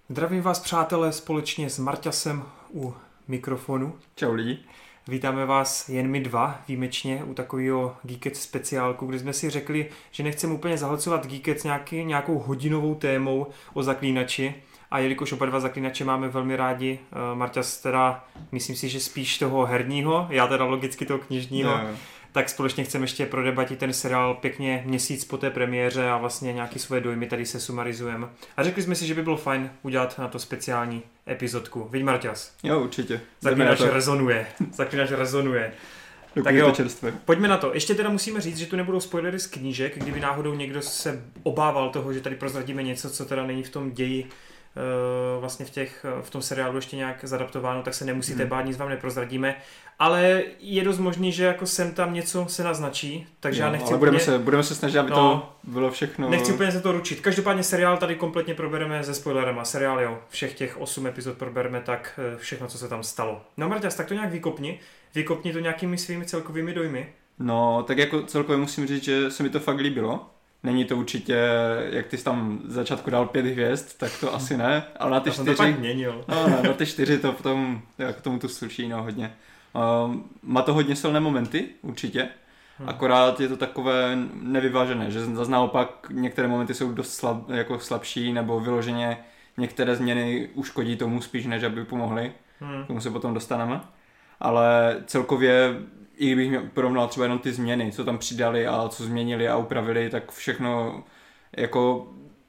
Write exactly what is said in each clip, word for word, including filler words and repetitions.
Zdravím vás, přátelé, společně s Marťasem u mikrofonu. Čau lidi. Vítáme vás jen my dva, výjimečně, u takového Geekec speciálku, kdy jsme si řekli, že nechceme úplně zahlcovat Geekec nějaký, nějakou hodinovou témou o Zaklínači. A jelikož oba dva Zaklínače máme velmi rádi, Marťas teda, myslím si, že spíš toho herního, já teda logicky toho knižního, yeah. Tak společně chceme ještě prodebatit ten seriál pěkně měsíc po té premiéře a vlastně nějaký svoje dojmy tady se sumarizujeme. A řekli jsme si, že by bylo fajn udělat na to speciální epizodku. Vidí Marťas? Jo, určitě. Zaklínač rezonuje. Zaklínač rezonuje. Dokud tak jo, pojďme na to. Ještě teda musíme říct, že tu nebudou spoilery z knížek, kdyby náhodou někdo se obával toho, že tady prozradíme něco, co teda není v tom ději vlastně v, těch, v tom seriálu ještě nějak zadaptováno, tak se nemusíte hmm. bát, nic vám neprozradíme, ale je dost možný, že jako sem tam něco se naznačí, takže jo, já nechci ale budeme, úplně, se, budeme se snažit, aby no, to bylo všechno. Nechci úplně se to ručit. Každopádně seriál tady kompletně probereme se spoilerama. Seriál jo, všech těch osm epizod probereme, tak všechno, co se tam stalo. No Marťas, tak to nějak vykopni. Vykopni to nějakými svými celkovými dojmy. No, tak jako celkově musím říct, že se mi to fakt líbilo. Není to určitě, jak ty jsi tam v začátku dal pět hvězd, tak to asi ne, ale na ty já čtyři... to pak měnil. No, no, na ty čtyři to potom, k tomu to sluší, no, hodně. Um, má to hodně silné momenty, určitě, hmm. akorát je to takové nevyvážené, že zase naopak některé momenty jsou dost slab, jako slabší, nebo vyloženě některé změny uškodí tomu spíš, než aby pomohly, hmm. k tomu se potom dostaneme, ale celkově i kdybych porovnal třeba jenom ty změny, co tam přidali a co změnili a upravili, tak všechno jako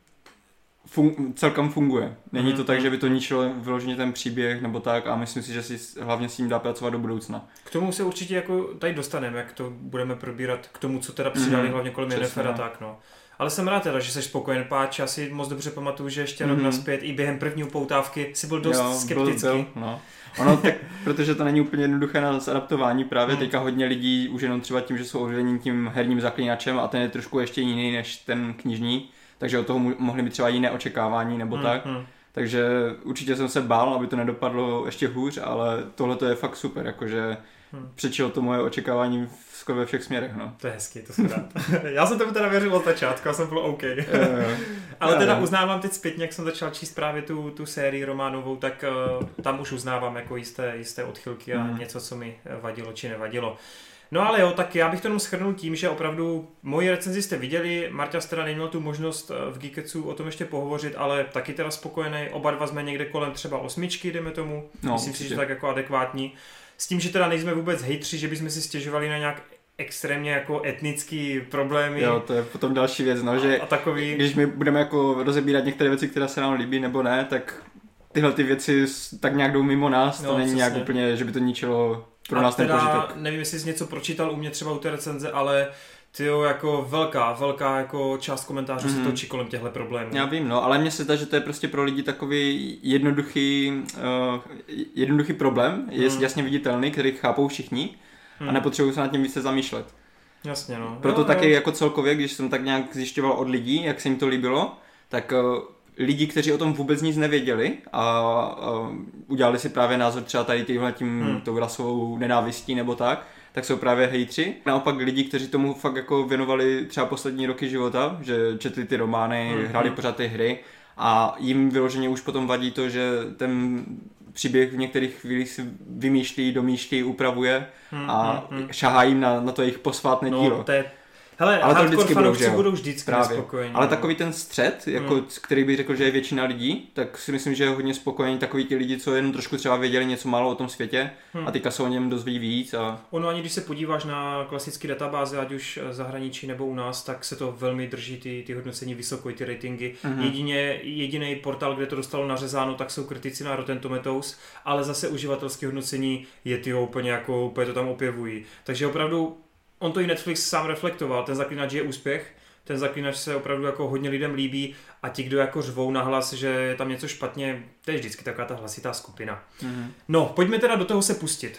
fun- celkem funguje. Není to tak, že by to ničilo vyloženě ten příběh nebo tak a myslím si, že si hlavně s tím dá pracovat do budoucna. K tomu se určitě jako tady dostaneme, jak to budeme probírat, k tomu, co teda přidali mm-hmm. hlavně kolem Yennefer a tak, no. Ale jsem rád teda, že jsi spokojen, páč, já si moc dobře pamatuju, že ještě mm-hmm. rok nazpět i během první upoutávky si byl dost jo, skeptický. Byl, byl, no. Ono tak, protože to není úplně jednoduché na zadaptování, právě hmm. teďka hodně lidí už jenom třeba tím, že jsou ovlivněni tím herním Zaklínačem a ten je trošku ještě jiný než ten knižní, takže od toho mohly být třeba jiné očekávání nebo hmm. tak. Hmm. Takže určitě jsem se bál, aby to nedopadlo ještě hůř, ale tohle to je fakt super, jakože hmm. přečilo to moje očekávání skoro ve všech směrech, no. To je hezký, to jsem rád. Já jsem tomu teda věřil od začátku a jsem byl OK. Ale teda uznávám teď zpětně, jak jsem začal číst právě tu, tu sérii románovou, tak uh, tam už uznávám jako jisté, jisté odchylky a hmm. něco, co mi vadilo či nevadilo. No ale jo, tak já bych to jenom shrnul tím, že opravdu moji recenzi jste viděli, Marťas teda neměl tu možnost v Geekecu o tom ještě pohovořit, ale taky teda spokojený, oba dva jsme někde kolem třeba osmičky, jdeme tomu, no, myslím si, že tak jako adekvátní. S tím, že teda nejsme vůbec hejtři, že bychom si stěžovali na nějak extrémně jako etnický problémy. Jo, to je potom další věc, no, že a takový... když my budeme jako rozebírat některé věci, které se nám líbí nebo ne, tak tyhle ty věci tak nějak jdou mimo nás, to no, není přesně. Nějak úplně, že by to ničilo pro a nás ten požitek. Nevím, jestli jsi něco pročítal u mě třeba u té recenze, ale tyjo, jako velká, velká jako část komentářů mm-hmm. se točí kolem těchto problémů. Já vím, no, ale mně se zdá, že to je prostě pro lidi takový jednoduchý, uh, jednoduchý problém, je mm. jasně viditelný, který chápou všichni mm. a nepotřebují se nad tím více zamýšlet. Jasně, no. Proto jo, taky jo. jako celkově, když jsem tak nějak zjišťoval od lidí, jak se jim to líbilo, tak uh, lidi, kteří o tom vůbec nic nevěděli a uh, udělali si právě názor třeba tady tímhle tím hmm. tou rasovou nenávistí nebo tak, tak jsou právě hejtři. Naopak lidi, kteří tomu fakt jako věnovali třeba poslední roky života, že četli ty romány, hmm. hráli pořád ty hry a jim vyloženě už potom vadí to, že ten příběh v některých chvílích si vymýšlí, domýšlí, upravuje hmm. a hmm. šahá jim na, na to jejich posvátné no, dílo. To je... Hele, ale to vždycky budou, že budou vždycky nespokojení. Ale no. takový ten střed, jako, hmm. který bych řekl, že je většina lidí, tak si myslím, že je hodně spokojení takový ti lidi, co jen trošku třeba věděli něco málo o tom světě hmm. a teďka se o něm dozví víc. A... Ono ani když se podíváš na klasické databáze, ať už zahraničí nebo u nás, tak se to velmi drží ty, ty hodnocení vysoko, ty ratingy. Hmm. Jedině, jediný portál, kde to dostalo nařezáno, tak jsou kritici na Rotten Tomatoes, ale zase uživatelské hodnocení je ty úplně jako, úplně to tam opěvují. Takže opravdu on to i Netflix sám reflektoval, ten Zaklínač je úspěch, ten Zaklínač se opravdu jako hodně lidem líbí a ti, kdo jako řvou nahlas, že je tam něco špatně, to je vždycky taková ta hlasitá skupina. Mm-hmm. No, pojďme teda do toho se pustit.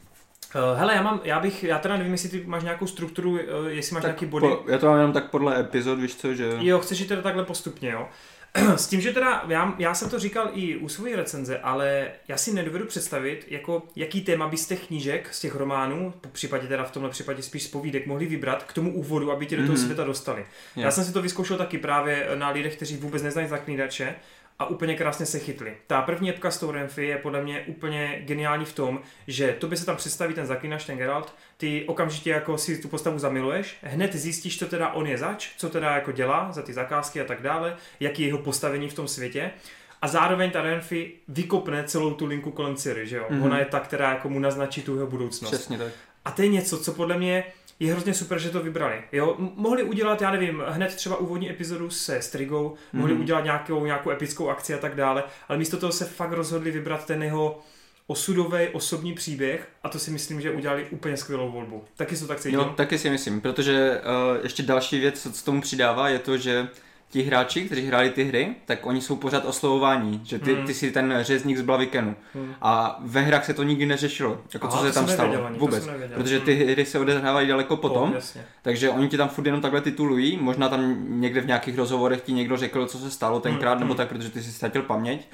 Uh, hele, já mám, já bych, já teda nevím, jestli ty máš nějakou strukturu, uh, jestli máš tak nějaký body. Po, já to mám jenom tak podle epizod, víš co, že... Jo, chceš jít teda takhle postupně, jo. S tím, že teda, já, já jsem to říkal i u své recenze, ale já si nedovedu představit, jako, jaký téma by z těch knížek, z těch románů, po případě teda v tomhle případě spíš z povídek, mohli vybrat k tomu úvodu, aby tě do toho mm-hmm. světa dostali. Yeah. Já jsem si to vyzkoušel taky právě na lidech, kteří vůbec neznají Zaklínače a úplně krásně se chytli. Ta první epka s tou Renfri je podle mě úplně geniální v tom, že tobě se tam představí ten zaklínač, ten Geralt, ty okamžitě jako si tu postavu zamiluješ, hned zjistíš, co teda on je zač, co teda jako dělá za ty zakázky a tak dále, jaký je jeho postavení v tom světě. A zároveň ta Renfri vykopne celou tu linku kolem Ciri, že jo? Mm-hmm. Ona je ta, která jako mu naznačí tu jeho budoucnost. Přesně tak. A to je něco, co podle mě je hrozně super, že to vybrali. Jo? Mohli udělat, já nevím, hned třeba úvodní epizodu se Strigou, mm-hmm. mohli udělat nějakou, nějakou epickou akci a tak dále, ale místo toho se fakt rozhodli vybrat ten jeho osudový osobní příběh a to si myslím, že udělali úplně skvělou volbu. Taky to tak cítil? Jo, taky si myslím, protože uh, ještě další věc, co tomu přidává, je to, že ti hráči, kteří hráli ty hry, tak oni jsou pořád oslovování, že ty, hmm. ty jsi ten řezník z Blavikenu. Hmm. A ve hrách se to nikdy neřešilo, jako Aha, co se tam stalo. Nevěděl, vůbec, protože ty hry se odehrávají daleko potom, oh, takže oni ti tam furt jenom takhle titulují, možná tam někde v nějakých rozhovorech ti někdo řekl, co se stalo tenkrát, hmm. nebo tak, protože ty si ztratil paměť.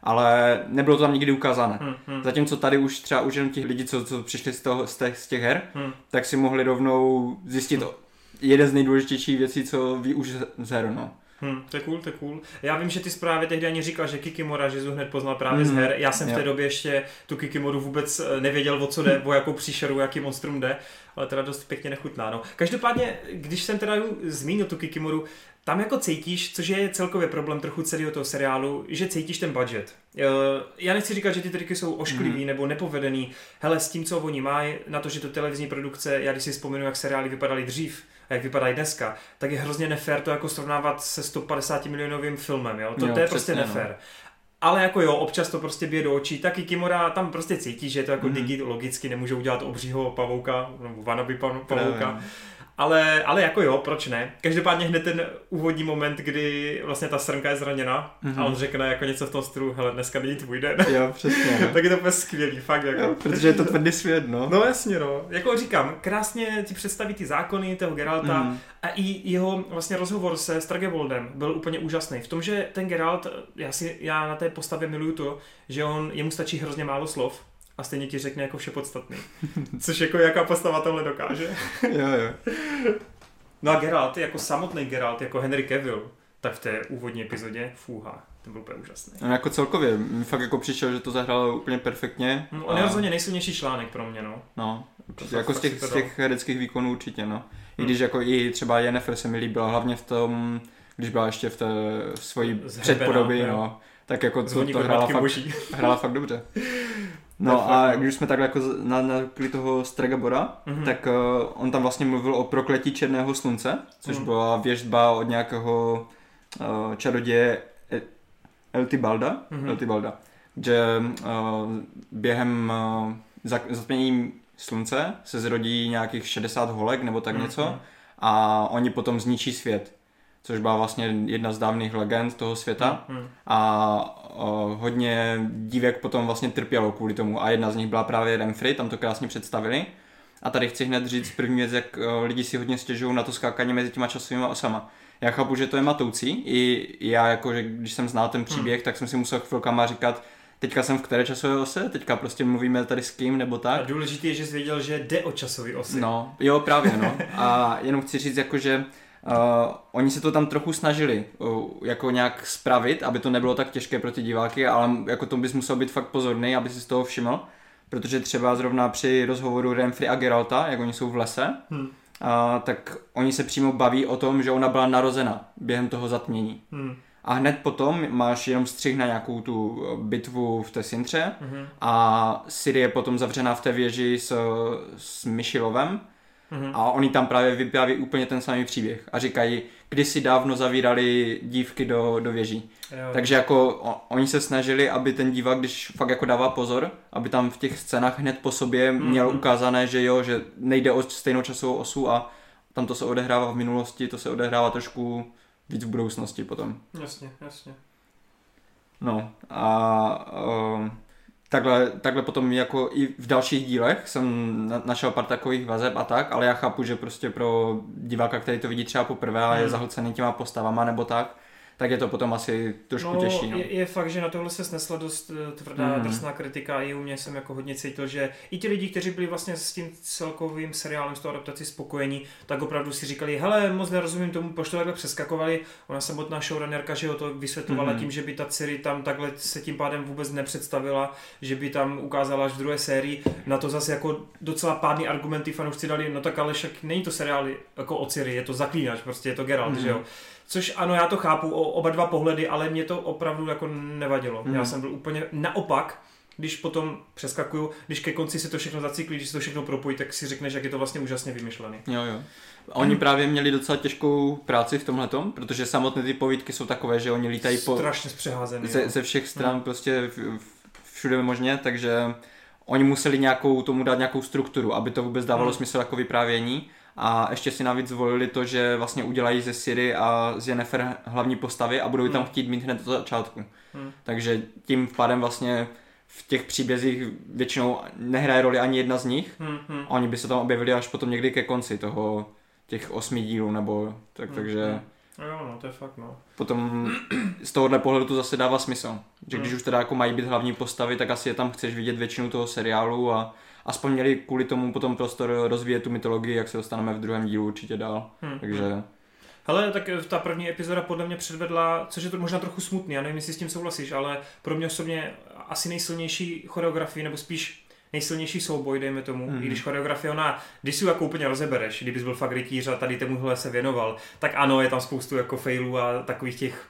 Ale nebylo to tam nikdy ukázané. Hmm, hmm. Zatímco tady už třeba už jenom ti lidi, co, co přišli z, toho, z, těch, z těch her, hmm. tak si mohli rovnou zjistit hmm. jeden z nejdůležitějších věcí, co ví už z her, no. Hmm, to je cool, to je cool. Já vím, že ty jsi právě tehdy ani říkal, že Kikimora, že jsi hned poznal právě mm. z her. Já jsem v té době ještě tu Kikimoru vůbec nevěděl, o co jde, o jakou příšeru, jaký monstrum jde, ale teda dost pěkně nechutná. No. Každopádně, když jsem teda zmínil tu Kikimoru, tam jako cítíš, což je celkově problém trochu celého toho seriálu, že cítíš ten budget. Já nechci říkat, že ty triky jsou ošklivý mm. nebo nepovedený. Hele, s tím, co oni mají, na to, že to televizní produkce, já když si vzpomenu, jak seriály vypadaly dřív, a jak vypadají dneska, tak je hrozně nefér to jako srovnávat se sto padesát milionovým filmem, jo? To, jo, to je prostě nefér. No. Ale jako jo, občas to prostě bije do očí, tak i Kimura tam prostě cítí, že je to jako mm. digi, logicky nemůže udělat obřího pavouka, nebo wannabe pavouka. Ale, ale jako jo, proč ne? Každopádně hned ten úvodní moment, kdy vlastně ta srnka je zraněna mm-hmm. a on řekne jako něco v tom stylu, hele, dneska není tvůj den. Jo, přesně. No. Tak je to úplně skvělý, fakt jako. Jo, protože je to tvrdý svět, no. No jasně, no. Jako říkám, krásně ti představí ty zákony toho Geralta mm. a i jeho vlastně rozhovor se Stregeboldem byl úplně úžasný. V tom, že ten Geralt, já, si, já na té postavě miluju to, že on, jemu stačí hrozně málo slov, a stejně ti řekne jako vše podstatný. Což jako jaká postava tohle dokáže. Jo, jo. No a Geralt, jako samotný Geralt, jako Henry Cavill, tak v té úvodní epizodě, fůha, to byl úplně úžasný. No jako celkově, mi fakt jako přišel, že to zahrál úplně perfektně. No, on a... je rozhodně nejsilnější článek pro mě, no. No, určitě, jako z těch, z těch hereckých výkonů určitě, no. I když hmm. jako i třeba Yennefer se mi líbila, hlavně v tom, když byla ještě v té svojí předpodobě, no. Tak jako to, to hrála, fakt, hrála fakt dobře. No a když jsme takhle jako na, na toho Stregobora, mm-hmm. tak uh, on tam vlastně mluvil o prokletí černého slunce, což mm. byla věštba od nějakého uh, čaroděje Eltibalda, mm-hmm. Eltibalda, že uh, během uh, zatmění slunce se zrodí nějakých šedesát holek nebo tak mm-hmm. něco a oni potom zničí svět. Což byla vlastně jedna z dávných legend toho světa hmm, hmm. a o, hodně dívek potom vlastně trpělo kvůli tomu a jedna z nich byla právě Renfri, tam to krásně představili a tady chci hned říct první věc, jak o, lidi si hodně stěžují na to skákání mezi těma časovými osama. Já chápu, že to je matoucí, i já jako, že když jsem znal ten příběh, hmm. tak jsem si musel chvilkama říkat, teďka jsem v které časové ose, teďka prostě mluvíme tady s kým nebo tak. A důležité je, že jsi věděl, že jde o časový osy. No, jo právě no a jenom chci říct jako, že Uh, oni se to tam trochu snažili uh, jako nějak spravit, aby to nebylo tak těžké pro ty diváky, ale jako to bys musel být fakt pozorný, aby si z toho všiml, protože třeba zrovna při rozhovoru Renfri a Geralta, jak oni jsou v lese, hmm. uh, tak oni se přímo baví o tom, že ona byla narozena během toho zatmění. Hmm. A hned potom máš jenom střih na nějakou tu bitvu v té Sintře hmm. a Ciri je potom zavřená v té věži s, s Myšilovem. Mm-hmm. A oni tam právě vypráví úplně ten samý příběh a říkají, kdysi dávno zavírali dívky do, do věží. Jo. Takže jako o, oni se snažili, aby ten divák, když fakt jako dává pozor, aby tam v těch scénách hned po sobě mm-hmm. měl ukázané, že jo, že nejde o stejnou časovou osu a tam to se odehrává v minulosti, to se odehrává trošku víc v budoucnosti potom. Jasně, jasně. No a... Um, Takhle, takhle potom jako i v dalších dílech jsem na, našel pár takových vazeb a tak, ale já chápu, že prostě pro diváka, který to vidí třeba poprvé a je zahlcený těma postavama nebo tak, tak je to potom asi trošku no, těžší. No. Je, je fakt, že na tohle se snesla dost tvrdá, mm. drsná kritika. I u mě jsem jako hodně cítil, že i ti lidi, kteří byli vlastně s tím celkovým seriálem, s tou adaptací spokojení, tak opravdu si říkali, hele, moc nerozumím tomu, proč to takhle přeskakovali. Ona samotná showrunnerka, že ho to vysvětlovala mm. tím, že by ta Ciri tam takhle se tím pádem vůbec nepředstavila, že by tam ukázala až v druhé sérii. Na to zase jako docela pádný argumenty fanoušci dali, no tak ale však není to seriál jako o Ciri, je to zaklínač, prostě je to Geralt, mm. že jo. Což ano, já to chápu, o, oba dva pohledy, ale mě to opravdu jako nevadilo. Mm. Já jsem byl úplně naopak, když potom přeskakuju, když ke konci si to všechno zacyklí, když si to všechno propojí, tak si řekneš, jak je to vlastně úžasně vymyšlený. Jo, jo. Oni mm. právě měli docela těžkou práci v tomhletom, protože samotné ty povídky jsou takové, že oni lítají po... Strašně zpřeházený. Ze, ze všech stran mm. prostě všude možně, takže oni museli nějakou, tomu dát nějakou strukturu, aby to vůbec dávalo mm. smysl jako vyprávění. A ještě si navíc zvolili to, že vlastně udělají ze Ciri a z Yennefer hlavní postavy a budou ji tam chtít mít hned do začátku. Hmm. Takže tím pádem vlastně v těch příbězích většinou nehraje roli ani jedna z nich hmm. Hmm. a oni by se tam objevili až potom někdy ke konci toho těch osmi dílů nebo tak, hmm. takže... Jo, no, to je fakt, no. Potom z tohohle pohledu to zase dává smysl. Že když hmm. už teda jako mají být hlavní postavy, tak asi je tam chceš vidět většinu toho seriálu a aspoň měli kvůli tomu potom prostor rozvíjet tu mytologii, jak se dostaneme v druhém dílu určitě dál. Hmm. Takže... Hele, tak ta první epizoda podle mě předvedla, což je to možná trochu smutný, já nevím, jestli s tím souhlasíš, ale pro mě osobně asi nejsilnější choreografii, nebo spíš nejsilnější souboj, dejme tomu, mm. i když choreografie, ona, když si ji jako úplně rozebereš, kdybys byl fakt rytíř a tady tomuhle se věnoval, tak ano, je tam spoustu jako failů a takových těch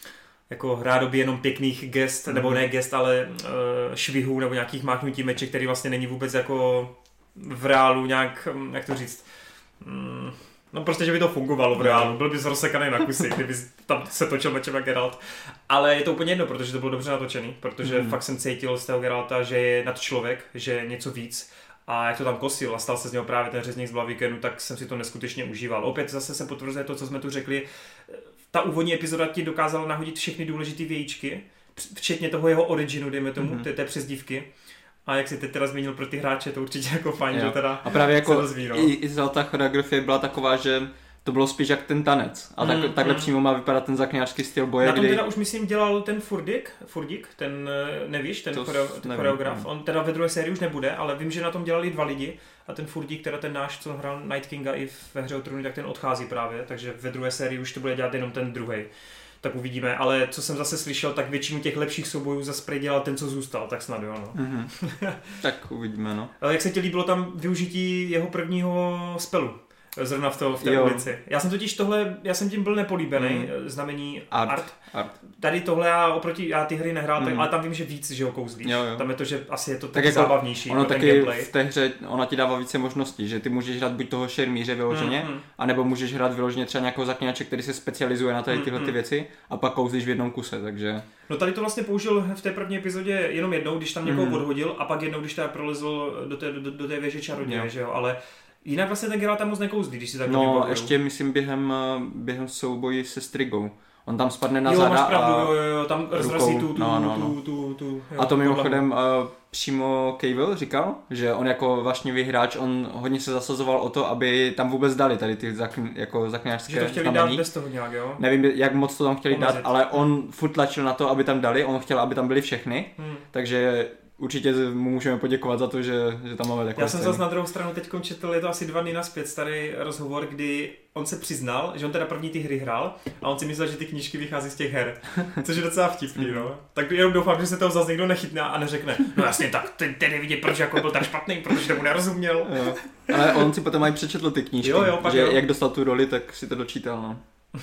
jako rádoby jenom pěkných gest, mm. nebo ne gest, ale uh, švihů nebo nějakých máchnutí meče, který vlastně není vůbec jako v reálu nějak, jak to říct, mm, no prostě, že by to fungovalo v reálu, byl bys rozsekaný na kusy, kdyby tam se točil mečem jak Geralt. Ale je to úplně jedno, protože to bylo dobře natočený, protože mm. fakt jsem cítil z toho Geralta, že je nadčlověk, že je něco víc. A jak to tam kosil a stal se z něho právě ten řezník z Blavikenu, tak jsem si to neskutečně užíval. Opět zase se potvrzuje to, co jsme tu řekli. Ta úvodní epizoda ti dokázala nahodit všechny důležité vějíčky, včetně toho jeho originu, dejme tomu, mm. té, té přezdívky. A jak si teď teda zmínil pro ty hráče, to určitě jako fajn, jo. Že teda a právě jako rozví, no. i, i ta choreografie byla taková, že to bylo spíš jak ten tanec. A tak, mm, takhle mm. přímo má vypadat ten zaklínačský styl boje. Na tom kdy... teda už myslím dělal ten Furdik, Furdik ten nevíš, ten, choreo, ten nevím, choreograf. Nevím. On teda ve druhé sérii už nebude, ale vím, že na tom dělali dva lidi. A ten Furdik, teda ten náš, co hrál Night Kinga i ve Hře o trůny, tak ten odchází právě. Takže ve druhé sérii už to bude dělat jenom ten druhej. Tak uvidíme, ale co jsem zase slyšel, tak většinu těch lepších soubojů zase dělal ten, co zůstal, tak snad jo, no. Mm-hmm. Tak uvidíme, no. Ale jak se ti líbilo tam využití jeho prvního spelu? Zrovna v, to, v té jo. ulici. Já jsem totiž tohle, já jsem tím byl nepolíbený, mm. znamení art. art. art. Tady tohle já oproti, já ty hry nehrál, mm. tak, ale tam vím, že víc, že ho kouzlíš. Jo, jo. Tam je to, že asi je to tak jako zábavnější. Ono taky v té hře, ona ti dává více možností, že ty můžeš hrát buď toho šermíře vyloženě, mm. anebo můžeš hrát vyloženě třeba nějakého zaklínače, který se specializuje na tady tyhle mm. ty věci a pak kouzlíš v jednom kuse, takže... No tady to vlastně použil v té první epizodě jenom jednou, když tam někoho mm. odhodil a pak jednou, když teda prolezl do té, do, do té věže čaroděje, že jo, ale jinak vlastně ten Geralt tam moc nekouzlí, když si tak no, vybavuju. No, ještě myslím během, během souboji se Strigou. On tam spadne na jo, záda máš pravdu, a jo, jo, jo, tam rozrazí tu, tu, no, no, no. tu, tu, tu, jo, a to mimochodem uh, přímo Cavill říkal, že on jako vášnivý hráč, on hodně se zasazoval o to, aby tam vůbec dali tady ty zakn, jako zakňářské znamení. Že to chtěli dát bez toho nějak, jo? Nevím, jak moc to tam chtěli Omezit. dát, ale on furt tlačil na to, aby tam dali, on chtěl, aby tam byly všechny, hmm. takže... Určitě mu můžeme poděkovat za to, že, že tam máme takové Já jsem zase na druhou stranu teď četl, je to asi dva dny nazpět, starý rozhovor, kdy on se přiznal, že on teda první ty hry hrál a on si myslel, že ty knížky vychází z těch her, což je docela vtipný, no. Tak jenom doufám, že se toho zase někdo nechytne a neřekne, no jasně, tak ten tedy vidět, proč jako byl tak špatný, protože tomu nerozuměl. Jo. Ale on si potom i přečetl ty knížky, jo, jo, že jo. jak dostal tu roli, tak si to dočítal, no.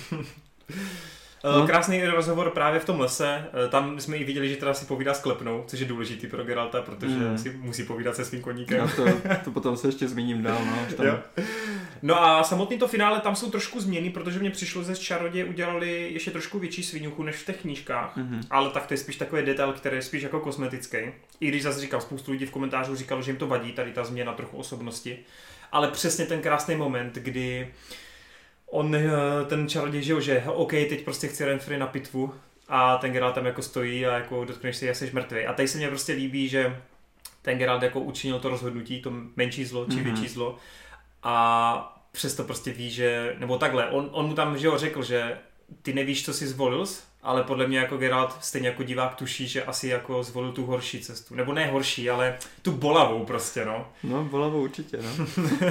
No. Krásný rozhovor právě v tom lese, tam jsme i viděli, že teda si povídá s Klepnou, což je důležitý pro Geralta, protože mm. si musí povídat se svým koníkem. No to, to potom se ještě zmíním dál. No, tam... no a samotný to finále, tam jsou trošku změny, protože mně přišlo, že z Čaroděje udělali ještě trošku větší sviňuchu než v těch knížkách, mm-hmm. ale tak to je spíš takový detail, který je spíš jako kosmetický. I když zase říkal, spoustu lidí v komentářů říkalo, že jim to vadí, tady ta změna trochu osobnosti, ale přesně ten krásný moment, kdy on, ten čaroděj, že jo, že OK, teď prostě chci Renfri na pitvu a ten Geralt tam jako stojí a jako dotkneš si, jsi mrtvý. A tady se mně prostě líbí, že ten Geralt jako učinil to rozhodnutí, to menší zlo či mm-hmm. větší zlo a přesto prostě ví, že, nebo takhle, on, on mu tam, že jo, řekl, že ty nevíš, co jsi zvolil, ale podle mě jako Geralt stejně jako divák tuší, že asi jako zvolil tu horší cestu. Nebo ne horší, ale tu bolavou prostě, no. No, bolavou určitě, no.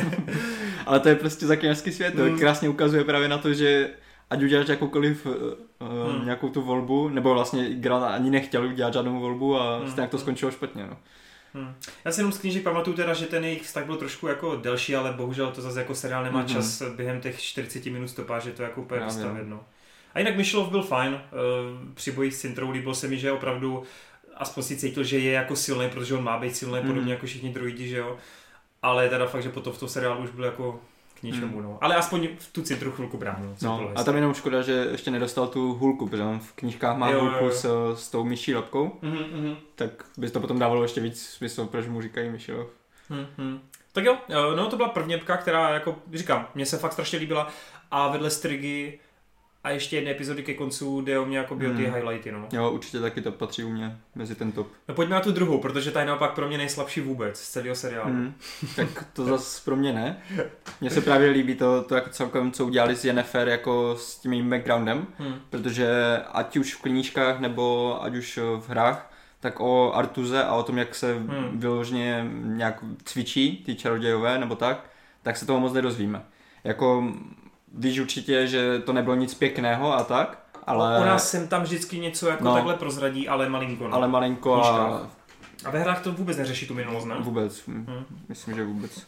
Ale to je prostě zaklínačský svět, to krásně ukazuje právě na to, že ať uděláš jakoukoliv uh, hmm. nějakou tu volbu, nebo vlastně Geralt ani nechtěl udělat žádnou volbu a hmm. stejně to skončilo špatně, no. Hmm. Já si jenom z knížek pamatuju teda, že ten jejich vztah byl trošku jako delší, ale bohužel to zase jako seriál nemá mm-hmm. čas během těch čtyřicet minut stopáže to jako úplně vystavět, no. A jinak Myšlov byl fajn, uh, při boji s Cintrou líbilo se mi, že opravdu aspoň si cítil, že je jako silný, protože on má být silný, mm-hmm. podobně jako všichni droidi, že jo. Ale teda fakt, že potom v tom seriálu už byl jako k ničemu, mm. no. Ale aspoň v tu Cintru chvilku bránil. No, a tam jenom škoda, že ještě nedostal tu hulku, protože on v knížkách má jo, hulku jo, jo. S, s tou myší lepkou, mm-hmm. tak by to potom dávalo ještě víc smysl, proč mu říkají Myšilov. Mm-hmm. Tak jo, no to byla první epka, která jako, říkám, mně se fakt strašně líbila a vedle Strigy a ještě jedné epizody ke koncu jde o mě jako by o ty mm. highlighty, no. Jo, určitě taky to patří u mě mezi ten top. No pojďme na tu druhou, protože ta je naopak pro mě nejslabší vůbec z celého seriálu. Mm. Tak to zase pro mě ne. Mně se právě líbí to, to jako celkem, co udělali s Yennefer jako s tím jejím backgroundem, mm. protože ať už v knížkách nebo ať už v hrách, tak o Artuze a o tom, jak se mm. vyloženě nějak cvičí ty čarodějové nebo tak, tak se toho moc nedozvíme. Jako víš určitě, že to nebylo nic pěkného a tak, ale... U nás sem tam vždycky něco jako no, takhle prozradí, ale malinko. No. Ale malinko a... A ve hrách to vůbec neřeší tu minulost, ne? Vůbec, hmm. myslím, že vůbec.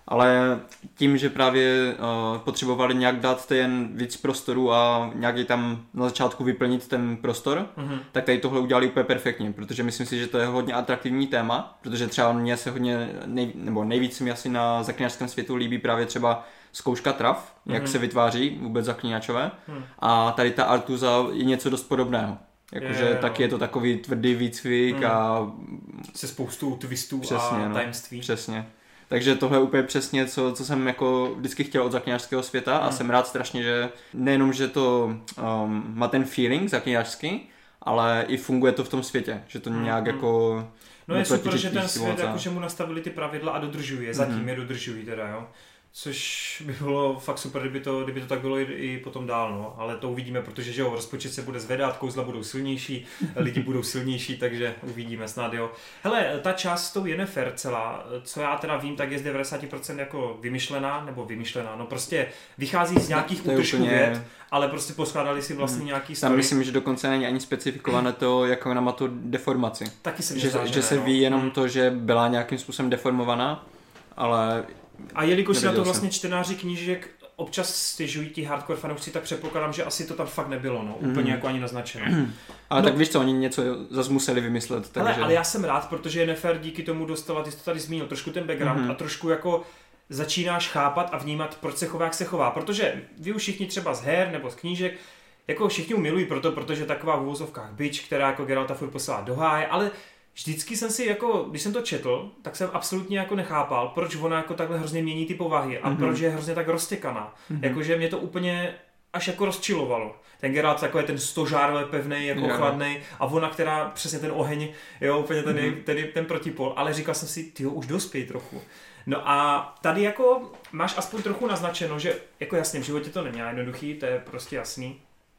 Ale tím, že právě uh, potřebovali nějak dát ten víc prostoru a nějaký tam na začátku vyplnit ten prostor, mm-hmm. tak tady tohle udělali úplně perfektně, protože myslím si, že to je hodně atraktivní téma, protože třeba mně se hodně, nej, nebo nejvíc mi asi na zaklínačském světu líbí právě třeba zkouška trav, mm-hmm. jak se vytváří vůbec zaklínačové mm. a tady ta Artuza je něco dost podobného. Jakože je, taky je to takový tvrdý výcvik mm. a... se spoustou twistů přesně, a no, tajemství. Přesně. Takže tohle je úplně přesně, co, co jsem jako vždycky chtěl od zaklínačského světa mm. a jsem rád strašně, že nejenom, že to um, má ten feeling zaklínačský, ale i funguje to v tom světě, že to nějak mm. jako... No je super, že ten svět, jakože mu nastavili ty pravidla a dodržují je, zatím mm. je dodržují teda, jo. Což by bylo fakt super, kdyby to, kdyby to tak bylo i, i potom dál, no. Ale to uvidíme, protože že jo, rozpočet se bude zvedat, kouzla budou silnější, lidi budou silnější, takže uvidíme snad, jo. Hele, ta část s tou Yennefer celá, co já teda vím, tak je z devadesát procent jako vymyšlená, nebo vymyšlená, no prostě vychází z nějakých útržků úplně... věd, ale prostě poskládali si vlastně hmm. nějaký story. Tam myslím, že dokonce není ani specifikované to, jak ona má tu deformaci. Taky se že, zdá, že, že se no. ví jenom hmm. to, že byla nějakým způsobem deformovaná, ale... A jelikož si na to vlastně čtenáři knížek občas stěžují ti hardcore fanoušci, tak předpokládám, že asi to tam fakt nebylo, no, úplně mm. jako ani naznačeno. Ale no, tak víš co, oni něco zase museli vymyslet. Takže... Ale, ale já jsem rád, protože Yennefer díky tomu dostala, ty jsi to tady zmínil, trošku ten background mm. a trošku jako začínáš chápat a vnímat, proč se chová, jak se chová. Protože vy už všichni třeba z her nebo z knížek, jako všichni ji milují proto, protože taková v uvozovkách bič, která jako Geralta furt poslala do háje, ale vždycky jsem si jako, když jsem to četl, tak jsem absolutně jako nechápal, proč ona jako takhle hrozně mění ty povahy a mm-hmm. proč je hrozně tak roztěkaná. Mm-hmm. Jakože mě to úplně až jako rozčilovalo. Ten Geralt takový ten stožár pevnej, jako yeah. chladnej a ona, která přesně ten oheň, jo, úplně ten, mm-hmm. ten, ten, ten protipol. Ale říkal jsem si, tyjo, už dospěj trochu. No a tady jako máš aspoň trochu naznačeno, že jako jasně v životě to není jednoduchý, to je prostě jasný.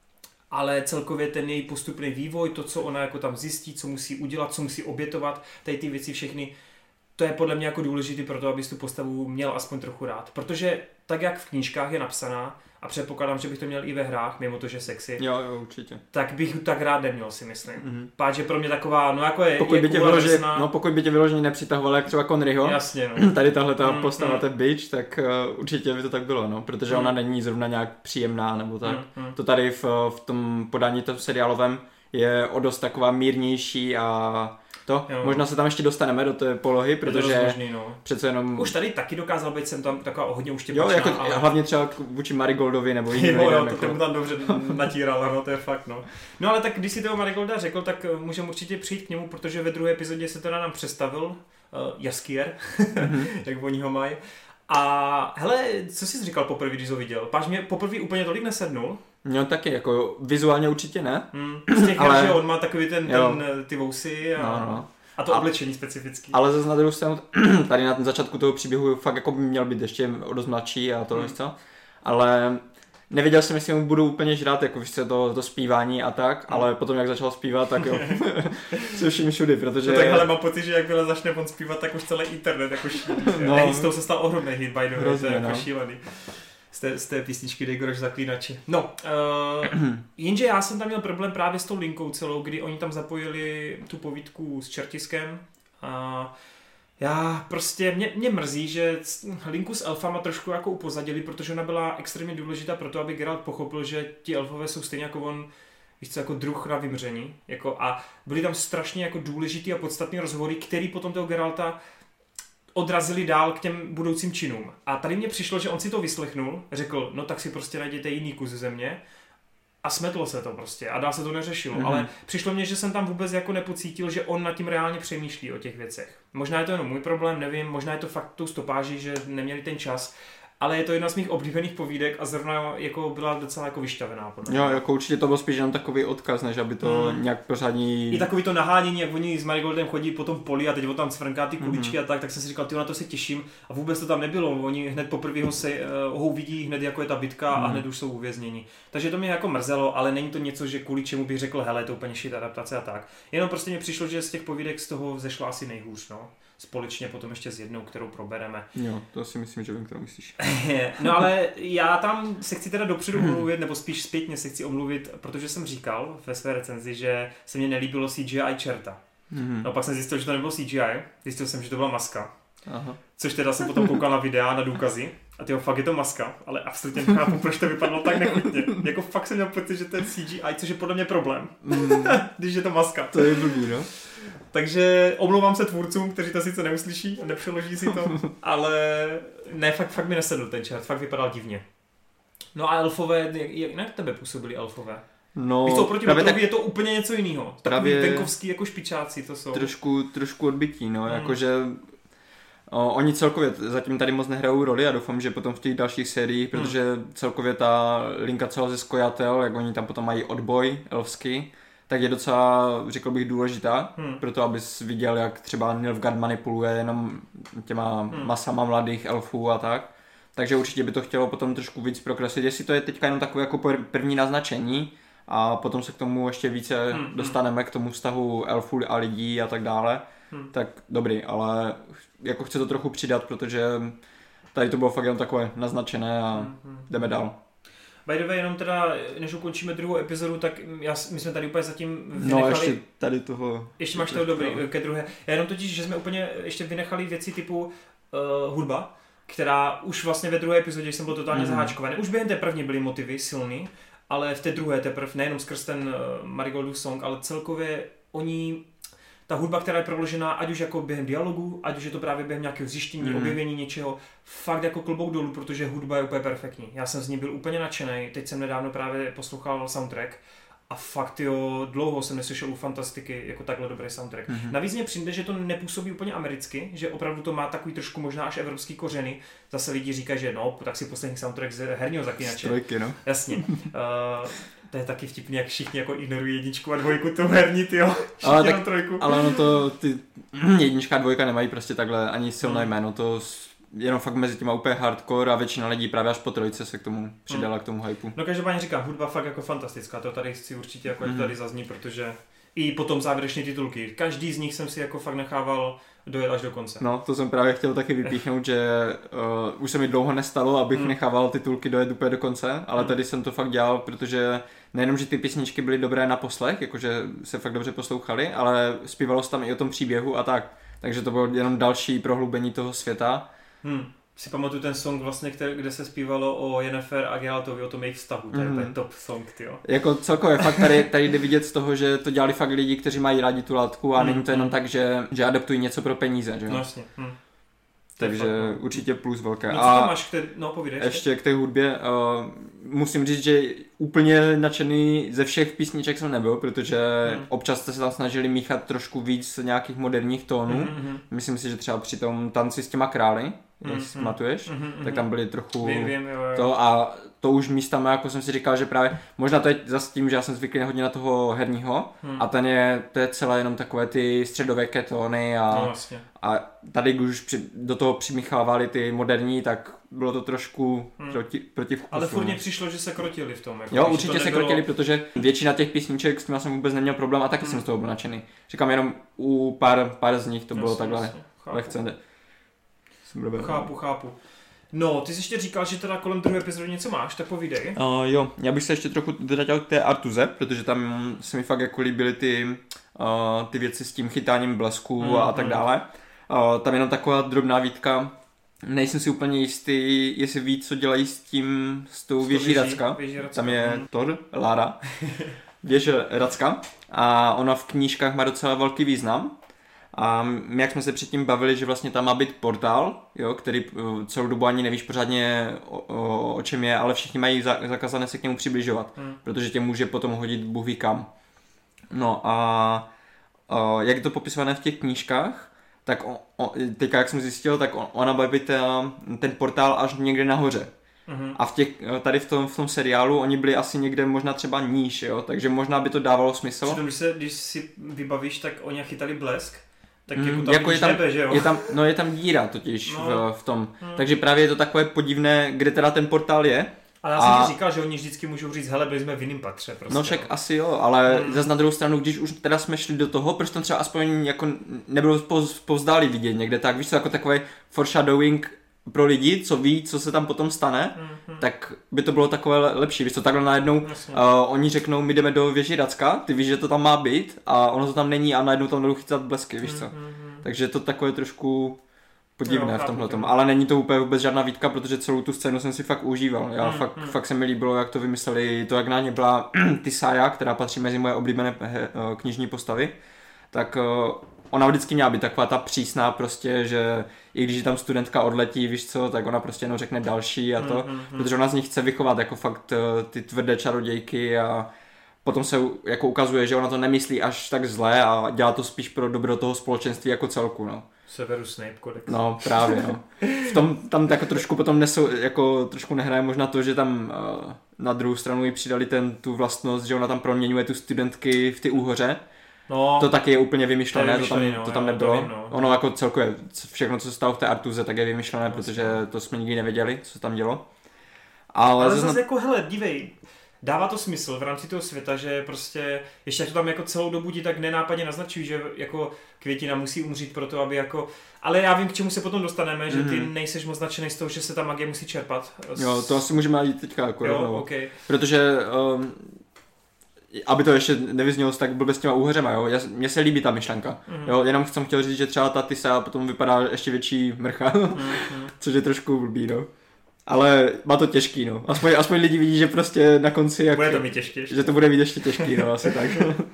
Ale celkově ten její postupný vývoj, to, co ona jako tam zjistí, co musí udělat, co musí obětovat, tady ty věci všechny, to je podle mě jako důležité pro to, abys tu postavu měl aspoň trochu rád. Protože tak, jak v knížkách je napsaná, a předpokládám, že bych to měl i ve hrách, mimo to, že sexy, jo, jo, určitě. Tak bych tak rád neměl, si myslím. Mm-hmm. Páč je pro mě taková, no jako je, pokud je by tě vyloženě, no pokud by tě vyloženě nepřitahoval jak třeba Conryho, jasně, no. Tady tahle ta mm, postava, mm. ten bitch, tak uh, určitě by to tak bylo, no, protože mm. ona není zrovna nějak příjemná, nebo tak. Mm, mm. To tady v, v tom podání toho seriálovém je o dost taková mírnější a to, jo. Možná se tam ještě dostaneme do té polohy, protože je možný, no. Přece jenom... Už tady taky dokázal být jsem tam taková hodně uštěpačná. Jo, jako, ale... hlavně třeba vůči Marigoldovi nebo jiným lidem. Jo, to jako... tomu tam dobře natíral, no to je fakt, no. No ale tak když si toho Marigolda řekl, tak můžeme určitě přijít k němu, protože ve druhé epizodě se teda nám představil uh, Jaskier, mm-hmm. jak oni ho mají. A hele, co jsi říkal poprvé, když ho viděl? Páč mě poprvé úplně tolik nesednul. No taky, jako vizuálně určitě ne. Hmm, z těch ale... her, že on má takový ten, ten ty vousy a, no, no. a to oblečení specifický. Ale zase na druhou stranu, tady na začátku toho příběhu fakt jako by měl být ještě o dost mladší a to hmm. víš co. Ale nevěděl jsem, jestli mu budu úplně žrát, jako víš co, to, to zpívání a tak, ale potom jak začal zpívat, tak jo, se všim všudy, protože... No takhle mám pocit, že jakmile začne on zpívat, tak už celý internet jako šílený. No. Hej, z toho se stal ohromný hit, by the way, to je jako no. šílený. Z té, z té písničky Dejgroš Zaklínači. No, uh, jenže já jsem tam měl problém právě s tou linkou celou, kdy oni tam zapojili tu povídku s Čertiskem a já prostě, mě, mě mrzí, že linku s elfama trošku jako upozadili, protože ona byla extrémně důležitá pro to, aby Geralt pochopil, že ti elfové jsou stejně jako on, víš co, jako druh na vymření. Jako, a byly tam strašně jako důležitý a podstatný rozhovory, který potom toho Geralta odrazili dál k těm budoucím činům. A tady mně přišlo, že on si to vyslechnul, řekl, no tak si prostě najděte jiný kus země a smetlo se to prostě a dál se to neřešilo. Mm-hmm. Ale přišlo mně, že jsem tam vůbec jako nepocítil, že on nad tím reálně přemýšlí o těch věcech. Možná je to jenom můj problém, nevím, možná je to fakt tou stopáží, že neměli ten čas, ale je to jedna z mých oblíbených povídek a zrovna jako byla docela jako vyšťavená. Jo, jako určitě to byl spíš jenom takový odkaz, než aby to mm. nějak pořádně... I takový to nahánění, jak oni s Marigoldem chodí po tom poli a teď on tam svrnká ty kuličky mm. a tak, tak jsem si říkal, ty na to se těším a vůbec to tam nebylo. Oni hned poprvé ho, se, uh, ho vidí, hned jako je ta bitka mm. a hned už jsou uvězněni. Takže to mě jako mrzelo, ale není to něco, že kvůli čemu bych řekl, hele, to úplně shit adaptace a tak. Jenom prostě mi přišlo, že z těch povídek z toho zešlo asi nejhůř, no. Společně potom ještě s jednou, kterou probereme. Jo, to si myslím, že vím, kterou myslíš. No ale já tam se chci teda dopředu omluvit, nebo spíš zpětně se chci omluvit, protože jsem říkal ve své recenzi, že se mně nelíbilo C G I čerta. Mm-hmm. No pak jsem zjistil, že to nebylo C G I, zjistil jsem, že to byla maska. Aha. Což teda jsem potom koukal na videa, na důkazy. A tyjo, fakt je to maska, ale absolutně nechápu, proč to vypadlo tak nechutně. Jako fakt jsem měl pocit, že to je C G I, což je podle mě problém. Mm. Když je to maska. To je blbý, no. Takže omlouvám se tvůrcům, kteří to sice neuslyší a nepřeloží si to, ale ne, fakt, fakt mi nesedl ten čert, fakt vypadal divně. No a elfové, jak, jak na tebe působili elfové? No, víš co, oproti Metrovi je to úplně něco jiného. Takový venkovský jako špičáci to jsou. Trošku, trošku odbytí, no, hmm. jakože o, oni celkově zatím tady moc nehrajou roli a doufám, že potom v těch dalších sériích, hmm. protože celkově ta linka celá ze Skojatel, jak oni tam potom mají odboj elfský, tak je docela, řekl bych, důležitá, hmm. proto abys viděl, jak třeba Nilfgaard manipuluje jenom těma hmm. masama mladých elfů a tak. Takže určitě by to chtělo potom trošku víc prokreslit, jestli to je teďka jenom takové jako první naznačení a potom se k tomu ještě více hmm. dostaneme, k tomu vztahu elfů a lidí a tak dále, hmm. tak dobrý, ale jako chci to trochu přidat, protože tady to bylo fakt jenom takové naznačené a hmm. jdeme dál. By the way, jenom teda, než ukončíme druhou epizodu, tak já, my jsme tady úplně zatím vynechali... No ještě tady toho... Ještě máš toho dobrý, ke druhé. Já jenom totiž, že jsme úplně ještě vynechali věci typu uh, hudba, která už vlastně ve druhé epizodě jsem byl totálně mm. zaháčkovaný. Už během té první byly motivy silný, ale v té druhé teprve, nejenom skrz ten uh, Marigoldův song, ale celkově oni... Ta hudba, která je proložená, ať už jako během dialogu, ať už je to právě během nějakého zjištění, mm. objevení něčeho, fakt jako klobouk dolů, protože hudba je úplně perfektní. Já jsem z ní byl úplně nadšenej, teď jsem nedávno právě poslouchal soundtrack a fakt jo, dlouho jsem neslyšel u Fantastiky jako takhle dobrý soundtrack. Mm-hmm. Navíc mě přijde, že to nepůsobí úplně americky, že opravdu to má takový trošku možná až evropský kořeny. Zase lidi říkají, že no, tak si poslední soundtrack z herního zaklínače. Strojky, no. Jasně. Uh, To je taky vtipný, jak všichni jako ignorují jedničku a dvojku, tu herní, tyjo. Ale, tak, trojku. Ale ono to, ty jednička a dvojka nemají prostě takhle ani silné hmm. jméno, to jenom fakt mezi těma úplně hardcore a většina lidí právě až po trojce se k tomu přidala, hmm. k tomu hypeu. No každopádně říkám, hudba fakt jako fantastická, to tady chci určitě jako hmm. tady zazní, protože i potom závěrečné titulky, každý z nich jsem si jako fakt nechával dojet až do konce. No, to jsem právě chtěl taky vypíchnout, že uh, už se mi dlouho nestalo, abych hmm. nechával titulky dojet úplně do konce, ale hmm. tady jsem to fakt dělal, protože nejenom, že ty písničky byly dobré na poslech, jakože se fakt dobře poslouchali, ale zpívalo se tam i o tom příběhu a tak. Takže to bylo jenom další prohloubení toho světa. Hmm. Si pamatuju ten song vlastně, který, kde se zpívalo o Yennefer a Geraltovi, o tom jejich vztahu, to je mm. top song, tyjo. Jako celkově fakt tady, tady jde vidět z toho, že to dělali fakt lidi, kteří mají rádi tu látku a mm. není to jenom mm. tak, že, že adaptují něco pro peníze, že jo? No jasně. Mm. Takže fakt, určitě plus velké. No, a máš k té, no, povídej, ještě k té hudbě, uh, musím říct, že úplně nadšený ze všech písniček jsem nebyl, protože hmm. občas jste se tam snažili míchat trošku víc nějakých moderních tónů. Hmm. Myslím si, že třeba při tom tanci s těma králi, hmm. jestli si pamatuješ, hmm. tak tam byli trochu vím, vím, jo, jo. to a to už místama, jako jsem si říkal, že právě, možná to je zase tím, že já jsem zvyklý hodně na toho herního hmm. a ten je, to je celé jenom takové ty středověké tóny a, no, vlastně. a tady, když už při, do toho přimíchávali ty moderní, tak bylo to trošku hmm. proti, proti vkusu. Ale furt mě přišlo, že se krotili v tom. Jako, jo, určitě nebylo... se krotili, protože většina těch písniček, s tím jsem vůbec neměl problém a taky hmm. jsem z toho byl nadšený. Říkám, jenom u pár, pár z nich to bylo jasně, takhle jasně. lehce. Chápu, chápu. No, ty jsi ještě říkal, že teda kolem druhé epizody něco máš, tak povídej. Uh, jo, já bych se ještě trochu vrátil k té Artuze, protože tam se mi fakt jako líbily ty, uh, ty věci s tím chytáním blesku mm, a tak mm. dále. Uh, tam jenom taková drobná výtka, nejsem si úplně jistý, jestli ví, co dělají s tím, s tou věží Racka. Tam je mm. Thor, Lara, věž Racka a ona v knížkách má docela velký význam. A my, jak jsme se předtím bavili, že vlastně tam má být portál, jo, který celou dobu ani nevíš pořádně o, o, o čem je, ale všichni mají za, zakázané se k němu přibližovat, hmm. protože tě může potom hodit Bůh ví kam. No a, a jak je to popisované v těch knížkách, tak o, o, teďka jak jsem zjistil, tak ona má být ta, ten portál až někde nahoře. Mm-hmm. A v těch, tady v tom, v tom seriálu oni byli asi někde možná třeba níž, jo, takže možná by to dávalo smysl. Přitom, když, se, když si vybavíš, tak oni chytali blesk, tak jako tam, mm, jako je tam nebe, že jo? Je tam, no je tam díra totiž no. v, v tom, mm. takže právě je to takové podivné, kde teda ten portál je. Ale já jsem a... ti říkal, že oni vždycky můžou říct, hele, byli jsme v jiném patře. Prostě, no však jo. asi jo, ale hmm. zase na druhou stranu, když už teda jsme šli do toho, proč tam třeba aspoň jako nebylo povzdálí vidět někde, tak víš co, jako takový foreshadowing pro lidi, co ví, co se tam potom stane, hmm. tak by to bylo takové lepší. Víš co, takhle najednou uh, oni řeknou, my jdeme do věži Racka, ty víš, že to tam má být a ono to tam není a najednou tam jdou chytat blesky, víš co. Hmm. Takže to takové trošku podivné jo, v tomhletom, ale není to úplně vůbec žádná výtka, protože celou tu scénu jsem si fakt užíval. Já hmm, fakt, hmm. fakt se mi líbilo, jak to vymysleli, to jak na ně byla Tisaya, která patří mezi moje oblíbené knižní postavy, tak ona vždycky měla být taková ta přísná prostě, že i když tam studentka odletí, víš co, tak ona prostě jenom řekne další a to, hmm, hmm, hmm. protože ona z nich chce vychovat jako fakt ty tvrdé čarodějky a potom se jako ukazuje, že ona to nemyslí až tak zle a dělá to spíš pro dobro toho společenství jako celku, no. Severus Snape kodex. No, právě, no. V tom, tam jako trošku potom nesou, jako trošku nehraje možná to, že tam uh, na druhou stranu jí přidali ten, tu vlastnost, že ona tam proměňuje tu studentky v ty úhoře. No, to taky je úplně vymyšlené, to, vymyšlený, to tam, no, to tam nebylo. To vím, no. Ono jako celkově, všechno, co se stalo v té Artuze, tak je vymyšlené, no, protože to jsme nikdy nevěděli, co se tam dělo. Ale, Ale zase zna... jako, hele, dívej, dává to smysl v rámci toho světa, že prostě ještě to tam jako celou dobu ti tak nenápadně naznačují, že jako květina musí umřít pro to, aby jako... Ale já vím, k čemu se potom dostaneme, že ty nejseš moc nadšenej z toho, že se ta magie musí čerpat. Jo, to asi můžeme jít teďka jako jo, okay. Protože... Um... aby to ještě nevyznělo tak blbě s těma úhořema, jo, mně se líbí ta myšlenka, mm. jo, jenom jsem chtěl říct, že třeba ta Tisa potom vypadá ještě větší mrcha, mm. což je trošku blbý, no. Ale má to těžký, no. Aspoň, aspoň lidi vidí, že prostě na konci... Jak, bude to mít těžký. Že to bude mít ještě těžký, no, asi tak.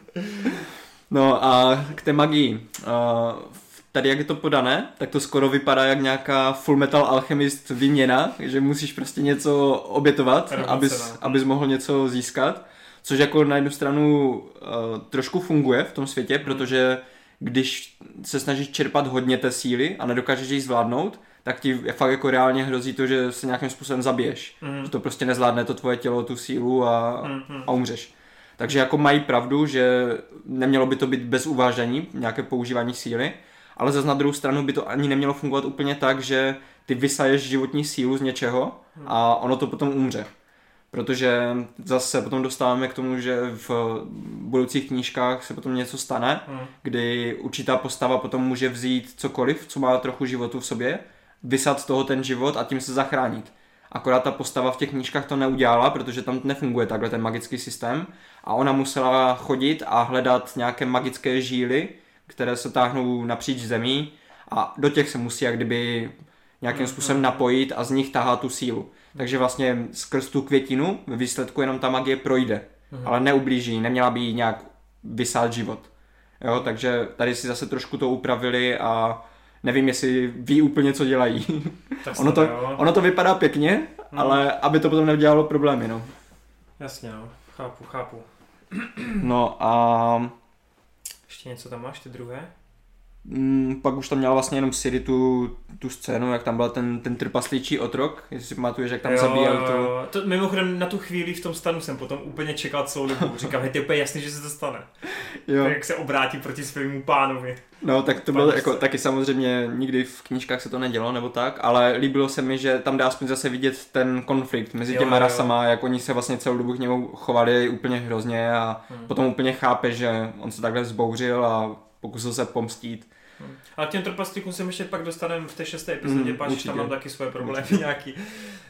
No a k té magii. Uh, tady jak je to podané, tak to skoro vypadá jak nějaká Full Metal Alchemist výměna, že musíš prostě něco obětovat, abys, abys mohl něco získat. Což jako na jednu stranu uh, trošku funguje v tom světě, protože když se snažíš čerpat hodně té síly a nedokážeš ji zvládnout, tak ti fakt jako reálně hrozí to, že se nějakým způsobem zabiješ. Mm. Že to prostě nezvládne to tvoje tělo, tu sílu a, mm. a umřeš. Takže jako mají pravdu, že nemělo by to být bez uvážení, nějaké používání síly, ale zase na druhou stranu by to ani nemělo fungovat úplně tak, že ty vysaješ životní sílu z něčeho a ono to potom umře. Protože zase potom dostáváme k tomu, že v budoucích knížkách se potom něco stane, hmm. kdy určitá postava potom může vzít cokoliv, co má trochu životu v sobě, vysat z toho ten život a tím se zachránit. Akorát ta postava v těch knížkách to neudělala, protože tam nefunguje takhle ten magický systém a ona musela chodit a hledat nějaké magické žíly, které se táhnou napříč zemí a do těch se musí jak kdyby nějakým způsobem napojit a z nich tahá tu sílu. Takže vlastně skrz tu květinu ve výsledku jenom ta magie projde, mhm. ale neublíží, neměla by jí nějak vysát život. Jo, takže tady si zase trošku to upravili a nevím, jestli ví úplně, co dělají. ono, to, ono to vypadá pěkně, hmm. ale aby to potom neudělalo problémy, no. Jasně, no. Chápu, chápu. No a... Ještě něco tam máš, ty druhé? mm, pak už tam měla vlastně jenom Ciri tu, tu scénu, jak tam byl ten, ten trpaslíčí otrok, jestli si pamatuješ, jak tam jo, zabíjel jo, to. jo. to. Mimochodem na tu chvíli v tom stanu jsem potom úplně čekal celou dobu. Říkám, hej, to je úplně jasný, že se to stane. Jo. Tak jak se obrátí proti svému pánovi. No tak to bylo jako, taky samozřejmě nikdy v knížkách se to nedělo nebo tak, ale líbilo se mi, že tam dá aspoň zase vidět ten konflikt mezi těma jo, jo. rasama, jak oni se vlastně celou dobu k němu chovali úplně hrozně a hmm. potom úplně chápe, že on se takhle vzbouřil a pokusil se pomstít. Hmm. Ale k těm trpaslíkům se ještě pak dostaneme v té šesté epizodě, mm, páč, tam mám taky svoje problémy nějaký. Uh,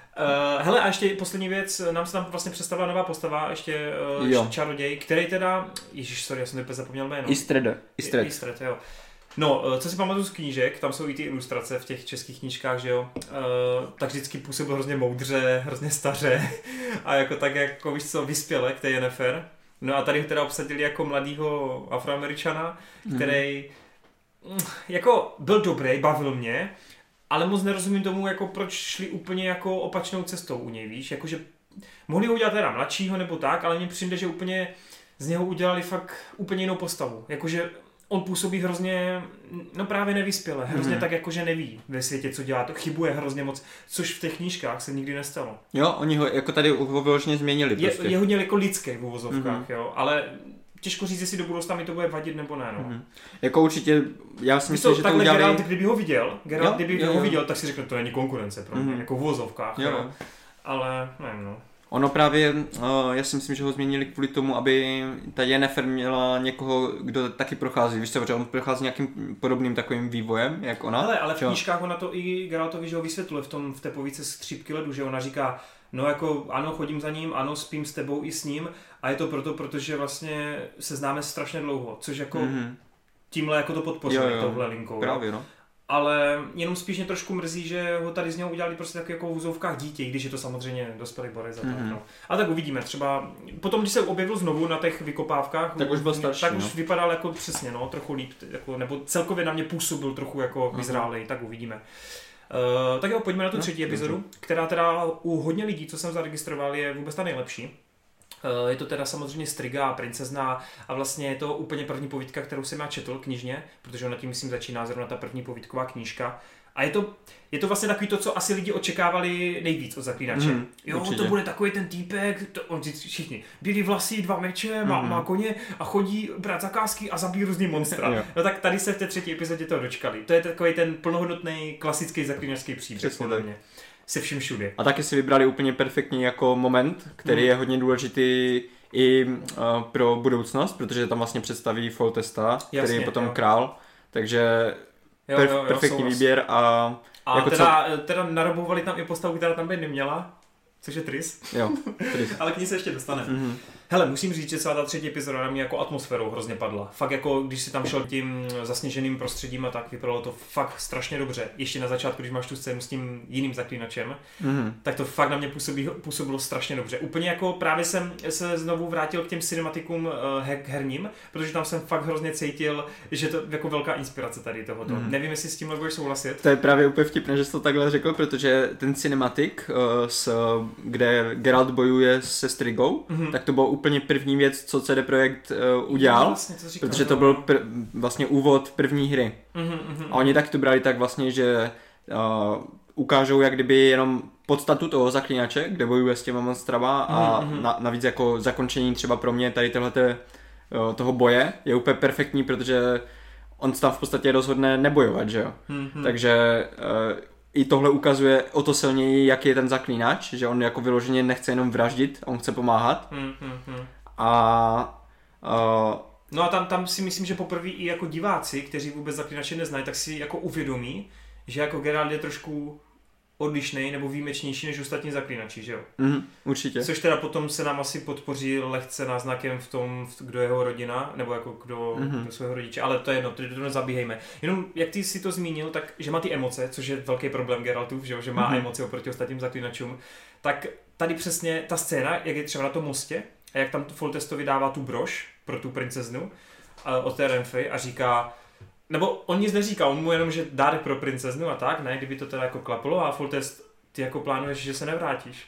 hele a ještě poslední věc, nám se tam vlastně představila nová postava, ještě uh, čaroděj, který teda, ježiš, sorry, já jsem to zapomněl jméno. Istred. Istred. Istred, jo. No, co si pamatuju z knížek, tam jsou i ty ilustrace v těch českých knížkách, že jo, uh, tak vždycky působil hrozně moudře, hrozně staře a jako tak jako, víš co, vyspěle k té Yennefer. No a tady teda obsadili jako mladýho Afroameričana, který mm. jako byl dobrý, bavil mě, ale moc nerozumím tomu, jako proč šli úplně jako opačnou cestou u něj, víš, jakože mohli ho udělat teda mladšího nebo tak, ale mně přijde, že úplně z něho udělali fakt úplně jinou postavu, jakože on působí hrozně, no právě nevyspěle, hrozně mm. tak jakože neví ve světě, co dělá, to chybuje hrozně moc, což v těch knížkách se nikdy nestalo. Jo, oni ho jako tady ho vyloženě změnili je, prostě. Je hodně jako lidský v uvozovkách, mm. jo, ale těžko říct, jestli do budoucna mi to bude vadit nebo ne, no. Mm. Jako určitě, já si myslím, že to udělali... Geralt, kdyby ho viděl, Geralt, jo, kdyby jo, ho jo. viděl, tak si řekne, to není konkurence pro mě, mm. jako v uvozovkách, jo. jo. Ale nevím, no. Ono právě, uh, já si myslím, že ho změnili kvůli tomu, aby ta Yennefer měla někoho, kdo taky prochází, víš co, protože on prochází nějakým podobným takovým vývojem, jak ona. Ale, ale v knížkách ona to i Geraltovi, že ho vysvětluje v tom, v té povídce Skřípky ledu, že ona říká, no jako ano, chodím za ním, ano, spím s tebou i s ním a je to proto, protože vlastně se známe strašně dlouho, což jako mm-hmm. tímhle jako to podpořili, touhle linkou. Právě, no. Ale jenom spíš mě trošku mrzí, že ho tady z něho udělali prostě tak jako v úzovkách dítě, když je to samozřejmě dospělý borec. Mm-hmm. No. A tak uvidíme, třeba potom, když se objevil znovu na těch vykopávkách, tak už byl starší, tak no. už vypadal jako přesně, no, trochu líp, jako, nebo celkově na mě působil trochu jako mm-hmm. vyzrálej, tak uvidíme. Uh, tak jo, pojďme na tu třetí no, epizodu, dobře. Která teda u hodně lidí, co jsem zaregistroval, je vůbec ta nejlepší. Je to teda samozřejmě Striga a princezna a vlastně je to úplně první povídka, kterou jsem já četl knižně, protože ona tím myslím začíná zrovna ta první povídková knížka. A je to, je to vlastně takový to, co asi lidi očekávali nejvíc od Zaklínače. Mm, jo, určitě. To bude takový ten týpek, to, on všichni, bílý vlasy, dva meče, má, mm. má koně a chodí brát zakázky a zabíjí různý monstra. No tak tady se v té třetí epizodě toho dočkali. To je takový ten plnohodnotný klasický zaklínačský příběh podle mě. Se vším všude. A taky si vybrali úplně perfektní jako moment, který mm. je hodně důležitý i uh, pro budoucnost, protože tam vlastně představí Foltesta, Jasně, který je potom jo. král, takže jo, perf- jo, jo, perfektní souhlas. výběr a... A jako teda, co... teda narobovali tam i postavu, která tam být neměla, což je Triss. Jo, Triss. Ale k ní se ještě dostane. Mm-hmm. Hele, musím říct, že celá ta třetí epizoda na mě jako atmosférou hrozně padla. Fakt jako, když si tam šel tím zasněženým prostředím a tak, vypadalo to fakt strašně dobře. Ještě na začátku, když máš tu scénu s tím jiným zaklínačem, mm-hmm. tak to fakt na mě působí, působilo strašně dobře. Úplně jako právě jsem se znovu vrátil k těm cinematikům uh, her, herním, protože tam jsem fakt hrozně cítil, že to jako velká inspirace tady tohoto. Mm-hmm. Nevím, jestli s tímhle budeš souhlasit. To je právě úplně vtipné, že jsi to takhle řekl, protože ten cinematik, uh, s, kde Geralt bojuje se Strigou, mm-hmm. tak to bylo úplně první věc, co C D Projekt uh, udělal, vlastně, to říkám, protože to byl pr- vlastně úvod první hry. Mm-hmm, mm-hmm. A oni tak to brali tak vlastně, že uh, ukážou jak kdyby jenom podstatu toho zaklínače, kde bojuje s těma monstrama a mm-hmm. na, navíc jako zakončení třeba pro mě tady tohleté, uh, toho boje je úplně perfektní, protože on se tam v podstatě rozhodne nebojovat, že jo. Mm-hmm. Takže uh, i tohle ukazuje o to silněji, jaký je ten zaklínač, že on jako vyloženě nechce jenom vraždit, on chce pomáhat. Hmm, hmm, hmm. A... Uh, no a tam, tam si myslím, že poprvé i jako diváci, kteří vůbec zaklínače neznají, tak si jako uvědomí, že jako Geralt je trošku odlišný nebo výjimečnější než ostatní zaklínači, že jo? Mm, určitě. Což teda potom se nám asi podpoří lehce náznakem v tom, kdo je jeho rodina, nebo jako kdo, mm-hmm. kdo svého rodiče, ale to je jedno, to, to nezabíhejme. Jenom jak ty si to zmínil, tak že má ty emoce, což je velký problém Geraltův, že, jo? Že má mm-hmm. emoce oproti ostatním zaklínačům, tak tady přesně ta scéna, jak je třeba na tom mostě a jak tam Foltestovi dává tu brož pro tu princeznu od té Renfy a říká, nebo on nic neříká, on mu jenom, že dárek pro princeznu a tak, ne, kdyby to teda jako klaplo a Foltest, ty jako plánuješ, že se nevrátíš.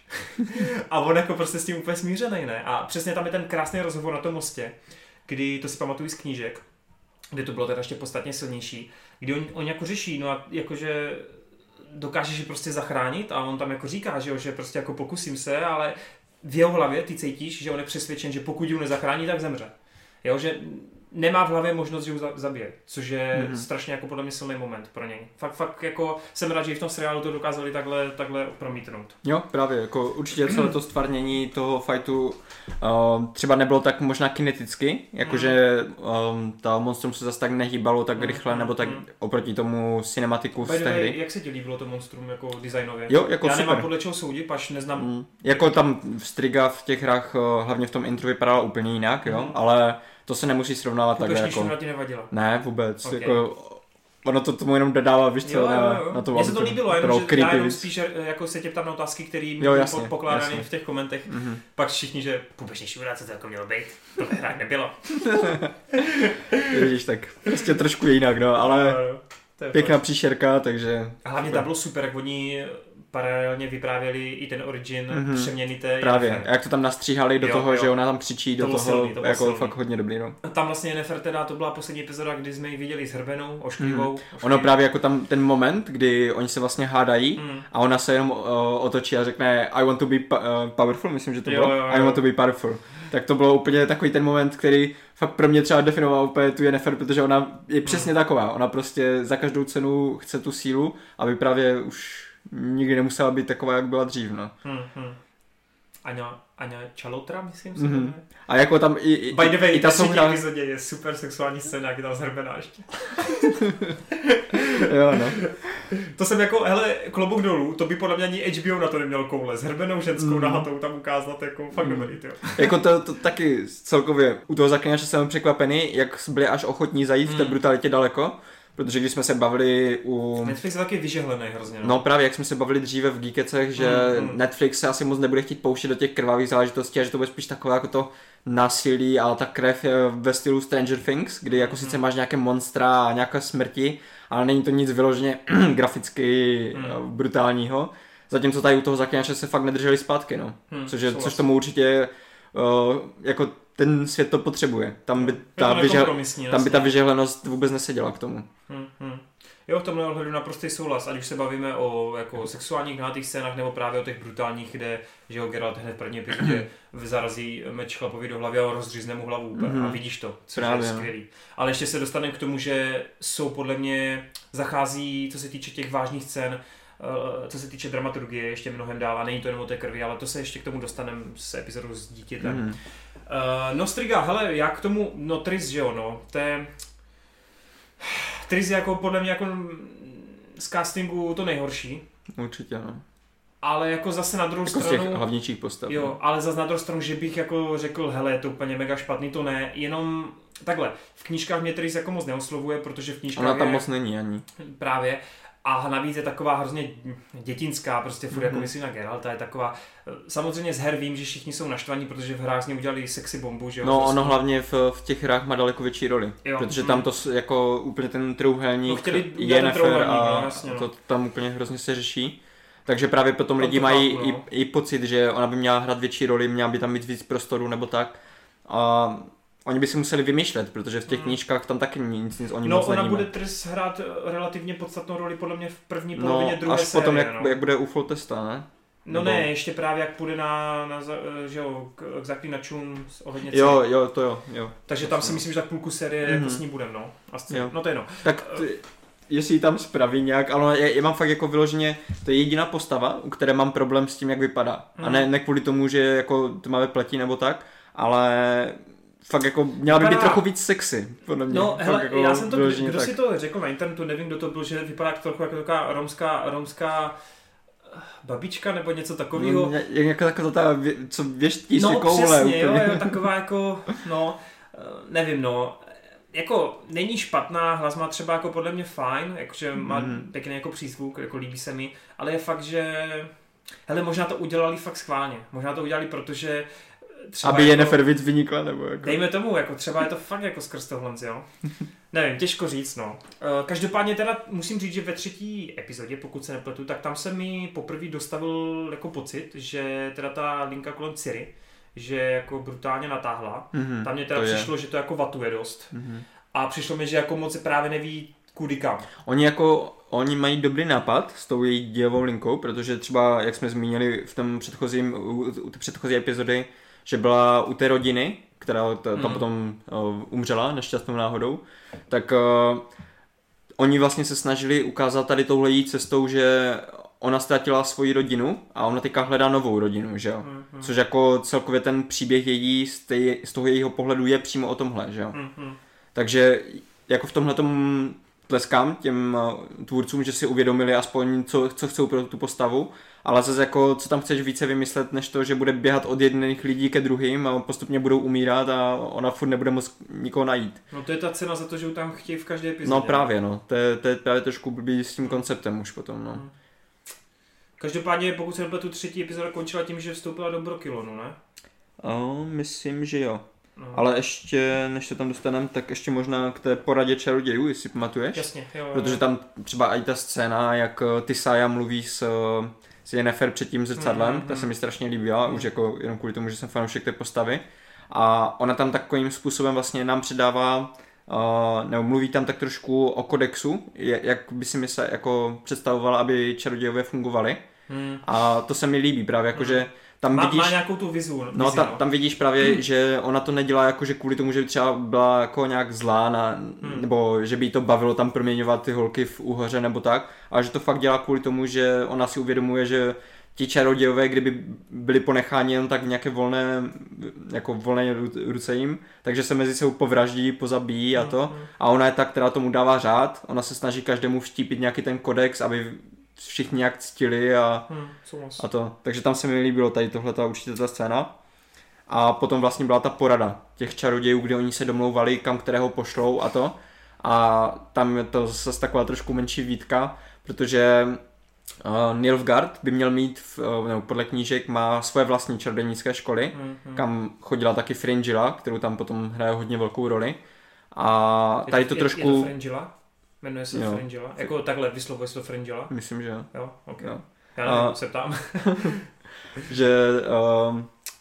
A on jako prostě s tím úplně smířený, ne? A přesně tam je ten krásný rozhovor na tom mostě, kdy to si pamatuju z knížek, kde to bylo teda ještě podstatně silnější, kdy on, on jako řeší, no a jakože dokážeš ji prostě zachránit a on tam jako říká, že jo, že prostě jako pokusím se, ale v jeho hlavě ty cítíš, že on je přesvědčen, že pokud ji nezachrání, tak zemře. Jo, že nemá v hlavě možnost, že ji zabije, což je mm-hmm. strašně jako podle mě silný moment pro něj. Fakt, fakt jako jsem rád, že i v tom seriálu to dokázali takhle, takhle promítnout. Jo, právě, jako určitě celé to stvárnění toho fightu uh, třeba nebylo tak možná kineticky, jakože um, ta monstrum se zase tak nehýbalo tak rychle, mm, nebo tak mm. oproti tomu cinematiku z té hry. Jak se ti líbilo to monstrum jako designově? Jo, jako Já super. nemám podle čeho soudit, pač neznám. Mm. Jako tam Striga v těch hrách, hlavně v tom intru vypadala úplně jinak, jo, mm. ale to se nemusí srovnávat takhle jako... Vůbec ti nevadila? Ne, vůbec, okay. Jako... Ono to tomu jenom dodává, víš co, jo, na, jo, jo. na to. Mně se to líbilo, jenom, že já jenom spíš jako se tě ptám na otázky, které mi byly pokládány v těch komentech. Mm-hmm. Pak všichni, že půbežný šurá, co to jako mělo být, to ve hrách nebylo. Vidíš, tak prostě trošku jinak, no, ale jo, jo. pěkná fakt příšerka, takže... A hlavně tam bylo super, jak oni paralelně vyprávěli i ten origin mm-hmm. přeměny té Právě, Yennefer. Jak to tam nastříhali do jo, toho, jo. Že ona tam křičí do to toho, silný, to jako silný. Fakt hodně dobrý, no. Tam vlastně Yennefer teda, to byla poslední epizoda, kdy jsme ji viděli s hrbenou, ošklivou. Mm. Ono právě jako tam ten moment, kdy oni se vlastně hádají mm. a ona se jenom uh, otočí a řekne I want to be pa- uh, powerful, myslím, že to jo, bylo. Jo, jo. I want to be powerful. Tak to bylo úplně takový ten moment, který fakt pro mě třeba definoval úplně tu Yennefer, protože ona je přesně mm. taková. Ona prostě za každou cenu chce tu sílu, aby právě už nikdy nemusela být taková, jak byla dřív, no. Hmm, hmm. Aňa, Aňa Chalotra, myslím si. Mm-hmm. A jako tam i, i, By the way, i ta souhra... epizodě je super sexuální scéna, jak je tam zhrbená ještě. Jo, no. To jsem jako, hele, klobouk dolů, to by podle mě ani H B O na to neměl koule. S hrbenou ženskou mm. nahatou tam ukázat, jako fakt mm. dobrý, tyjo. Jako to, to taky celkově, u toho Zaklinače jsem překvapený, jak byli až ochotní zajít mm. v té brutalitě daleko. Protože když jsme se bavili u... Netflix je taky vyžehlený hrozně. No. no právě, jak jsme se bavili dříve v Geekecech, že mm, mm. Netflix se asi moc nebude chtít pouštět do těch krvavých záležitostí a že to bude spíš takové jako to násilí a ta krev je ve stylu Stranger Things, kdy jako mm. sice máš nějaké monstra a nějaké smrti, ale není to nic vyloženě graficky mm. brutálního. Zatímco tady u toho Zaklinače se fakt nedrželi zpátky, no. Mm, což, je, což tomu určitě uh, jako ten svět to potřebuje. Tam by ta, vyžel, tam by ta vyžehlenost vůbec neseděla k tomu. Hmm, hmm. Jo, v tomhle ohledu naprostý souhlas. Ať už se bavíme o jako sexuálních hnátých scénách nebo právě o těch brutálních, kde že jo, Geralt hned v první epizodě zarazí meč chlapovi do hlavy a rozřízne mu hlavu úplně. Mm-hmm. A vidíš to, což právě, je skvělý. No. Ale ještě se dostaneme k tomu, že jsou podle mě zachází, co se týče těch vážných scén, co se týče dramaturgie, ještě mnohem dál a není to jenom o té krvi, ale to se ještě k tomu dostaneme s epizodou s dítětem. Mm. Uh, no Striga, hele, já k tomu, no Triss, že jo, no, to je... Triss je jako podle mě jako z castingu to nejhorší. Určitě, no. Ale jako zase na druhou jako stranu... z těch hlavnějších postav. Jo, no. ale zase na druhou stranu, že bych jako řekl, hele, je to úplně mega špatný, to ne, jenom takhle, v knížkách mě Triss jako moc neoslovuje, protože v knížkách Ona tam je... moc není ani. Právě. A navíc je taková hrozně dětinská, prostě furt mm-hmm. jako myslím na Geralta, je taková, samozřejmě z her vím, že všichni jsou naštvaní, protože v hrách z ní udělali sexy bombu, že jo. No ono hlavně v, v těch hrách má daleko větší roli, jo. Protože mm. tam to jako úplně ten trůhelník no, je Yennefer a no, jasně, no. to tam úplně hrozně se řeší. Takže právě potom lidi mají chápu, no. i, i pocit, že ona by měla hrát větší roli, měla by tam mít víc prostoru nebo tak. A oni by si museli vymýšlet, protože v těch knížkách tam taky nic, nic o ní no, moc ona nevíme. bude Triss hrát relativně podstatnou roli podle mě v první polovině no, druhé až série. potom, jak, no. jak bude u Foltesta, ne? No nebo... ne, ještě právě jak půjde na, na že jo, k, k zaklínačům ohledně cíl. Jo, jo, to jo, jo. Takže tam si myslím, že tak půlku série mm-hmm. jako s ní budem, no. Asi, no to je no. Tak ty, jestli ji tam spraví nějak, ale já, já mám fakt jako vyloženě, to je jediná postava, u které mám problém s tím, jak vypadá. Mm. A ne, ne kvůli tomu, že jako to máme pletí nebo tak, ale... Fakt jako měla by být trochu víc sexy, podle mě. No hele, jako já jsem to, kdo tak. si to řekl na internetu, nevím, kdo to byl, že vypadá trochu jako taková romská, romská babička nebo něco takového. No, jako taková ta, co věští no, si koule. No přesně, jo, jo, taková jako, no, nevím, no, jako není špatná, hlas má třeba jako podle mě fajn, jakože má mm. pěkný jako přízvuk, jako líbí se mi, ale je fakt, že, hele, možná to udělali fakt schválně, možná to udělali, protože třeba aby jako, Yennefer víc vynikla, nebo jako... Dejme tomu, jako třeba je to fakt jako skrz tohle, jo. Nevím, těžko říct, no. Každopádně teda musím říct, že ve třetí epizodě, pokud se nepletu, tak tam se mi poprvé dostavil jako pocit, že teda ta linka kolem Ciri, že jako brutálně natáhla. Mm-hmm, tam mě teda přišlo, je. že to jako vatuje dost. Mm-hmm. a přišlo mi, že jako moc se právě neví kudy kam. Oni jako, oni mají dobrý nápad s tou její dějovou linkou, protože třeba, jak jsme zmínili v tom předchozím, u té předchozí epizody, že byla u té rodiny, která t- tam mm. potom uh, umřela nešťastnou náhodou, tak uh, oni vlastně se snažili ukázat tady touhle její cestou, že ona ztratila svoji rodinu a ona teďka hledá novou rodinu, že jo. Mm-hmm. Což jako celkově ten příběh její z, tej, z toho jejího pohledu je přímo o tomhle, že jo. Mm-hmm. Takže jako v tomhletom tleskám těm tvůrcům, že si uvědomili aspoň, co, co chcou pro tu postavu, ale zase jako, co tam chceš více vymyslet, než to, že bude běhat od jedných lidí ke druhým a postupně budou umírat a ona furt nebude moc nikoho najít. No to je ta cena za to, že ju tam chtějí v každé epizodě. No právě, no. To je, to je právě trošku blbý s tím konceptem už potom, no. Hmm. Každopádně, pokud se tu třetí epizoda končila tím, že vstoupila do Brokilonu, ne? O, myslím, že jo. No. Ale ještě, než se tam dostaneme, tak ještě možná k té poradě čarodějů, jestli pamatuješ. Jasně, jo, jo. Protože tam třeba i ta scéna, jak Tisaya mluví s, s Yennefer před tím zrcadlem, mm-hmm. ta se mi strašně líbila, mm-hmm. už jako jenom kvůli tomu, že jsem fanoušek té postavy. A ona tam takovým způsobem vlastně nám předává, uh, nebo mluví tam tak trošku o kodexu, jak by si mi se jako představovala, aby čarodějové fungovali. Mm. A to se mi líbí právě, jakože mm. tam má, vidíš... Má nějakou tu vizu. vizi, no, tam, tam vidíš právě, mm. že ona to nedělá jakože kvůli tomu, že by třeba byla jako nějak zlá, na, mm. nebo že by jí to bavilo tam proměňovat ty holky v úhoře nebo tak, ale že to fakt dělá kvůli tomu, že ona si uvědomuje, že ti čarodějové, kdyby byli ponecháni jen tak v nějaké volné, jako volné ruce jim, takže se mezi sebou povraždí, pozabíjí a to. A ona je ta, která tomu dává řád, ona se snaží každému vštípit nějaký ten kodex, aby všichni nějak ctili a, hmm, a to. Takže tam se mi líbilo tady tohleta určitě ta scéna. A potom vlastně byla ta porada těch čarodějů, kde oni se domlouvali, kam kterého pošlou a to. A tam je to zase taková trošku menší výtka, protože Uh, Nilfgaard by měl mít, v, uh, nebo podle knížek, má svoje vlastní čarodějnické školy, mm-hmm. kam chodila taky Fringilla, kterou tam potom hraje hodně velkou roli. A tady to je, trošku... Je to Fringilla? Jmenuje se jo. Fringilla? Jako takhle vyslovuje se to Fringilla? Myslím, že jo. Jo, ok. Jo. Já nevím, se ptám. že uh,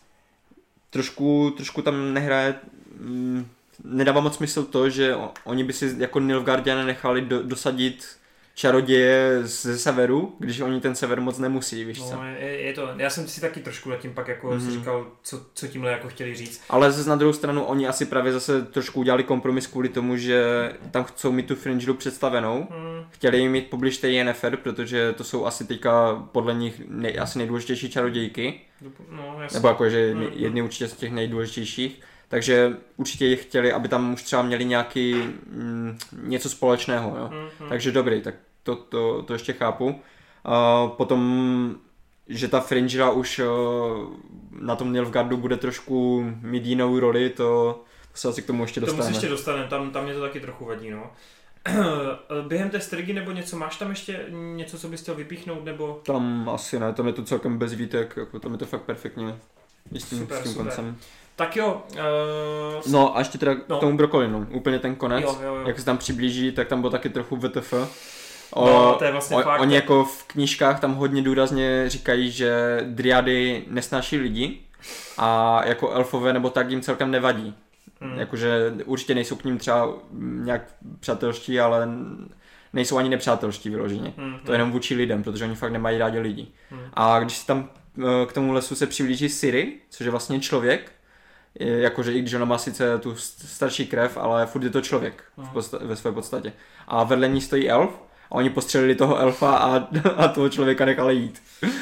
trošku, trošku tam nehraje... Mm, nedává moc smysl to, že oni by si jako Nilfgaardiané nechali do, dosadit čaroděje ze severu, když oni ten sever moc nemusí, víš co? No, je, je to, já jsem si taky trošku nad tím pak jako mm-hmm. si říkal, co, co tímhle jako chtěli říct. Ale zase na druhou stranu oni asi právě zase trošku udělali kompromis kvůli tomu, že tam chcou mít tu Fringilu představenou. Mm. Chtěli jim mít poblíž té Yennefer, protože to jsou asi teďka podle nich nej, asi nejdůležitější čarodějky. No, jasně. Nebo jakože mm. jedny určitě z těch nejdůležitějších. Takže určitě je chtěli, aby tam už třeba měli nějaký mm, něco společného, jo. Mm-hmm. Takže dobrý, tak to, to, to ještě chápu. Uh, potom, že ta Fringilla už uh, na tom Nilfgaardu bude trošku mít jinou roli, to, to se asi k tomu ještě dostaneme. To se ještě dostaneme, tam, tam mě to taky trochu vadí, no. Během té strigy nebo něco, máš tam ještě něco, co bys chtěl vypíchnout, nebo? Tam asi ne, tam je to celkem bez výtek, jako tam je to fakt perfektně s tím, super, s tím super. koncem. Tak jo. Uh... No a ještě teda no. k tomu brokolinu, úplně ten konec, jo, jo, jo. jak se tam přiblíží, tak tam bylo taky trochu W T F. O, no, to je vlastně o, fakt. Oni jako v knížkách tam hodně důrazně říkají, že dryady nesnáší lidi a jako elfové nebo tak jim celkem nevadí. Mm. Jakože určitě nejsou k ním třeba nějak přátelští, ale nejsou ani nepřátelští vyloženě. Mm. To je jenom vůči lidem, protože oni fakt nemají rádi lidi. Mm. A když se tam k tomu lesu se přiblíží Ciri, což je vlastně člověk, jakože i když ona má sice tu starší krev, ale furt je to člověk v podsta- ve své podstatě. A vedle ní stojí elf a oni postřelili toho elfa a, a toho člověka nechali jít.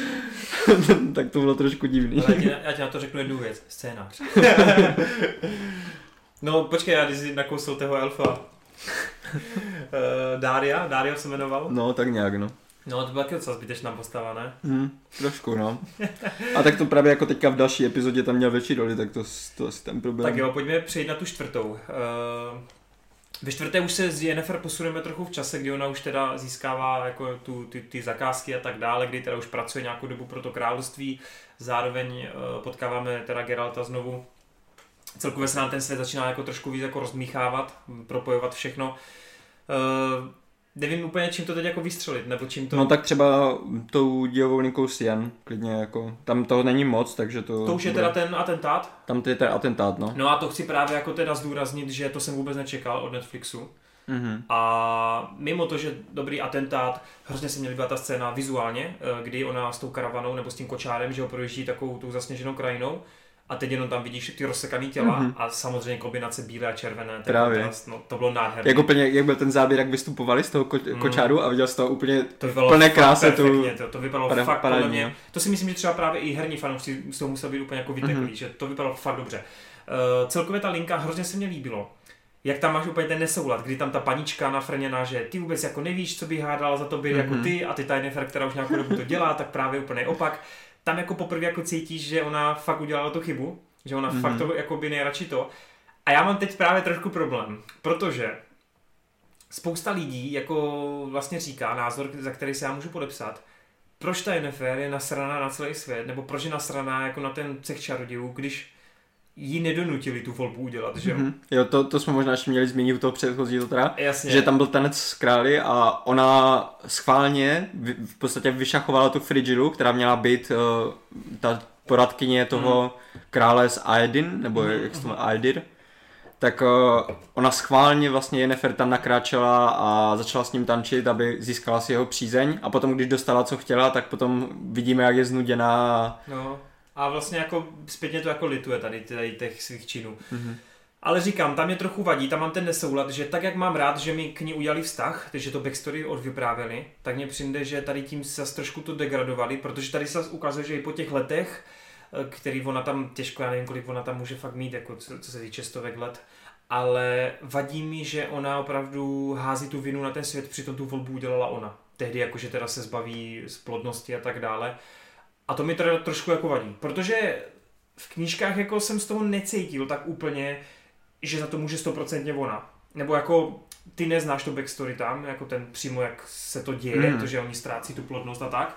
Tak to bylo trošku divný. Ale já ti, na, já ti na to řeknu jednu věc. Scénář. No počkej, já když jsi nakousl toho elfa. Daria, Daria se jmenoval? No tak nějak, no. No to byla taky docela zbytečná postava, ne? Hmm, trošku, no. A tak to právě jako teďka v další epizodě tam měl větší roli, tak to, to asi ten problém. Tak jo, pojďme přejít na tu čtvrtou. Uh, ve čtvrté už se z Yennefer posuneme trochu v čase, kdy ona už teda získává jako tu, ty, ty zakázky a tak dále, kdy teda už pracuje nějakou dobu pro to království. Zároveň uh, potkáváme teda Geralta znovu. Celkově se nám ten svět začíná jako trošku víc jako rozmíchávat, propojovat všechno. Uh, nevím úplně, čím to teď jako vystřelit, nebo čím to... No tak třeba tou dějovou linkou Sian, klidně jako, tam toho není moc, takže to... To už je bude... teda ten atentát? Tam to je ten atentát, no. No a to chci právě jako teda zdůraznit, že to jsem vůbec nečekal od Netflixu. Mm-hmm. A mimo to, že dobrý atentát, hrozně se mě líbila ta scéna vizuálně, kdy ona s tou karavanou nebo s tím kočárem, že ho projíždí takovou tou zasněženou krajinou a teď jenom tam vidíš ty rozsekaný těla mm-hmm. a samozřejmě kombinace bílé a červené. Právě. Kontrast, no, to bylo nádherné. Jak úplně, jak byl ten záběr, jak vystupovali z toho ko- mm. kočáru a viděl jsi to úplně to plné krásy. Tu... To, to vypadalo para, fakt parádně. podle mě. To si myslím, že třeba právě i herní fanoušci z toho museli být úplně jako vyteklí, mm-hmm. že to vypadalo fakt dobře. Uh, celkově ta linka hrozně se mně líbilo. Jak tam máš úplně ten nesoulad, kdy tam ta panička nafrněná, že ty vůbec jako nevíš, co by hádala za to být mm-hmm. jako ty a ty ta Yennefer, která už nějakou dobu to dělá, tak právě úplně opak. Tam jako poprvé jako cítíš, že ona fakt udělala tu chybu, že ona mm-hmm. fakt to jako by nejradši to. A já mám teď právě trošku problém, protože spousta lidí jako vlastně říká názor, za který se já můžu podepsat, proč ta Yennefer je nasraná na celý svět, nebo proč je nasraná jako na ten cech čarodějů, když jí nedonutili tu volbu udělat, že jo? Mm-hmm. Jo, to, to jsme možná ještě měli zmínit u toho předchozího teda, Jasně. Že tam byl tanec s králi a ona schválně v, v podstatě vyšachovala tu Frigilu, která měla být uh, ta poradkyně toho mm. krále z Aedin, nebo mm. jak se to jmenuje, Aedir, tak uh, ona schválně vlastně Yennefer tam nakráčela a začala s ním tančit, aby získala si jeho přízeň a potom, když dostala, co chtěla, tak potom vidíme, jak je znuděná. No. A vlastně jako zpětně to jako lituje tady, tady těch svých činů. Mm-hmm. Ale říkám, tam mě trochu vadí, tam mám ten nesoulad, že tak jak mám rád, že mi k ní udělali vztah, takže to backstory odvyprávěli, tak mně přijde, že tady tím se trošku to degradovali, protože tady se ukazuje, že i po těch letech, který ona tam těžko, já nevím, kolik ona tam může fakt mít, jako co, co se týče stovek let, ale vadí mi, že ona opravdu hází tu vinu na ten svět, přitom tu volbu udělala ona. Tehdy jakože teda se zbaví z plodnosti a tak dále. A to mi teda trošku jako vadí, protože v knížkách jako jsem z toho necítil tak úplně, že za to může stoprocentně ona. Nebo jako ty neznáš to backstory tam, jako ten přímo jak se to děje, mm. to, že oni ztrácí tu plodnost a tak.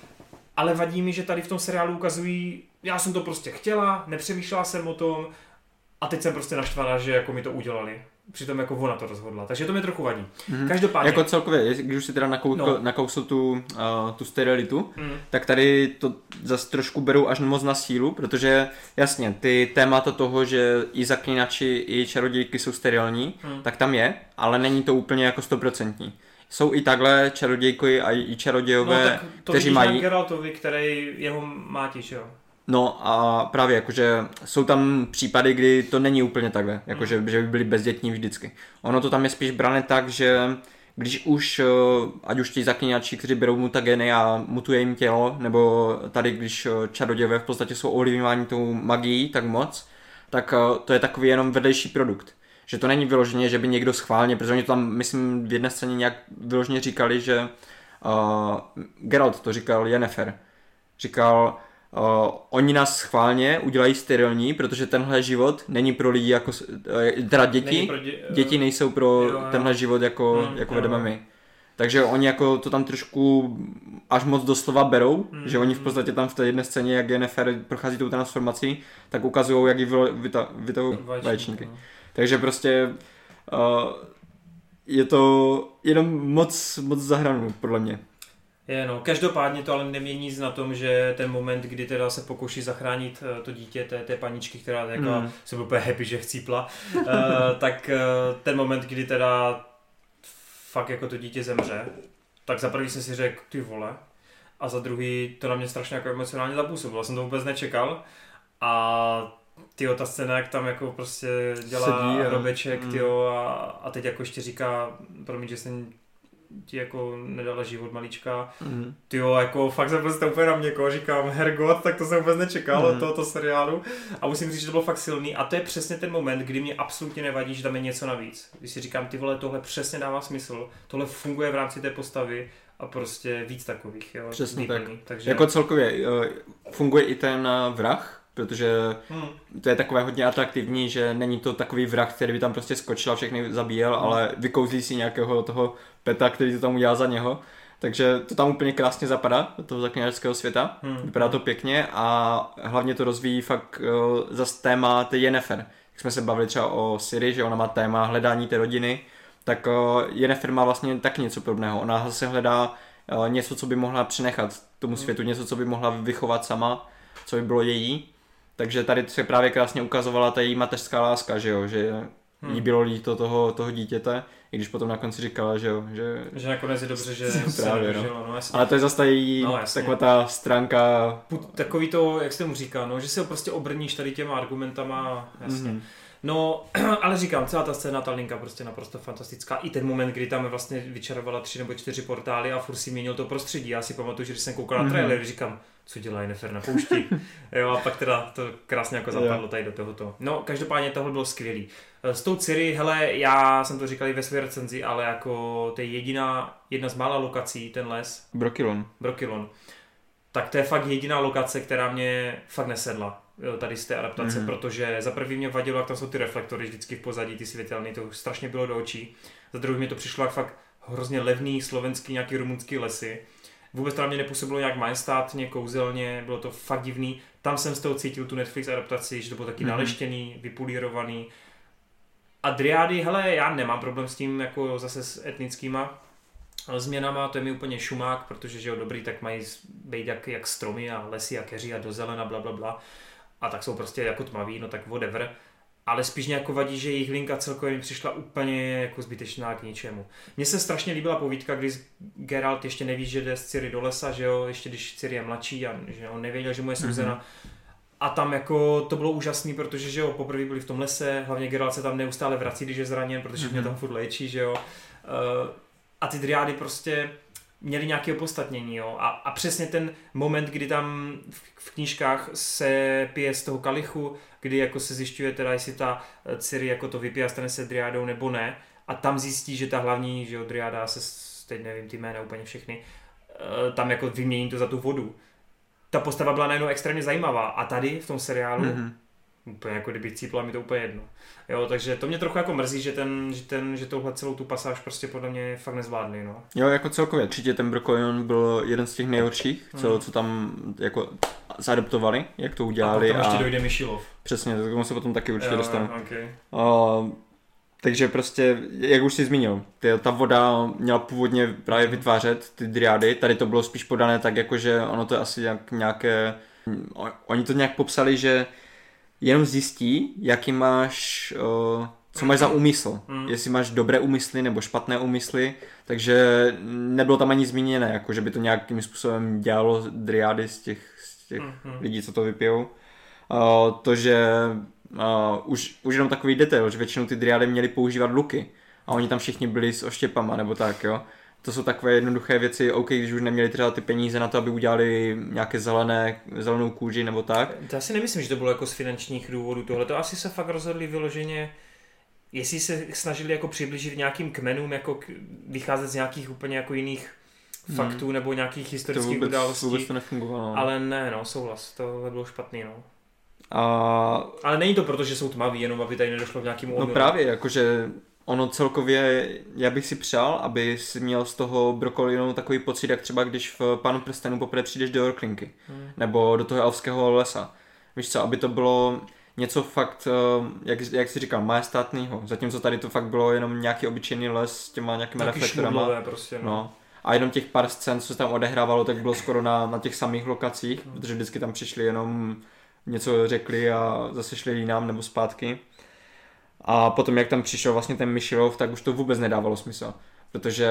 Ale vadí mi, že tady v tom seriálu ukazují, já jsem to prostě chtěla, nepřemýšlela jsem o tom a teď jsem prostě naštvaná, že jako mi to udělali. Přitom jako ona to rozhodla, takže to mě trochu vadí. Mm-hmm. Každopádně. Jako celkově, když už si teda nakou, no. nakousl tu, uh, tu sterilitu, mm. tak tady to zase trošku berou až moc na sílu, protože jasně, ty témata toho, že i zaklínači, i čarodějky jsou sterilní, mm. tak tam je, ale není to úplně jako stoprocentní. Jsou i takhle čarodějky a i čarodějové, no, tak to kteří mají... No Geraltovi, který jeho mátič, jo. No a právě jakože jsou tam případy, kdy to není úplně takhle, jakože mm. že by byli bezdětní vždycky. Ono to tam je spíš brané tak, že když už, ať už ti zaklínači, kteří berou mutageny a mutuje jim tělo, nebo tady když čarodějové v podstatě jsou ovlivňováni tou magií tak moc, tak to je takový jenom vedlejší produkt. Že to není vyloženě, že by někdo schválně, protože oni to tam, myslím, v jedné scéně nějak vyloženě říkali, že uh, Geralt to říkal Yennefer. Říkal, Uh, oni nás schválně udělají sterilní, protože tenhle život není pro lidi jako, uh, teda děti, pro dě, uh, děti nejsou pro jo, tenhle jo. život jako, mm, jako vedeme my. Takže oni jako to tam trošku až moc doslova berou, mm, že oni v podstatě tam v té jedné scéně, jak Yennefer prochází tou transformací, tak ukazují, jak jí vytahují vaječníky. No. Takže prostě uh, je to jenom moc, moc za hranu, podle mě. Je, no. Každopádně to ale nemění nic na tom, že ten moment, kdy teda se pokouší zachránit to dítě té, té paničky, která jako mm. jsem byl úplně happy, že chcípla, uh, tak uh, ten moment, kdy teda fakt jako to dítě zemře, tak za prvý jsem si řekl, ty vole, a za druhý to na mě strašně jako emocionálně zapůsobilo, já jsem to vůbec nečekal a tyjo, ta scéna, jak tam jako prostě dělá Sedí, robeček, mm. tyjo, a, a teď jako ještě říká, promiň, že jsem ti jako nedala život malička. Mm. Tyjo, jako fakt jsem prostě úplně na měko, říkám hergot, tak to jsem vůbec nečekal mm. od tohoto seriálu a musím říct, že to bylo fakt silný a to je přesně ten moment, kdy mě absolutně nevadí, že tam je něco navíc. Když si říkám, ty vole, tohle přesně dává smysl, tohle funguje v rámci té postavy a prostě víc takových, jo. Přesně tak. Takže... Jako celkově funguje i ten vrah, protože hmm. to je takové hodně atraktivní, že není to takový vrah, který by tam prostě skočil a všechny zabíjel, hmm. ale vykouzlí si nějakého toho peta, který to tam udělá za něho. Takže to tam úplně krásně zapadá do toho zaklínačského světa. Hmm. Vypadá to pěkně a hlavně to rozvíjí fakt uh, zase téma té Yennefer. Jak jsme se bavili třeba o Ciri, že ona má téma hledání té rodiny, tak Yennefer má vlastně taky něco podobného. Ona se hledá něco, co by mohla přenechat tomu světu, něco, co by mohla vychovat sama, co by bylo její. Takže tady se právě krásně ukazovala ta její mateřská láska, že jo, že jí bylo líto toho, toho dítěte, i když potom na konci říkala, že jo, že... Že nakonec je dobře, že se právě, nedožilo, no. no jasně. Ale to je zase její no, taková ta stránka... Takový to, jak se mu říká, no, že se ho prostě obrníš tady těma argumentama, jasně. Mm-hmm. No, ale říkám, celá ta scéna, ta linka prostě naprosto fantastická. I ten moment, kdy tam vlastně vyčarovala tři nebo čtyři portály a furt si měnil to prostředí. Já si pamatuju, že když jsem koukal na trailer, mm-hmm. říkám, co dělá Yennefer na poušti. Jo, a pak teda to krásně jako zapadlo tady do tohoto. No, každopádně tohle bylo skvělý. S tou Ciri, hele, já jsem to říkal i ve své recenzi, ale jako to je jediná, jedna z mála lokací, ten les. Brokilon. Brokilon. Tak to je fakt jediná lokace, která mě fakt nesedla. Tady z té adaptace, mm-hmm. protože za prvý mě vadilo, jak tam jsou ty reflektory vždycky v pozadí, ty světelný, to strašně bylo do očí. Za druhý mě to přišlo jak fakt hrozně levný slovenský, nějaký rumunský lesy. Vůbec to na mě nepůsobilo nějak majestátně, kouzelně, bylo to fakt divný. Tam jsem z toho cítil tu Netflix adaptaci, že to bylo taky mm-hmm. naleštěný, vypulírovaný. A Dryady, hele, já nemám problém s tím, jako zase s etnickýma změnama, to je mi úplně šumák, protože že jo, dobrý, tak mají být jak, jak stromy a lesy a keři a do zelena, bla, bla, bla. A tak jsou prostě jako tmaví, no tak whatever. Ale spíš nějak vadí, že jejich linka celkově mi přišla úplně jako zbytečná k ničemu. Mně se strašně líbila povídka, kdy Geralt ještě neví, že jde z Ciri do lesa, že jo, ještě když Ciri je mladší a že on nevěděl, že mu je souzena. Mm-hmm. A tam jako to bylo úžasný, protože že jo, poprvé byli v tom lese, hlavně Geralt se tam neustále vrací, když je zraněn, protože mm-hmm. mě tam furt léčí, že jo. Uh, a ty Dryady prostě měli nějaké opodstatnění, jo. A, a přesně ten moment, kdy tam v, v knížkách se pije z toho kalichu, kdy jako se zjišťuje teda, jestli ta Ciri jako to vypije a stane se Dryadou nebo ne. A tam zjistí, že ta hlavní, že jo, Dryada se, teď nevím ty jména úplně všechny, uh, tam jako vymění to za tu vodu. Ta postava byla najednou extrémně zajímavá a tady v tom seriálu mm-hmm. úplně jako kdyby cípla mi to úplně jedno. Jo, takže to mě trochu jako mrzí, že ten, že ten, že touhle celou tu pasáž prostě podle mě fakt nezvládli, no. Jo, jako celkově, určitě ten Brokilon byl jeden z těch nejhorších, co, mm. co tam jako zadaptovali, jak to udělali. A potom ještě dojde Myšilov. Přesně, tak tomu se potom taky určitě jo, dostanu. Jo, okay. uh, takže prostě, jak už jsi zmínil, ty, ta voda měla původně právě vytvářet ty Dryady, tady to bylo spíš podané tak, jakože ono to je asi jak nějaké, oni to nějak popsali, že jenom zjistí, jaký máš, uh, co máš za úmysl, mm. jestli máš dobré úmysly nebo špatné úmysly, takže nebylo tam ani zmíněné, jako že by to nějakým způsobem dělalo Dryady z těch, z těch mm-hmm. lidí, co to vypijou. Uh, to, že uh, už, už jenom takový detail, že většinou ty Dryady měly používat luky a oni tam všichni byli s oštěpama nebo tak, jo. To jsou takové jednoduché věci, OK, když už neměli třeba ty peníze na to, aby udělali nějaké zelené, zelenou kůži nebo tak. To asi nemyslím, že to bylo jako z finančních důvodů tohle. To asi se fakt rozhodli vyloženě, jestli se snažili jako přiblížit nějakým kmenům, jako vycházet z nějakých úplně jako jiných hmm. faktů nebo nějakých historických to vůbec, událostí. Vůbec to nefungovalo. Ale ne, no, souhlas, to bylo špatný, no. A... Ale není to proto, že jsou tmaví, jenom aby tady nedošlo k nějakému omylu. No právě, jakože ono celkově, já bych si přál, aby si měl z toho Brokilonu takový pocit, jak třeba když v Pánu prstenů poprvé přijdeš do Orklinky, hmm. nebo do toho elfského lesa. Víš co, aby to bylo něco fakt, jak, jak jsi říkal, majestátného. Zatímco tady to fakt bylo jenom nějaký obyčejný les s těma nějakými Taky reflektorama. Prostě, no. No. A jenom těch pár scén, co se tam odehrávalo, tak bylo skoro na, na těch samých lokacích, hmm. protože vždycky tam přišli jenom něco řekli a zase šli jinam nebo zpátky. A potom, jak tam přišel vlastně ten Myšilov, tak už to vůbec nedávalo smysl, protože...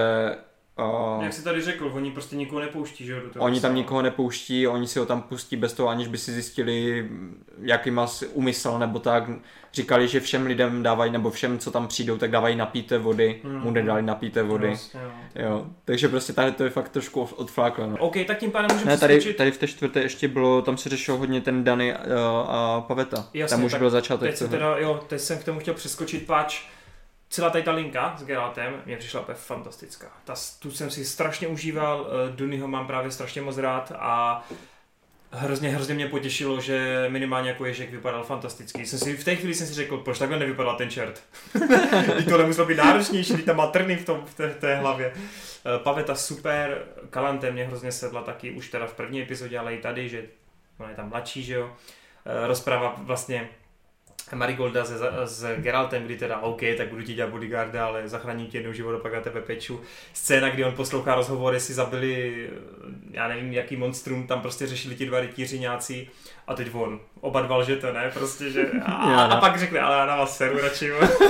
Uh, jak jsi tady řekl, oni prostě nikoho nepouští, že jo? Oni tam nikoho nepouští, oni si ho tam pustí bez toho, aniž by si zjistili, jaký má úmysl nebo tak. Říkali, že všem lidem dávají, nebo všem, co tam přijdou, tak dávají napíté vody, hmm. mu nedali napíté vody. Yes, jo. Jo. Takže prostě tady to je fakt trošku odfláklo. No. OK, tak tím pádem můžu ne, tady, tady v té čtvrté ještě bylo, tam se řešilo hodně ten Dany a, a Paveta. Jasně, tam už byl začátek. Teď, teda, jo, teď jsem k tomu chtěl přeskočit, páč. Celá tady ta linka s Geraltem mě přišla úplně fantastická. Ta, tu jsem si strašně užíval, Dunyho mám právě strašně moc rád a hrozně, hrozně mě potěšilo, že minimálně jako Ježek vypadal fantasticky. Jsem si, v té chvíli jsem si řekl, proč takhle nevypadal ten čert. I to nemuselo být náročnější, tam má trny v, tom, v, té, v té hlavě. Paveta super, Kalante mě hrozně sedla taky už teda v první epizodě, ale i tady, že ona je tam mladší, že jo. Rozprava vlastně Marigolda se, s Geraltem, kdy teda OK, tak budu ti dělat bodyguarda, ale zachrání ti jednou život a pak na tebe peču. Scéna, kdy on poslouchá rozhovory, si zabili, já nevím, jaký monstrum, tam prostě řešili ti dva rytíři nějací a teď on, oba dva lžete, ne, prostě, že a, a pak řekne, ale já na vás seru radši.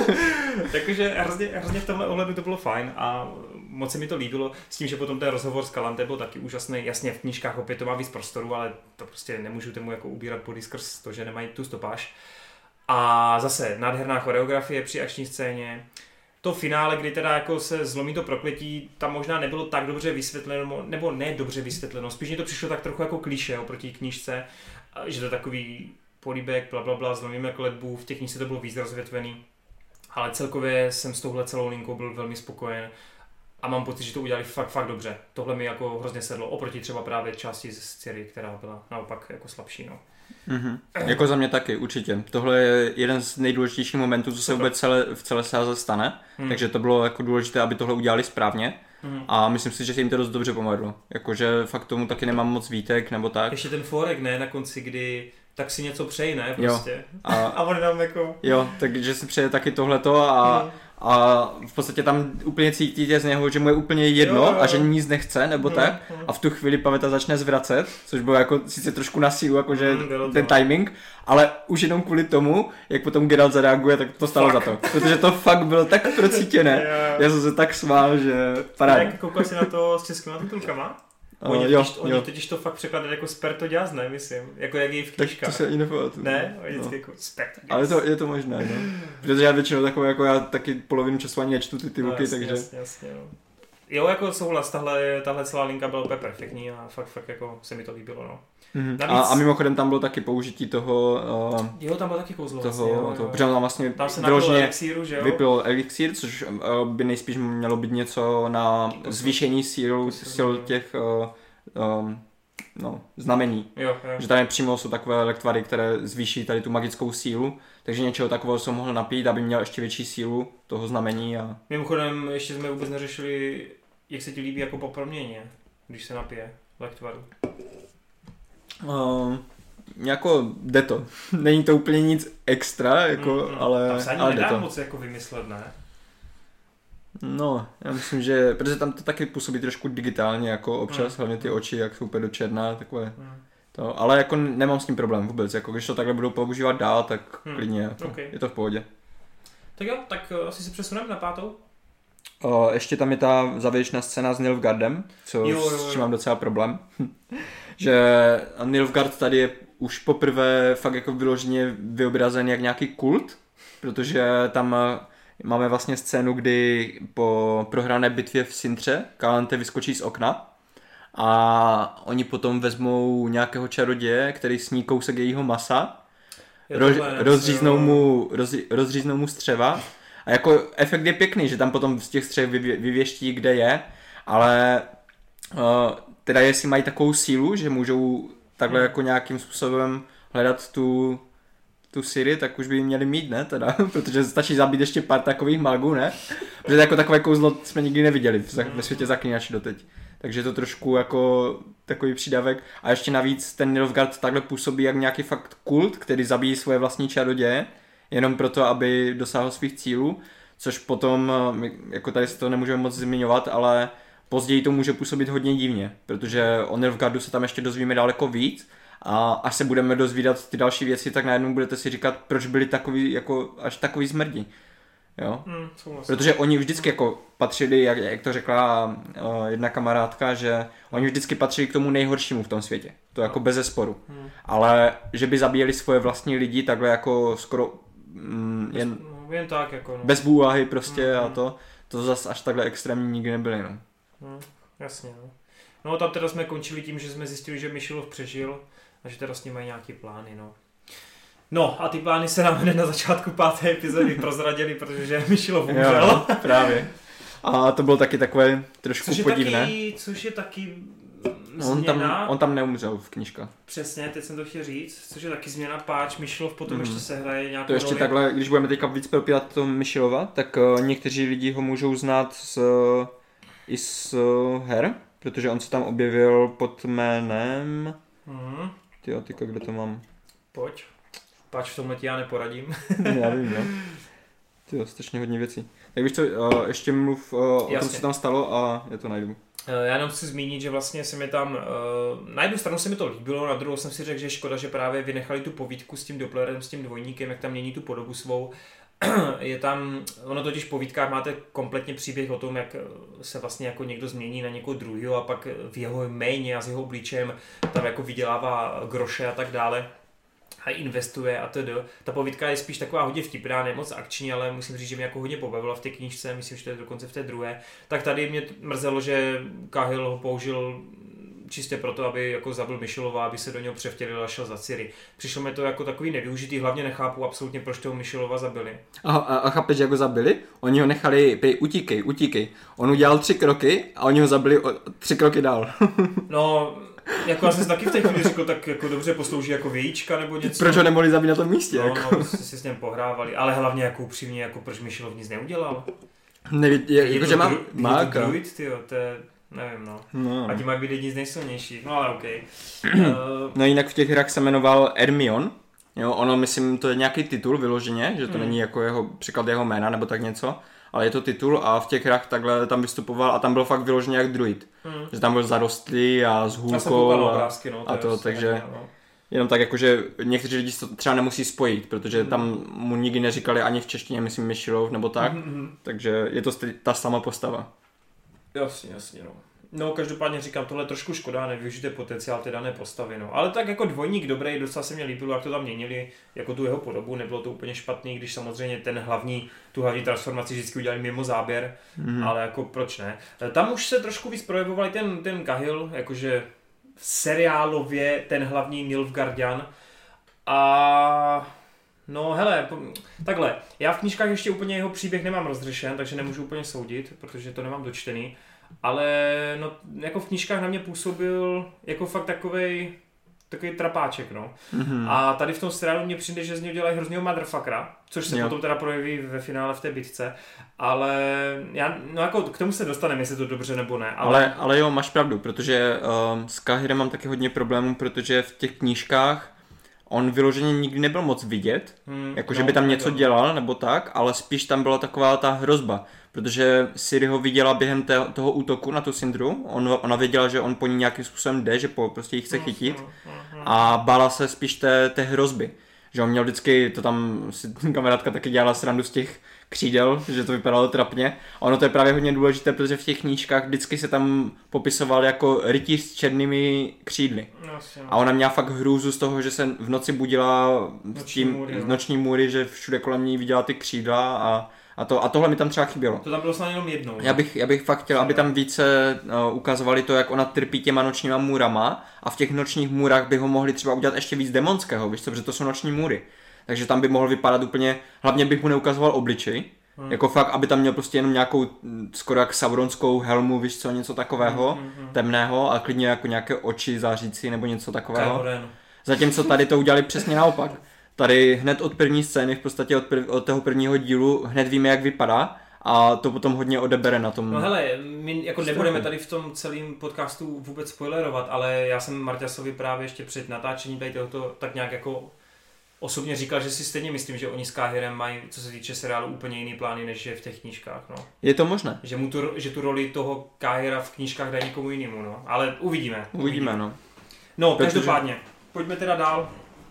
Takže hrozně, hrozně v tomhle ohledu to bylo fajn a moc se mi to líbilo s tím, že potom ten rozhovor s Calantem byl taky úžasný. Jasně v knížkách opět to má víc prostoru, ale to prostě nemůžu tomu jako ubírat body skrz to, že nemají tu stopáž. A zase nádherná choreografie při akční scéně. To finále, kdy teda jako se zlomí to prokletí, tam možná nebylo tak dobře vysvětleno, nebo ne dobře vysvětleno, spíš mi to přišlo tak trochu jako klišé oproti knížce, že to je takový políbek, blablabla, zlomíme kletbu, v těch knížce to bylo víc rozvětvený. Ale celkově jsem s touhle celou linkou byl velmi spokojen a mám pocit, že to udělali fakt, fakt dobře. Tohle mi jako hrozně sedlo, oproti třeba právě části z Ciri, která byla naopak jako slabší. No. Mm-hmm. Jako za mě taky, určitě. Tohle je jeden z nejdůležitějších momentů, co se vůbec celé, v celé sáze stane, mm. takže to bylo jako důležité, aby tohle udělali správně mm. a myslím si, že se jim to dost dobře povedlo. Jakože fakt tomu taky nemám moc výtek nebo tak. Ještě ten forek, ne, na konci, kdy tak si něco přeji, ne, prostě. Jo. A, a on tam jako... Jo, takže si přeje taky tohleto a... Mm. A v podstatě tam úplně cítíte z něho, že mu je úplně jedno jo, jo, jo. a že nic nechce, nebo jo, tak. Jo. A v tu chvíli Paveta začne zvracet, což bylo jako sice trošku na sílu, jakože mm, ten timing, ale už jenom kvůli tomu, jak potom Geralt zareaguje, tak to stalo fuck. Za to. Protože to fakt bylo tak procítěné. Já jsem se tak smál, že paráda. Tak koukal jsi na to s českýma titulkama? Oni, uh, jo, totiž, oni totiž to fakt překládají jako Sperto Děs, ne, myslím, jako jak je v knížkách. Tak to se ani nepamatuju. Ne, oni vždycky no. jako Sperto Děs. Ale to, je to možné, no. Protože já většinou takové, jako já taky polovinu času ani nečtu ty ty buky, no, takže... Jasně, jasně, no. Jo, jako souhlas, tahle, tahle celá linka byla úplně perfektní a fakt, fakt jako se mi to líbilo, no. Mm-hmm. Navíc... a, a mimochodem tam bylo taky použití toho... Uh, jo, tam bylo taky kouzlo toho, vlastně, jo, toho, jo. Protože tam vlastně tam se vyloženě elixíru, že jo? Vypil elixír, což uh, by nejspíš mělo být něco na zvýšení síl, síl těch... Uh, Um, no, znamení. Jo, jo. Že tady přímo jsou takové lektvary, které zvýší tady tu magickou sílu, takže něčeho takového jsem mohl napít, aby měl ještě větší sílu toho znamení. A... Mimochodem, ještě jsme vůbec neřešili, jak se ti líbí jako po proměně, když se napije lektvaru. Um, jako jde to. Není to úplně nic extra, jako, mm, mm. ale tam se ani ale nedá moc jako vymyslet, ne? No, já myslím, že, protože tam to taky působí trošku digitálně, jako občas, mm. hlavně ty oči, jak jsou úplně do černá, takové mm. to, ale jako nemám s tím problém vůbec, jako když to takhle budou používat dál, tak mm. klidně, jako, okay. Je to v pohodě. Tak jo, tak uh, asi se přesuneme na pátou. O, ještě tam je ta závěrečná scéna s Nilfgaardem, co, jo, jo, jo. s čím mám docela problém, že Nilfgaard tady je už poprvé fakt jako vyloženě vyobrazen jak nějaký kult, protože tam máme vlastně scénu, kdy po prohrané bitvě v Sintře Calante vyskočí z okna a oni potom vezmou nějakého čaroděje, který sní kousek jejího masa, roz, rozříznou, mu, roz, rozříznou mu střeva a jako efekt je pěkný, že tam potom z těch střev vyvě, vyvěští, kde je, ale uh, teda jestli mají takovou sílu, že můžou takhle hmm. jako nějakým způsobem hledat tu tu Ciri, tak už by ji měli mít, ne, teda, protože stačí zabít ještě pár takových magů, ne, protože jako takové kouzlo jsme nikdy neviděli ve světě zaklínačů doteď, takže je to trošku jako takový přídavek a ještě navíc ten Nilfgaard takhle působí jak nějaký fakt kult, který zabíjí svoje vlastní čaroděje, jenom proto, aby dosáhl svých cílů, což potom, jako tady se to nemůžeme moc zmiňovat, ale později to může působit hodně divně, protože o Nilfgaardu se tam ještě dozvíme daleko víc. A až se budeme dozvídat ty další věci, tak najednou budete si říkat, proč byli takový, jako, až takový smrdí. Jo? Mm, Protože oni vždycky jako patřili, jak, jak to řekla uh, jedna kamarádka, že oni vždycky patřili k tomu nejhoršímu v tom světě. To jako bez zesporu. Mm. Ale že by zabíjeli svoje vlastní lidi takhle jako skoro mm, jen, bez, jen tak jako, no. Bez úvahy prostě mm, a to, to zas až takhle extrémní nikdy nebyly. No. Mm, jasně. No. no tam teda jsme končili tím, že jsme zjistili, že Myšilov přežil. A že teda s ním mají nějaký plány, no. No a ty plány se nám hned na začátku páté epizody prozradili, protože Myšilov umřel. Jo, právě. A to bylo taky takové trošku což podivné. Taky, což je taky no, on, tam, on tam neumřel v knížkách. Přesně, teď jsem to chtěl říct, což je taky změna, páč Myšilov potom mm. ještě se hraje nějakou To ještě roli. takhle, když budeme teďka víc propírat toho Myšilova, tak uh, někteří lidi ho můžou znát z, uh, i z uh, her, protože on se tam objevil pod jménem... Mm. Tyjo, tyko, kde to mám? Pojď. Páč v tomhle ti já neporadím. Já vím, no. Tyjo, strašně hodně věcí. Tak víš co, uh, ještě mluv uh, o tom, co tam stalo a já to najdu. Já jenom chci zmínit, že vlastně se mi tam, uh, na jednu stranu se mi to líbilo, na druhou jsem si řekl, že je škoda, že právě vynechali tu povídku s tím Dopplerem, s tím dvojníkem, jak tam mění tu podobu svou. Je tam, ono totiž v povídkách máte kompletně příběh o tom, jak se vlastně jako někdo změní na někoho druhého a pak v jeho jméně a s jeho obličejem tam jako vydělává groše a tak dále a investuje a tedy. Ta povídka je spíš taková hodně vtipná, ne moc akční, ale musím říct, že mě jako hodně pobavila v té knížce, myslím, že to je dokonce v té druhé. Tak tady mě mrzelo, že Cahill ho použil čistě proto, aby jako zabil Michelová, aby se do něho převtělil a šel za Ciri. Přišlo mi to jako takový nevyužitý, hlavně nechápu absolutně, proč toho Michelova zabili. A, a, a chápeš, jak ho zabili? Oni ho nechali, pej, utíkej, utíkej. On udělal tři kroky a oni ho zabili o, tři kroky dál. No, jako já jsem si taky v té chvíli řekl, tak jako dobře poslouží jako vějíčka nebo něco. Proč ho nemohli zabít na tom místě? No, jako? no, si s ním pohrávali, ale hlavně jako upřímně, jako proč Michelov nic neudělal. Neví, je, je jako, to že má, dru, má je to druid, tyjo, to je, nevím no. no. A ti mají být jedni z nejsilnějších, no ale okej. Okay. uh, no jinak v těch hrách se jmenoval Hermione. Jo, ono myslím, to je nějaký titul vyloženě, že to hmm. není jako jeho, překlad jeho jména nebo tak něco, ale je to titul a v těch hrách takhle tam vystupoval a tam byl fakt vyloženě jak druid. Hmm. Že tam byl zarostlý a s hůlkou a, obrázky, no, to a to, takže hodně, no. Jenom tak jakože někteří lidi to třeba nemusí spojit, protože hmm. tam mu nikdy neříkali ani v češtině, myslím Michelov nebo tak, hmm. takže je to ta sama postava. Jasně, jasně, no. No, každopádně říkám, tohle je trošku škoda, nevyužijte potenciál té dané postavy, no. Ale tak jako dvojník dobrý, docela se mě líbilo, jak to tam měnili, jako tu jeho podobu, nebylo to úplně špatný, když samozřejmě ten hlavní, tu hlavní transformaci vždycky udělali mimo záběr, mm. ale jako proč ne. Tam už se trošku víc projevoval ten, ten Cahill, jakože seriálově ten hlavní Nilfgaardian a... No hele, takhle, já v knížkách ještě úplně jeho příběh nemám rozřešen, takže nemůžu úplně soudit, protože to nemám dočtený. Ale no, jako v knížkách na mě působil jako fakt takovej, takový trapáček, no. Mm-hmm. A tady v tom seriálu mě přijde, že z něj dělají hroznýho motherfuckera, což se jo. potom teda projeví ve finále v té bitce. Ale já, no jako k tomu se dostaneme, jestli to dobře nebo ne. Ale, ale, ale jo, máš pravdu, protože um, s Cahirem mám taky hodně problémů, protože v těch knížkách on vyloženě nikdy nebyl moc vidět, hmm, jako no, že by tam něco dělal nebo tak, ale spíš tam byla taková ta hrozba, protože Ciri ho viděla během té, toho útoku na tu Syndru, on, ona věděla, že on po ní nějakým způsobem jde, že po, prostě ji chce chytit a bála se spíš té, té hrozby, že on měl vždycky, to tam si kamarádka taky dělala srandu z těch křídel, že to vypadalo trapně. A ono to je právě hodně důležité, protože v těch knížkách vždycky se tam popisoval jako rytíř s černými křídly. A ona měla fakt hrůzu z toho, že se v noci budila s tím můry, noční můry, že všude kolem ní viděla ty křídla a, a, to, a tohle mi tam třeba chybělo. To tam bylo snad jenom jednou. Já bych, já bych fakt chtěl, aby tam více uh, ukazovali to, jak ona trpí těma nočníma můrama a v těch nočních můrách by ho mohli třeba udělat ještě víc démonského, víš co, protože to jsou noční můry. Takže tam by mohl vypadat úplně, hlavně bych mu neukazoval obličej, hmm. jako fakt, aby tam měl prostě jenom nějakou skoro jak sauronskou helmu, víš co, něco takového, hmm, hmm, temného a klidně jako nějaké oči zářící nebo něco takového. Kajhoden. Zatímco tady to udělali přesně naopak. Tady hned od první scény, v podstatě od, prv, od toho prvního dílu, hned víme, jak vypadá a to potom hodně odebere na tom. No hele, my jako nebudeme tady v tom celém podcastu vůbec spoilerovat, ale já jsem Marťasovi právě ještě před natáčením tady tohoto tak nějak jako osobně říkal, že si stejně myslím, že oni s Cahirem mají, co se týče seriálu, úplně jiný plány, než je v těch knížkách, no. Je to možné? Že, mu tu, že tu roli toho Cahira v knížkách dají někomu jinému, no. Ale uvidíme. Uvidíme, uvidíme. no. No, Protože... každopádně. Pojďme teda dál.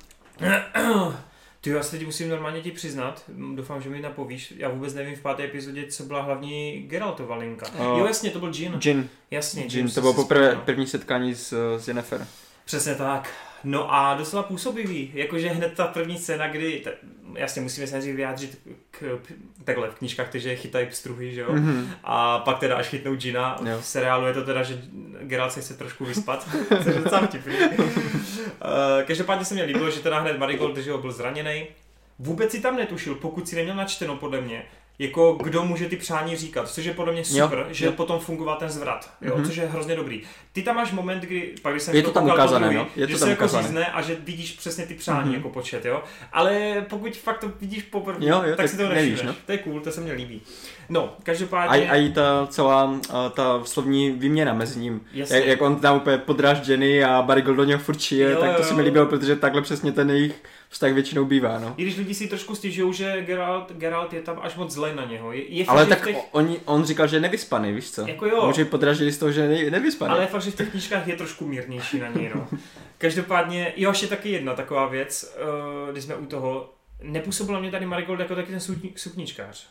Ty, já se teď musím normálně ti přiznat, doufám, že mi napovíš, já vůbec nevím v páté epizodě, co byla hlavní Geraltova linka. Uh, jo, jasně, to byl Jin. Jin. Jasně, Jin, to bylo poprvé první setkání s, s Yennefer. Přesně tak. No a docela působivý, jakože hned ta první scéna, kdy, t- jasně musíme se nejdřív vyjádřit k, takhle v knížkách, že chytají pstruhy, že jo, mm-hmm. a pak teda až chytnou Gina, jo. V seriálu je to teda, že Geralt se chce trošku vyspat, což je docela vtipný. uh, každopádně se mě líbilo, že teda hned Marigold, že ho byl zraněnej, vůbec si tam netušil, pokud si neměl načteno podle mě, jako kdo může ty přání říkat, což je podle mě super, jo, že jo. potom fungoval ten zvrat, jo, mm-hmm. což je hrozně dobrý. Ty tam máš moment, kdy, pak když jsem je to tam ukázané, druhý, no? Je že to se tam jako ukázané. řízne a že vidíš přesně ty přání mm-hmm. jako počet, jo. Ale pokud fakt to vidíš poprvé, jo, jo, tak si to nevíš, no? To je cool, to se mně líbí. No, každopádně... A, a i ta celá ta slovní výměna mezi ním, jak, jak on tam úplně podrážděný a Barrigol do něho furt je, tak to jo. se mi líbilo, protože takhle přesně ten jejich vztah většinou bývá, no. I když lidi si trošku stěžují, že Geralt, Geralt je tam až moc zlej na něho. Je, je ale fakt, tak těch... on, on říkal, že je nevyspaný, víš co? Jako jo. Může podrážděný z toho, že je nevyspaný. Ale fakt, že v těch knížkách je trošku mírnější na něj, no. Každopádně, jo, ještě taky jedna taková věc, uh, když jsme u toho, nepůsobila mě tady Marigold jako taky ten sukničkář.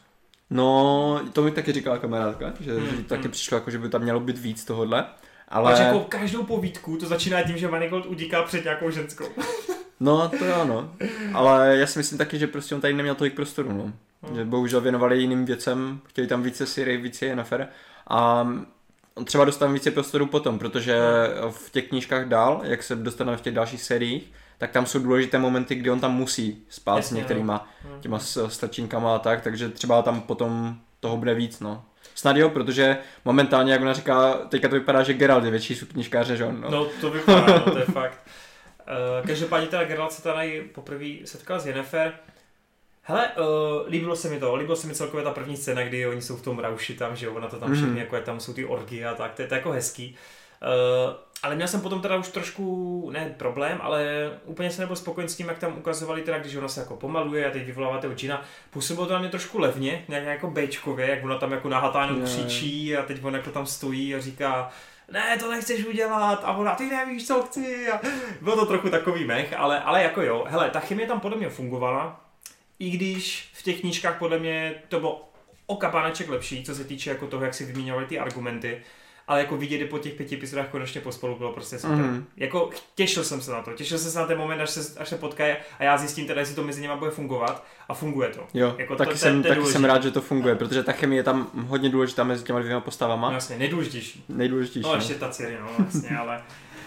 No, to mi taky říkala kamarádka, že, hmm, že taky hmm. přišlo jako, že by tam mělo být víc tohodle. Ale... Ale jako každou povídku to začíná tím, že Marigold utíká před nějakou ženskou. No, to jo, no. Ale já si myslím taky, že prostě on tady neměl tolik prostoru, no. Hmm. Že bohužel věnovali jiným věcem, chtěli tam více Ciri, více Yennefer. A on třeba dostane více prostoru potom, protože v těch knížkách dál, jak se dostaneme v těch dalších sériích, tak tam jsou důležité momenty, kdy on tam musí spát Jasně, s některýma no. těma stačinkama a tak, takže třeba tam potom toho bude víc, no. Snad jo, protože momentálně, jak ona říká, teďka to vypadá, že Geralt je větší sukničkář než on, no. No to vypadá, no, to je fakt. Uh, každopádně teda Geralt se tady poprvé setkal s Yennefer. Hele, uh, líbilo se mi to, líbilo se mi celkově ta první scéna, kdy oni jsou v tom rauši tam, že jo, ona to tam všechny, mm. jako je tam jsou ty orgie a tak, to je to jako hezký. Uh, ale měl jsem potom teda už trošku, ne problém, ale úplně jsem nebyl spokojen s tím, jak tam ukazovali teda, když ona se jako pomaluje a teď vyvolává toho džina. Působilo to na mě trošku levně, nějak jako béčkově, jak ona tam jako nahatáno křičí a teď on jako tam stojí a říká ne, to nechceš udělat a ona, ty nevíš, co chci. A bylo to trochu takový mech, ale, ale jako jo, hele, ta chemie tam podle mě fungovala, i když v těch knížkách podle mě to bylo o kapáneček lepší, co se týče jako toho, jak si vyměňovali ty argumenty. Ale jako vidět po těch pěti epizodách konečně pospolu bylo prostě super. Mm. Jako těšil jsem se na to, těšil jsem se na ten moment, až se, až se potkají a já zjistím teda, jestli to mezi nimi bude fungovat a funguje to. Jo, jako taky, to, jsem, to, to taky jsem rád, že to funguje, protože ta chemie je tam hodně důležitá mezi těma dvěma postavama. No jasně, nejdůležitější. Nejdůležitější. No ještě ta Ciri, no jasně, ale...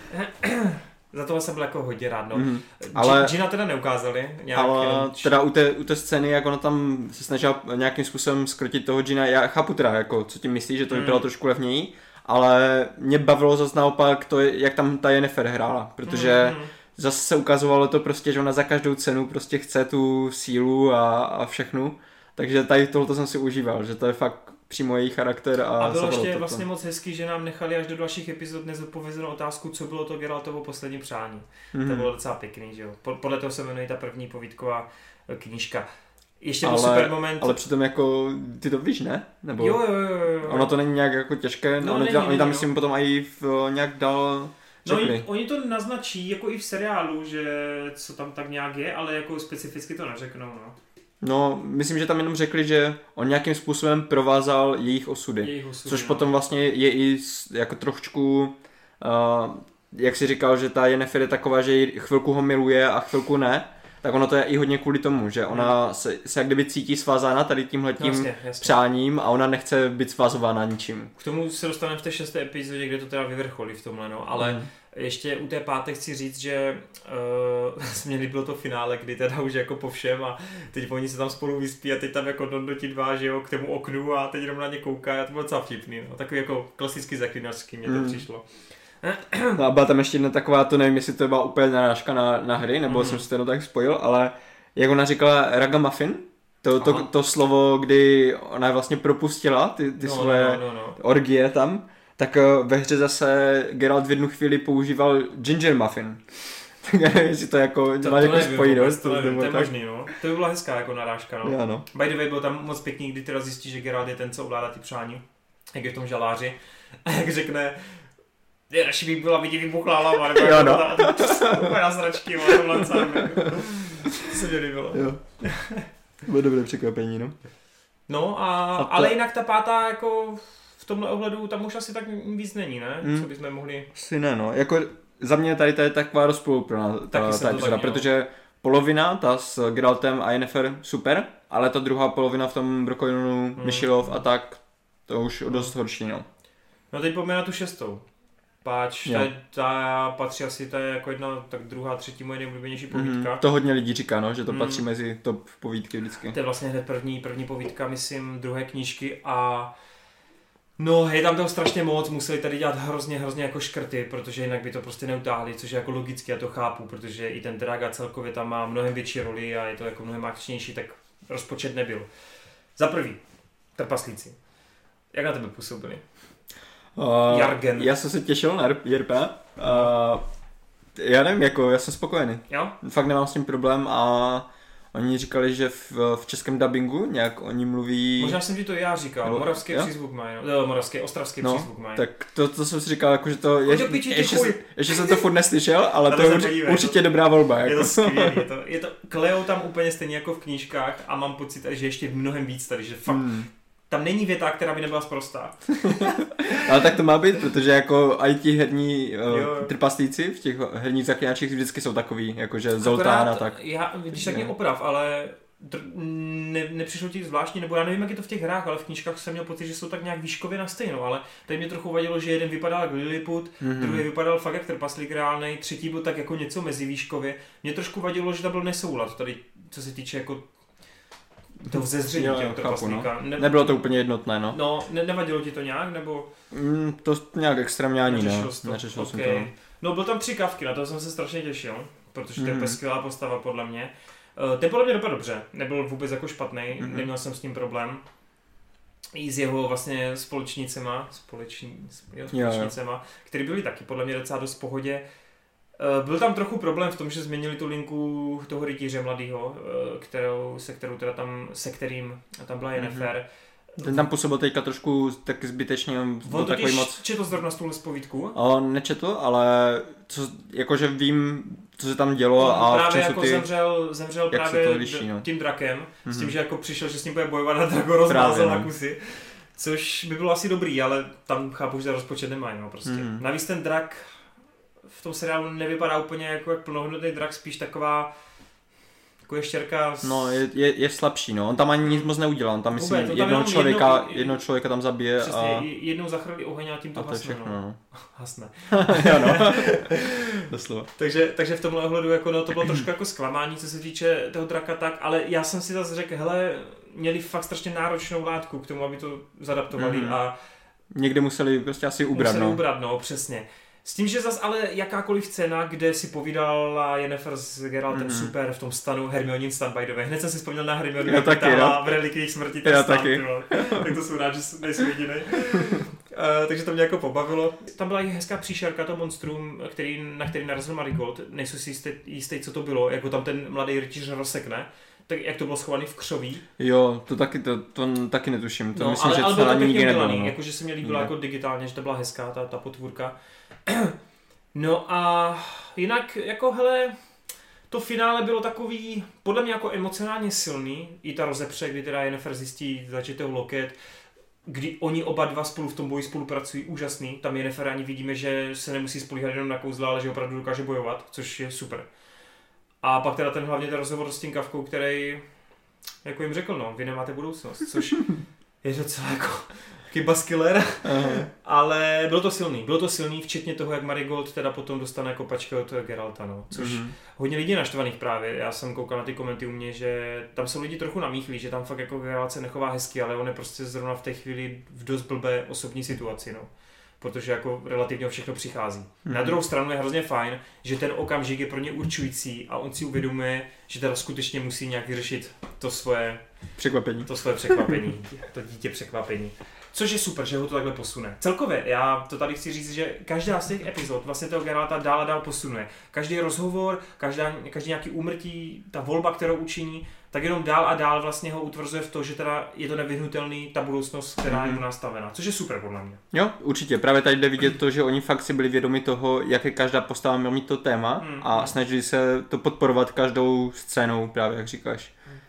Za toho jsem byl jako hodně rád, no. Mm, ale, Gina teda neukázali. Nějak ale jenom... teda u té, u té scény, jak ona tam se snažila nějakým způsobem skrotit toho Gina, já chápu teda, jako, co tím myslíš, že to vypadalo mm. trošku levněji, ale mě bavilo zase naopak to, jak tam ta Yennefer hrála, protože mm. zase se ukazovalo to prostě, že ona za každou cenu prostě chce tu sílu a, a všechnu, takže tady tohoto jsem si užíval, že to je fakt přímo její charakter. A, a bylo ještě to vlastně moc hezký, že nám nechali až do dalších epizod nezodpovězenou otázku, co bylo to Geraltovo poslední přání. Mm. To bylo docela pěkný, že jo. Podle toho se jmenuje ta první povídková knížka. Ještě byl super moment. Ale přitom jako, ty to víš, ne? Nebo jo, jo, jo, jo. Ono to není nějak jako těžké, no, oni, není, oni tam myslím no. potom i v, nějak dál No oni, oni to naznačí, jako i v seriálu, že co tam tak nějak je, ale jako specificky to neřeknou, no. No, myslím, že tam jenom řekli, že on nějakým způsobem provázal jejich osudy, jejich osudy což no. potom vlastně je i jako trošku, uh, jak jsi říkal, že ta Yennefer je taková, že chvilku ho miluje a chvilku ne, tak ono to je i hodně kvůli tomu, že ona hmm. se, se jak kdyby cítí svázána tady tímhletím jasně, jasně. přáním a ona nechce být svázována ničím. K tomu se dostaneme v té šesté epizodě, kde to teda vyvrcholí v tomhle, no, ale hmm. ještě u té páté chci říct, že uh, se mně líbilo to finále, kdy teda už jako po všem a teď oni se tam spolu vyspí a teď tam jako do ti dva, že jo, k tomu oknu a teď jenom na ně kouká a to bylo docela vtipný, no, takový jako klasický zaklinačský mě to hmm. přišlo. No a byla tam ještě jedna taková, to nevím, jestli to byla úplně narážka na, na hry, nebo mm. jsem si to tak spojil, ale jak ona říkala ragamuffin, to, to, to slovo, kdy ona vlastně propustila ty, ty no, svoje no, no, no. orgie tam, tak ve hře zase Geralt v jednu chvíli používal ginger muffin. Tak nevím, jestli to jako to, má to jako spojidost. To, to, to, to je možný, no. To by byla hezká jako narážka, no. Já, no. By the way, byl tam moc pěkný, kdy teda zjistí, že Geralt je ten, co ovládá ty přání, jak je v tom žaláři a jak řekne je, až by byla vidět vybuchlá lava, nebo jo, no. Úplně na zračky, ale to lancám, jako. To se mě líbilo. Jo. Bylo dobré překvapení, no. No, a, a to... ale jinak ta pátá, jako v tomhle ohledu, tam už asi tak víc není, ne? Mm. Co bychom mohli... Asi ne, no. Jako za mě tady to je taková rozpoluplná ta, ta epizoda, protože polovina, ta s Geraltem a Yennefer, super, ale ta druhá polovina v tom Brokojonu, mm. Myšilov a tak, to už dost horší, no. No teď pojďme na tu šestou. Páč, ta, ta patří asi, ta je jako jedna, tak druhá, třetí moje nejoblíbenější povídka. Mm, to hodně lidí říká, no, že to Mm. patří mezi top povídky vždycky. To je vlastně hned první, první povídka, myslím, druhé knížky a no, je tam toho strašně moc, museli tady dělat hrozně, hrozně jako škrty, protože jinak by to prostě neutáhli, což je jako logicky, já to chápu, protože i ten Draga celkově tam má mnohem větší roli a je to jako mnohem akčnější, tak rozpočet nebyl. Za prvý, trpaslíci. Jak na tebe působili? Uh, Jargen. Já jsem se těšil na J R P. Uh, já nevím, jako, já jsem spokojený. Jo? Fakt nemám s tím problém a oni říkali, že v, v českém dubbingu nějak oni mluví... Možná jsem ti to já říkal, Nebo, moravský jo? přízvuk mají, no, moravský, ostravský no, přízvuk mají. Tak to, to jsem si říkal, jako, že to... Chodě, Je, piči, ještě, chuj. ještě jsem to furt neslyšel, ale Na to to je se určitě, podívej, určitě to- dobrá volba. Jako. Je to skvělý, je to, je to, klejou tam úplně stejně jako v knížkách a mám pocit, že ještě mnohem víc tady, že fakt, Hmm. tam není věta, která by nebyla sprostá. Ale tak to má být, protože jako i ti herní Jo. uh, trpaslíci v těch herních zaklínačích vždycky jsou takový, jakože Zoltán a tak. Já, když tak mě Jo. oprav, ale dr- ne, nepřišlo ti zvláštní, nebo já nevím, jak je to v těch hrách, ale v knížkách jsem měl pocit, že jsou tak nějak výškově na stejno, ale tady mě trochu vadilo, že jeden vypadal jak Lilliput, Mhm. druhý vypadal fakt jak trpaslík reálnej, třetí byl tak jako něco mezi výškově. Mě trošku vadilo, že tam byl nesoulad tady, co se týče jako toho vzezření Jo, těho chápu, trpaslíka. Ne, Nebylo to úplně jednotné, no. No, ne, nevadilo ti to nějak, nebo Mm, to nějak extrémně ani ne. neřešil jsi to? Neřešil jsem Okay. to. No. No, byl tam tři kavky, na to jsem se strašně těšil, protože to je Mhm. mm. skvělá postava podle mě. Eh, Ten podle mě dopadl dobře, nebyl vůbec jako špatný, Mhm. neměl jsem s ním problém. I s jeho vlastně společnicema, společní, jo, Jo, jo. společnicema, který byli taky podle mě docela dost v pohodě. Eh, Byl tam trochu problém v tom, že změnili tu linku toho rytíře mladýho, eh, kterou, se kterou teda tam, se kterým tam byla Yennefer. Ten tam působil teďka trošku taky zbytečně, byl On takový totiž moc... četl zrovna z tuhle zpovídku. On nečetl, ale co, jakože vím, co se tam dělo On a v právě čem jsou jako ty... zemřel, zemřel jak se právě to liší, no. tím drakem, mm-hmm. s tím, Mhm. že jako přišel, že s ním bude bojovat a tak ho rozmázal Právě, na no. kusy. Což by bylo asi dobrý, ale tam chápu, že rozpočet nemají, no prostě. Mhm. Navíc ten drak v tom seriálu nevypadá úplně jako jak plnohodnotný drak, spíš taková jako ještěrka s... No, je, je, je slabší, no. On tam ani nic moc neudělal. On tam, Vůbec, myslím, on tam jednoho jenom člověka, jednou- jednoho člověka tam zabije Přesně, a... jednou zachrlí oheň a tím to A to je hasne, všechno, no. no. Hasne. Jo, no. Doslova. Takže, takže v tomhle ohledu jako, no, to bylo trošku jako zklamání, co se týče toho draka tak, ale já jsem si zase řekl, hele, měli fakt strašně náročnou látku k tomu, aby to zadaptovali Mhm. a Někde museli prostě asi ubrat, museli no. ubrat, no, přesně. S tím, že zas ale jakákoliv scéna, kde si povídala Yennefer s Geraltem Mhm. super v tom stanu, Hermionin stan by the way. Hned jsem si vzpomněl na Hermionu, Já jak taky, vytáhla no. v relikvích smrti ten Já stan, taky. ty vole. Tak to jsem rád, že nejsem jedinej. Uh, takže to mě jako pobavilo. Tam byla i hezká příšerka, to monstrum, který, na který narazil Marigold. Nejsem si jistý, jistý, co to bylo, jako tam ten mladý rytíř rozsekne. Tak jak to bylo schovaný v křoví. Jo, to taky, to, to taky netuším. To No, myslím, ale, že ale to bylo to ani pěkně nikdy nebylo. udělaný, No. jakože se mě líbila Nikde. jako digitálně, že to byla hezká ta, ta potvůrka. No a jinak jako hele, to finále bylo takový, podle mě jako emocionálně silný, i ta rozepře, kdy teda Yennefer zjistí začitou loket, kdy oni oba dva spolu v tom boji spolupracují, úžasný, tam Yennefer ani vidíme, že se nemusí spolíhat jenom na kouzla, ale že opravdu dokáže bojovat, což je super. A pak teda ten hlavně ten rozhovor s tím Kafkou, který jako jim řekl, no, vy nemáte budoucnost, což je docela jako chyba skiller, ale bylo to silný, bylo to silný, včetně toho, jak Marigold teda potom dostane kopačky od Geralta, no, což Mhm. hodně lidí je naštvaných právě, já jsem koukal na ty komenty u mě, že tam jsou lidi trochu namíchlí, že tam fakt jako Geralt se nechová hezky, ale on je prostě zrovna v té chvíli v dost blbé osobní situaci, no. Protože jako relativně o všechno přichází. Mhm. Na druhou stranu je hrozně fajn, že ten okamžik je pro ně určující a on si uvědomuje, že teda skutečně musí nějak vyřešit to svoje, Překvapení. to svoje překvapení, to dítě překvapení. Což je super, že ho to takhle posune. Celkově, já to tady chci říct, že každá z těch epizod vlastně toho Geralta dál a dál posunuje. Každý rozhovor, každá, každý nějaký úmrtí, ta volba, kterou učiní, tak jenom dál a dál vlastně ho utvrzuje v to, že teda je to nevyhnutelný, ta budoucnost, která Mhm. je mu nastavená. Což je super podle mě. Jo, určitě. Právě tady jde vidět to, že oni fakt si byli vědomi toho, jaké každá postava měla mít to téma Hmm. a snažili se to podporovat každou scénou, právě jak říkáš.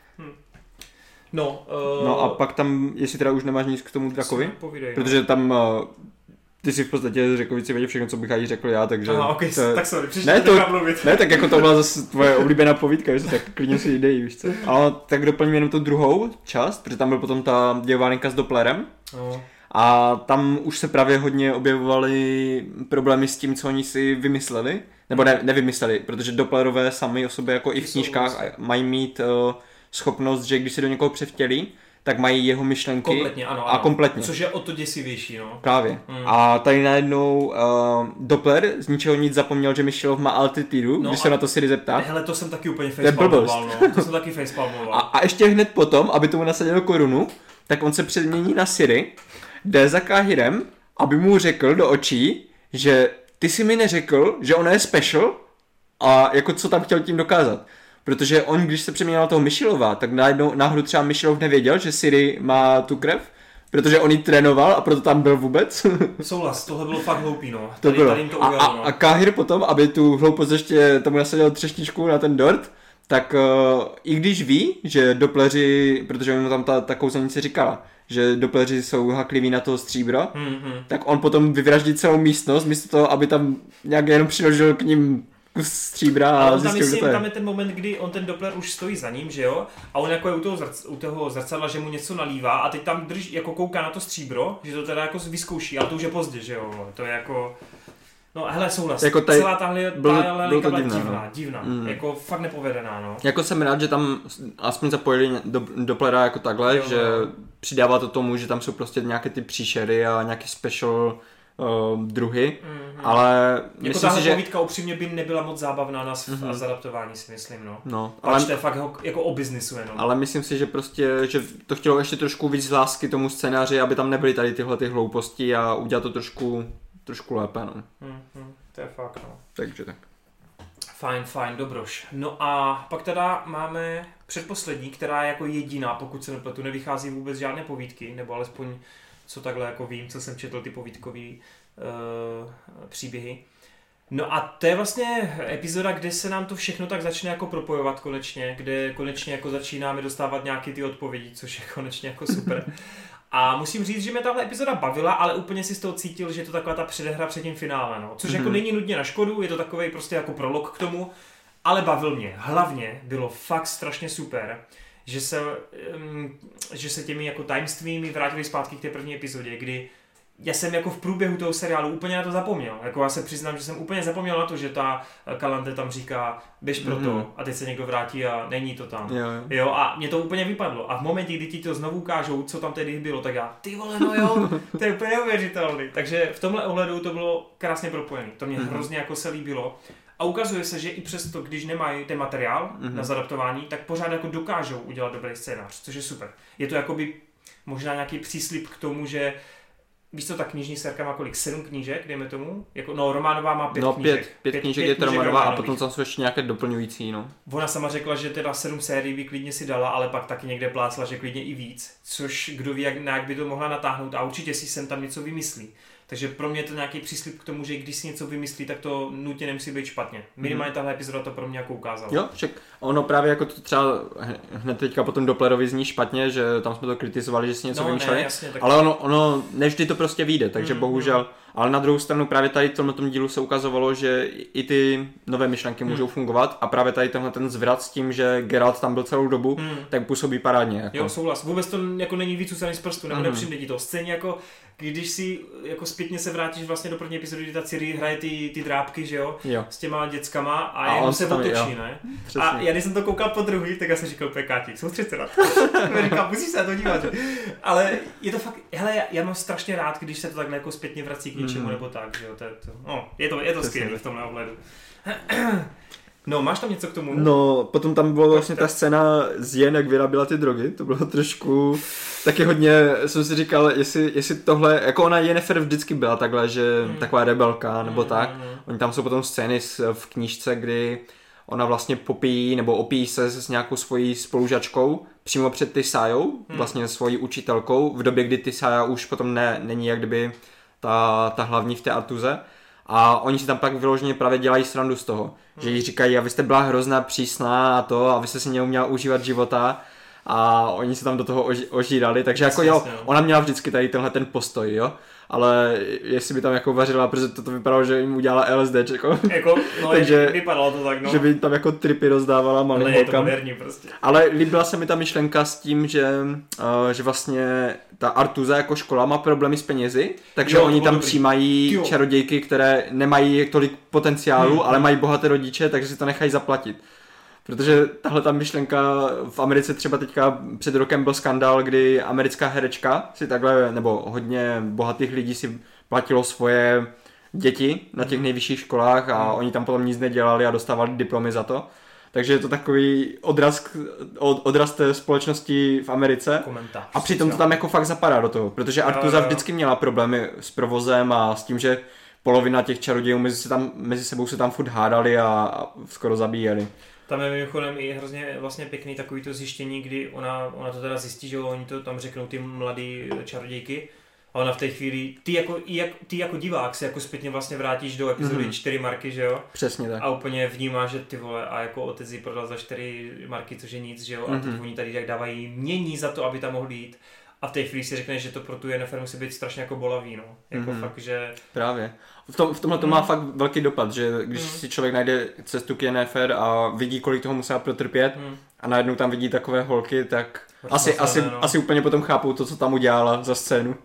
No, uh, No a pak tam, jestli teda už nemáš nic k tomu drakovi, povídej, protože tam uh, ty si v podstatě řekl víceméně všechno, co bych ani řekl já, takže... Aha, okay, to, tak sorry, příště Ne, ne, to- to... mluvit. ne, tak jako to byla zase tvoje oblíbená povídka, víš, tak klidně si dej, víš co. Ale tak doplním jenom tu druhou část, protože tam byl potom ta dějová linka s Dopplerem. No. A tam už se právě hodně objevovaly problémy s tím, co oni si vymysleli. Nebo ne, nevymysleli, protože Dopplerové sami o sobě jako i v knížkách mají mít uh, schopnost, že když se do někoho převtělí, tak mají jeho myšlenky kompletně, ano, ano. a kompletně. Což je o to děsivější, no. Právě. Mm. A tady najednou uh, Doppler z ničeho nic zapomněl, že Myšilov má altitudu, no když se na to Siri zeptá. Hele, to jsem taky úplně facepalmoval, no. To jsem taky facepalmoval. A, a ještě hned potom, aby tomu nasadil korunu, tak on se přemění na Siri, jde za Káhirem, aby mu řekl do očí, že ty jsi mi neřekl, že ona je special a jako co tam chtěl tím dokázat. Protože on, když se přeměnil na toho Myšilova, tak najednou náhodou třeba Myšilov nevěděl, že Siri má tu krev, protože on ji trénoval a proto tam byl vůbec. Souhlas, tohle bylo fakt hloupý, no. To tady, bylo. Tady to a, ujalo, a, no. a Káhir potom, aby tu hloupost ještě tomu nasadil třešničku na ten dort, tak uh, i když ví, že Doppleři, protože mu tam ta, ta kouzelnice říkala, že Doppleři jsou hakliví na toho stříbra, mm-hmm. tak on potom vyvraždí celou místnost, místo toho, aby tam nějak jenom přiložil k ním kus stříbra a on zjistil, tam, myslím, že to je. Tam je ten moment, kdy on ten Doppler už stojí za ním, že jo? A on jako je u toho, zrc, u toho zrcadla, že mu něco nalívá a teď tam drží, jako kouká na to stříbro, že to teda jako vyzkouší, ale to už je pozdě, že jo? To je jako... No hele, souhlas. Jako tady celá tahle byla divná, divná, no. divná. Mm. Jako fakt nepovedená, no. Jako jsem rád, že tam aspoň zapojili do, Dopplera jako takhle, jo, že no. přidává to tomu, že tam jsou prostě nějaké ty příšery a nějaký special uh, druhy, mm-hmm. ale jako myslím tahle si, že... povídka upřímně by nebyla moc zábavná na mm-hmm. zadaptování, si myslím, no. no ale to je fakt jako o biznisu jenom. Ale myslím si, že prostě, že to chtělo ještě trošku víc lásky tomu scénáři, aby tam nebyly tady tyhle ty hlouposti a udělat to trošku, trošku lépe, no. Mm-hmm. To je fakt, no. Takže tak. Fajn, fajn, dobroš. No a pak teda máme předposlední, která je jako jediná, pokud se nepletu, nevychází vůbec žádné povídky, nebo alespoň co takhle jako vím, co jsem četl ty povídkový uh, příběhy. No a to je vlastně epizoda, kde se nám to všechno tak začne jako propojovat konečně, kde konečně jako začínáme dostávat nějaké ty odpovědi, což je konečně jako super. A musím říct, že mě tahle epizoda bavila, ale úplně si z toho cítil, že je to taková ta předehra před tím finále, no. Což mm-hmm. jako není nutně na škodu, je to takovej prostě jako prolog k tomu, ale bavil mě. Hlavně bylo fakt strašně super, že se, um, že se těmi jako tajemstvími vrátili zpátky k té první epizodě, kdy já jsem jako v průběhu toho seriálu úplně na to zapomněl. Jako já se přiznám, že jsem úplně zapomněl na to, že ta Kalante tam říká, běž pro to, mm-hmm. a teď se někdo vrátí a není to tam. Jo, jo. jo, a mě to úplně vypadlo. A v momentě, kdy ti to znovu ukážou, co tam tedy bylo, tak já, ty vole, no jo, to je úplně neuvěřitelný. Takže v tomhle ohledu to bylo krásně propojené. To mě mm-hmm. hrozně jako se líbilo. A ukazuje se, že i přesto, když nemají ten materiál mm-hmm. na zadaptování, tak pořád jako dokážou udělat dobrý scénář, což je super. Je to jakoby možná nějaký příslib k tomu, že víš co, ta knižní sérka má kolik? Sedm knížek, dejme tomu? Jako, no, románová má pět no, knížek. Pět, pět, pět knížek je to románová a potom tam jsou ještě nějaké doplňující, no. Ona sama řekla, že teda sedm sérií by klidně si dala, ale pak taky někde plásla, že klidně i víc. Což kdo ví, jak, jak by to mohla natáhnout a určitě si sem tam něco vymyslí. Takže pro mě je to nějaký příslib k tomu, že když si něco vymyslí, tak to nutně nemusí být špatně. Minimálně mm. tahle epizoda to pro mě jako ukázala. Jo, však ono právě jako to třeba hned teďka potom Dopplerovi zní špatně, že tam jsme to kritizovali, že si něco no, vymýšleli, ne, jasně, tak... ale ono, ono nevždy to prostě vyjde, takže mm, bohužel, mm. ale na druhou stranu právě tady v tomhle dílu se ukazovalo, že i ty nové myšlenky mm. můžou fungovat a právě tady tenhle ten zvrat s tím, že Geralt tam byl celou dobu, mm. tak působí parádně. Jako. Jo, souhlas. Vůbec to jako není víc usaný z prstu, nebo mm. nepřijde ti to. Stejně jako když si jako zpětně se vrátíš vlastně do první epizody, kdy ta Ciri hraje ty, ty drápky, že jo? jo, s těma dětskama a, a jenom se tam, otočí, jo. ne? Přesně. A já když jsem to koukal po druhý, tak já jsem říkal, Pekáti, soustřed se na to. Říkal, musíš se na to dívat. Ale je to fakt, hele, já, já mám strašně rád, když se to takhle jako zpětně vrací k něčemu mm. nebo tak, že jo? To je to, no, je to, je to skvělé v tomhle ohledu. No, máš tam něco k tomu? No, potom tam byla vlastně ta scéna z Jen, jak vyráběla ty drogy, to bylo trošku, taky hodně, jsem si říkal, jestli, jestli tohle, jako ona Yennefer vždycky byla takhle, že mm. taková rebelka, nebo mm. tak, oni tam jsou potom scény v knížce, kdy ona vlastně popíjí, nebo opíjí se s nějakou svojí spolužačkou, přímo před Tisajou, mm. vlastně svojí učitelkou, v době, kdy Tisaja už potom ne, není jak kdyby ta, ta hlavní v té Artuze. A oni si tam pak vyloženě právě dělají srandu z toho, hmm. že jí říkají, a vy jste byla hrozná, přísná a to, a vy jste si neuměla užívat života a oni se tam do toho oži, ožírali, takže jako jo, ona měla vždycky tady tenhle ten postoj, jo, ale jestli by tam jako vařila, protože to, to vypadalo, že jim udělala L S D, jako, jako no, takže, vypadalo to tak, no. Že by tam jako tripy rozdávala malým holkám. Ale je to moderní prostě. Ale líbila se mi ta myšlenka s tím, že, uh, že vlastně ta Artuza jako škola má problémy s penězi, takže jo, oni tam dobrý. Přijímají jo. čarodějky, které nemají tolik potenciálu, hmm. ale mají bohaté rodiče, takže si to nechají zaplatit. Protože tahle ta myšlenka v Americe třeba teďka před rokem byl skandál, kdy americká herečka si takhle, nebo hodně bohatých lidí si platilo svoje děti na těch nejvyšších školách a oni tam potom nic nedělali a dostávali diplomy za to. Takže je to takový odraz, odraz té společnosti v Americe. Komentář. A přitom to tam jako fakt zapadá do toho, protože Artuza vždycky měla problémy s provozem a s tím, že polovina těch čarodějů mezi, se tam, mezi sebou se tam furt hádali a, a skoro zabíjeli. Tam je mimochodem i hrozně vlastně pěkný takový to zjištění, kdy ona, ona to teda zjistí, že oni to tam řeknou ty mladý čarodějky a ona v té chvíli, ty jako, jak, ty jako divák se jako zpětně vlastně vrátíš do epizody mm-hmm. čtyři marky, že jo? Přesně tak. A úplně vnímá, že ty vole a jako otec jí prodal za čtyři marky, což je nic, že jo? A mm-hmm. teď oni tady tak dávají mění za to, aby tam mohli jít. A v té chvíli si řekne, že to pro tu Yennefer musí být strašně jako bolavý, no. Jako mm-hmm. fakt, že... Právě. V, tom, v tomhle to má mm. fakt velký dopad, že když mm. si člověk najde cestu k Yennefer a vidí, kolik toho musela protrpět mm. a najednou tam vidí takové holky, tak asi, asi, no. asi úplně potom chápou to, co tam udělala za scénu.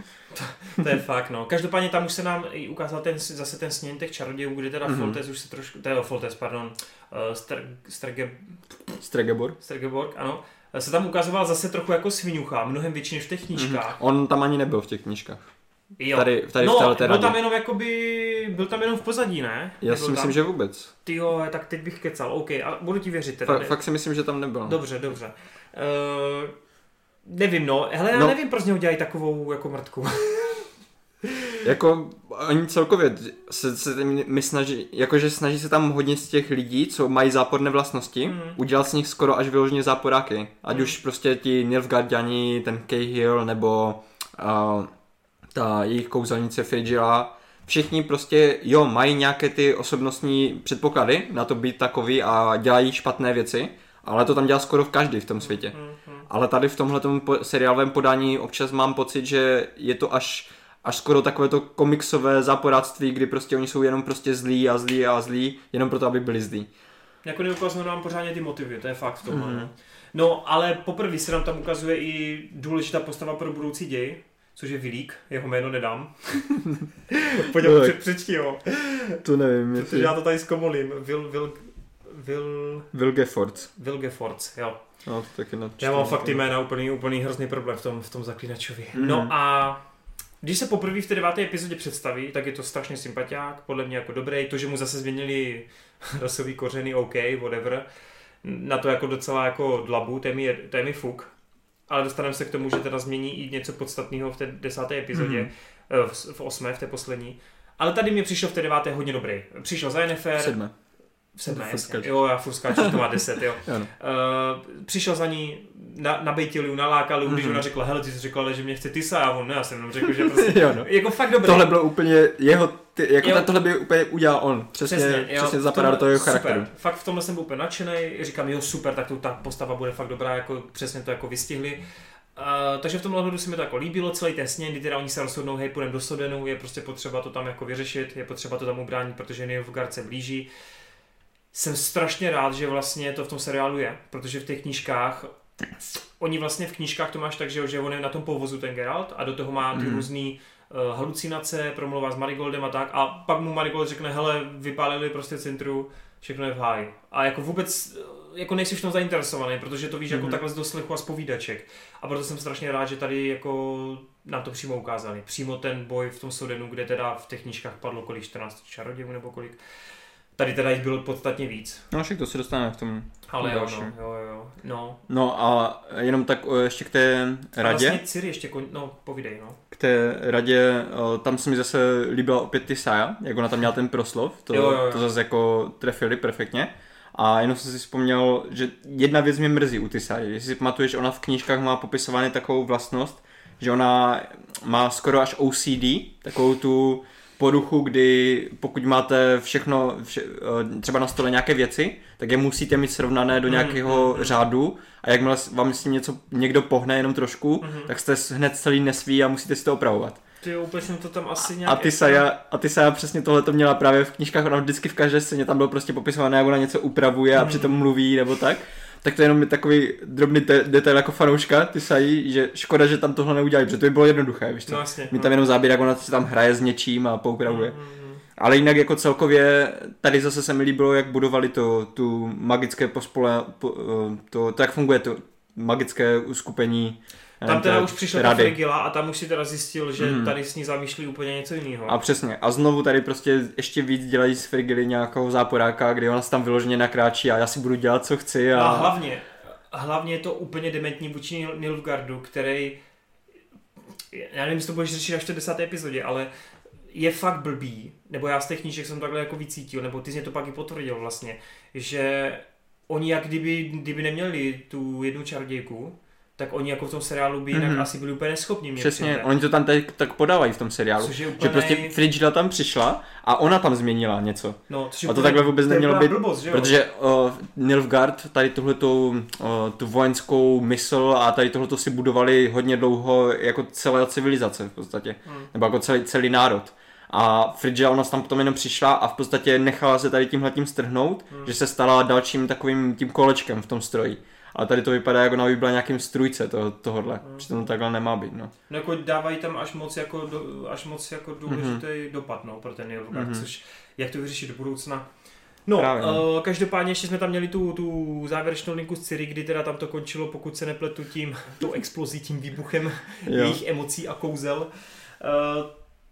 To, to je fakt, no. Každopádně tam už se nám i ukázal ten, zase ten sněn těch čarodějů, kde teda mm-hmm. Foltest už se trošku... To je Foltest, pardon. Uh, Strge... Stregeborg. Stregeborg, ano. Se tam ukazoval zase trochu jako sviňucha, mnohem větší než v těch knížkách. Mm-hmm. On tam ani nebyl v těch knížkách. Jo. Tady, tady no, v téhleté byl radě. tam jenom jakoby, byl tam jenom v pozadí, ne? Já si myslím, tam? že vůbec. Tyjo, tak teď bych kecal, OK, a budu ti věřit teda. Fa- fakt si myslím, že tam nebyl. Dobře, dobře. Uh, nevím, no, hele, já no. nevím, proč z něho dělají takovou jako mrtku. Jako oni celkově se, se mi snaží, jakože snaží se tam hodně z těch lidí, co mají záporné vlastnosti, mm. udělat z nich skoro až vyloženě záporáky. Ať mm. už prostě ti Nilfgaardiani, ten Cahill, nebo uh, ta jejich kouzelnice Frigila. Všichni prostě, jo, mají nějaké ty osobnostní předpoklady na to být takový a dělají špatné věci, ale to tam dělá skoro v každý v tom světě. Mm. Ale tady v tomhletom po- seriálovém podání občas mám pocit, že je to až až skoro takové to komiksové záporáctví, kdy prostě oni jsou jenom prostě zlí a zlí a zlí, jenom proto, aby byli zlí. Jako neukazuje nám pořádně ty motivy, to je fakt v tomhle. Mm-hmm. No, ale poprvé se nám tam ukazuje i důležitá postava pro budoucí děj, což je Vilík, jeho jméno nedám. Pojď ho před, přečti ho. To nevím. Protože ty... já to tady zkomolím. Vil, vil, vil... Vilgefortz. Vilgefortz, jo. No, to taky já mám fakt ty jména úplný, úplný hrozný problém v tom, v tom Zaklínačovi. Mm-hmm. No a když se poprvé v té deváté epizodě představí, tak je to strašně sympatiák, podle mě jako dobrý. To, že mu zase změnili rasový kořeny, OK, whatever. Na to jako docela jako dlabu, to je mi, to je mi fuk. Ale dostaneme se k tomu, že teda změní i něco podstatného v té desáté epizodě, mm-hmm. v, v osmé, v té poslední. Ale tady mi přišel v té deváté hodně dobrý. Přišel za Yennefer. Sedmé. V sedmé, jasně. Jo, já furt skáču, to má deset, jo. uh, přišel za ní, na, nabejtil ju, nalákal ju, mm-hmm. když ona řekla, hele, ty jsi řekla, že mě chce Tisa, a on, ne, já jsem jenom řekl, že prostě, jo, no. jako fakt dobrý. Tohle bylo úplně jeho, ty, jako jo. Tohle by úplně udělal on, přesně, přesně, přesně zapadá do toho jeho charakteru. Super. Fakt v tomhle jsem byl úplně nadšený, říkám, jo, super, tak to, ta postava bude fakt dobrá, jako přesně to jako vystihli. Uh, takže v tomhle hledu se mi to jako líbilo, celý ten sněn, kdy teda oni se rozhodnou, hej, půjdeme do Sodenu, je prostě potřeba to tam jako vyřešit, je potřeba to tam ubránit, protože Nilfgaard se blíží. Jsem strašně rád, že vlastně to v tom seriálu je, protože v těch knížkách, oni vlastně v knížkách to máš tak, že, že on je na tom povozu ten Geralt a do toho má ty mm. různý uh, halucinace, promluvá s Marigoldem a tak a pak mu Marigold řekne, hele, vypálili prostě centru, všechno je v háji. A jako vůbec jako nejsi v tom zainteresovaný, protože to víš mm. jako takhle z doslechu a z povídaček. A proto jsem strašně rád, že tady jako nám to přímo ukázali. Přímo ten boj v tom Sodenu, kde teda v těch knížkách padlo kolik, čtrnáct čarodějů nebo kolik. Tady teda jich bylo podstatně víc. No však to se dostaneme v tom. Ale jo, no, jo, jo, no. No a jenom tak ještě k té radě. A vlastně Ciri ještě, kon... no povídej, no. K té radě, tam se mi zase líbila opět Tissaia, jak ona tam měla ten proslov, to, jo, jo, jo. to zase jako trefili perfektně. A jenom jsem si vzpomněl, že jedna věc mě mrzí u Tissaia, jestli si pamatuješ, ona v knížkách má popisovaný takovou vlastnost, že ona má skoro až O C D, takovou tu poruchu, kdy pokud máte všechno, vše, třeba na stole nějaké věci, tak je musíte mít srovnané do nějakého mm, mm, řádu a jakmile vám s tím něco někdo pohne jenom trošku, mm. tak jste hned celý nesví a musíte si to opravovat. Ty úplně jsem to tam asi nějak... A ty Saja, a ty Saja přesně tohle to měla právě v knížkách, ona vždycky v každé scéně tam bylo prostě popisované, jak ona něco upravuje a mm. přitom mluví nebo tak. Tak to je jenom takový drobný te- detail jako fanouška, ty Saji, že škoda, že tam tohle neudělali, protože to by bylo jednoduché, víš co? No, vlastně, mít tam jenom záběr, jak ona si tam hraje s něčím a poupravuje. Mm, mm, Ale jinak jako celkově, tady zase se mi líbilo, jak budovali to, tu magické pospole, po, to, to, jak funguje to magické uskupení. Tam teda už přišla ta Frigila a tam už si teda zjistil, že mm. tady s ní zamýšlí úplně něco jiného. A přesně. A znovu tady prostě ještě víc dělají z Frigily nějakého záporáka, kdy ona se tam vyloženě nakráčí a já si budu dělat, co chci. A, a hlavně, hlavně je to úplně dementní vůči Nilfgaardu, který, já nevím, jestli to budeš řešit až v té desáté epizodě, ale je fakt blbý, nebo já z těch knížek jsem takhle jako vycítil, nebo ty jsi mě to pak i potvrdil vlastně, že oni jak kdyby, kdyby neměli tu jednu čarodějku, tak oni jako v tom seriálu by jinak mm-hmm. asi byli úplně neschopní. Přesně, přijde. Oni to tam tady tak podávají v tom seriálu, úplně... že prostě Frigida tam přišla a ona tam změnila něco. No, a to takhle vůbec nemělo být, blbost, protože uh, Nilfgaard tady tuhletu uh, tu vojenskou mysl a tady tohleto si budovali hodně dlouho jako celá civilizace v podstatě, mm. nebo jako celý, celý národ. A Frigida ona tam potom jenom přišla a v podstatě nechala se tady tímhletím strhnout, mm. že se stala dalším takovým tím kolečkem v tom stroji. Ale tady to vypadá, jako ona by byla nějakým strůjce toho, tohohle. Mm. Přitom to takhle nemá být, no. No jako dávají tam až moc jako, do, až moc jako důležitý mm-hmm. dopad, no, pro ten Nilfgaard, mm-hmm. což jak to vyřešit do budoucna. No, Právě, no. Uh, každopádně ještě jsme tam měli tu, tu závěrečnou linku z Ciri, kdy teda tam to končilo, pokud se nepletu tím, tou explozí, tím výbuchem jejich emocí a kouzel. Uh,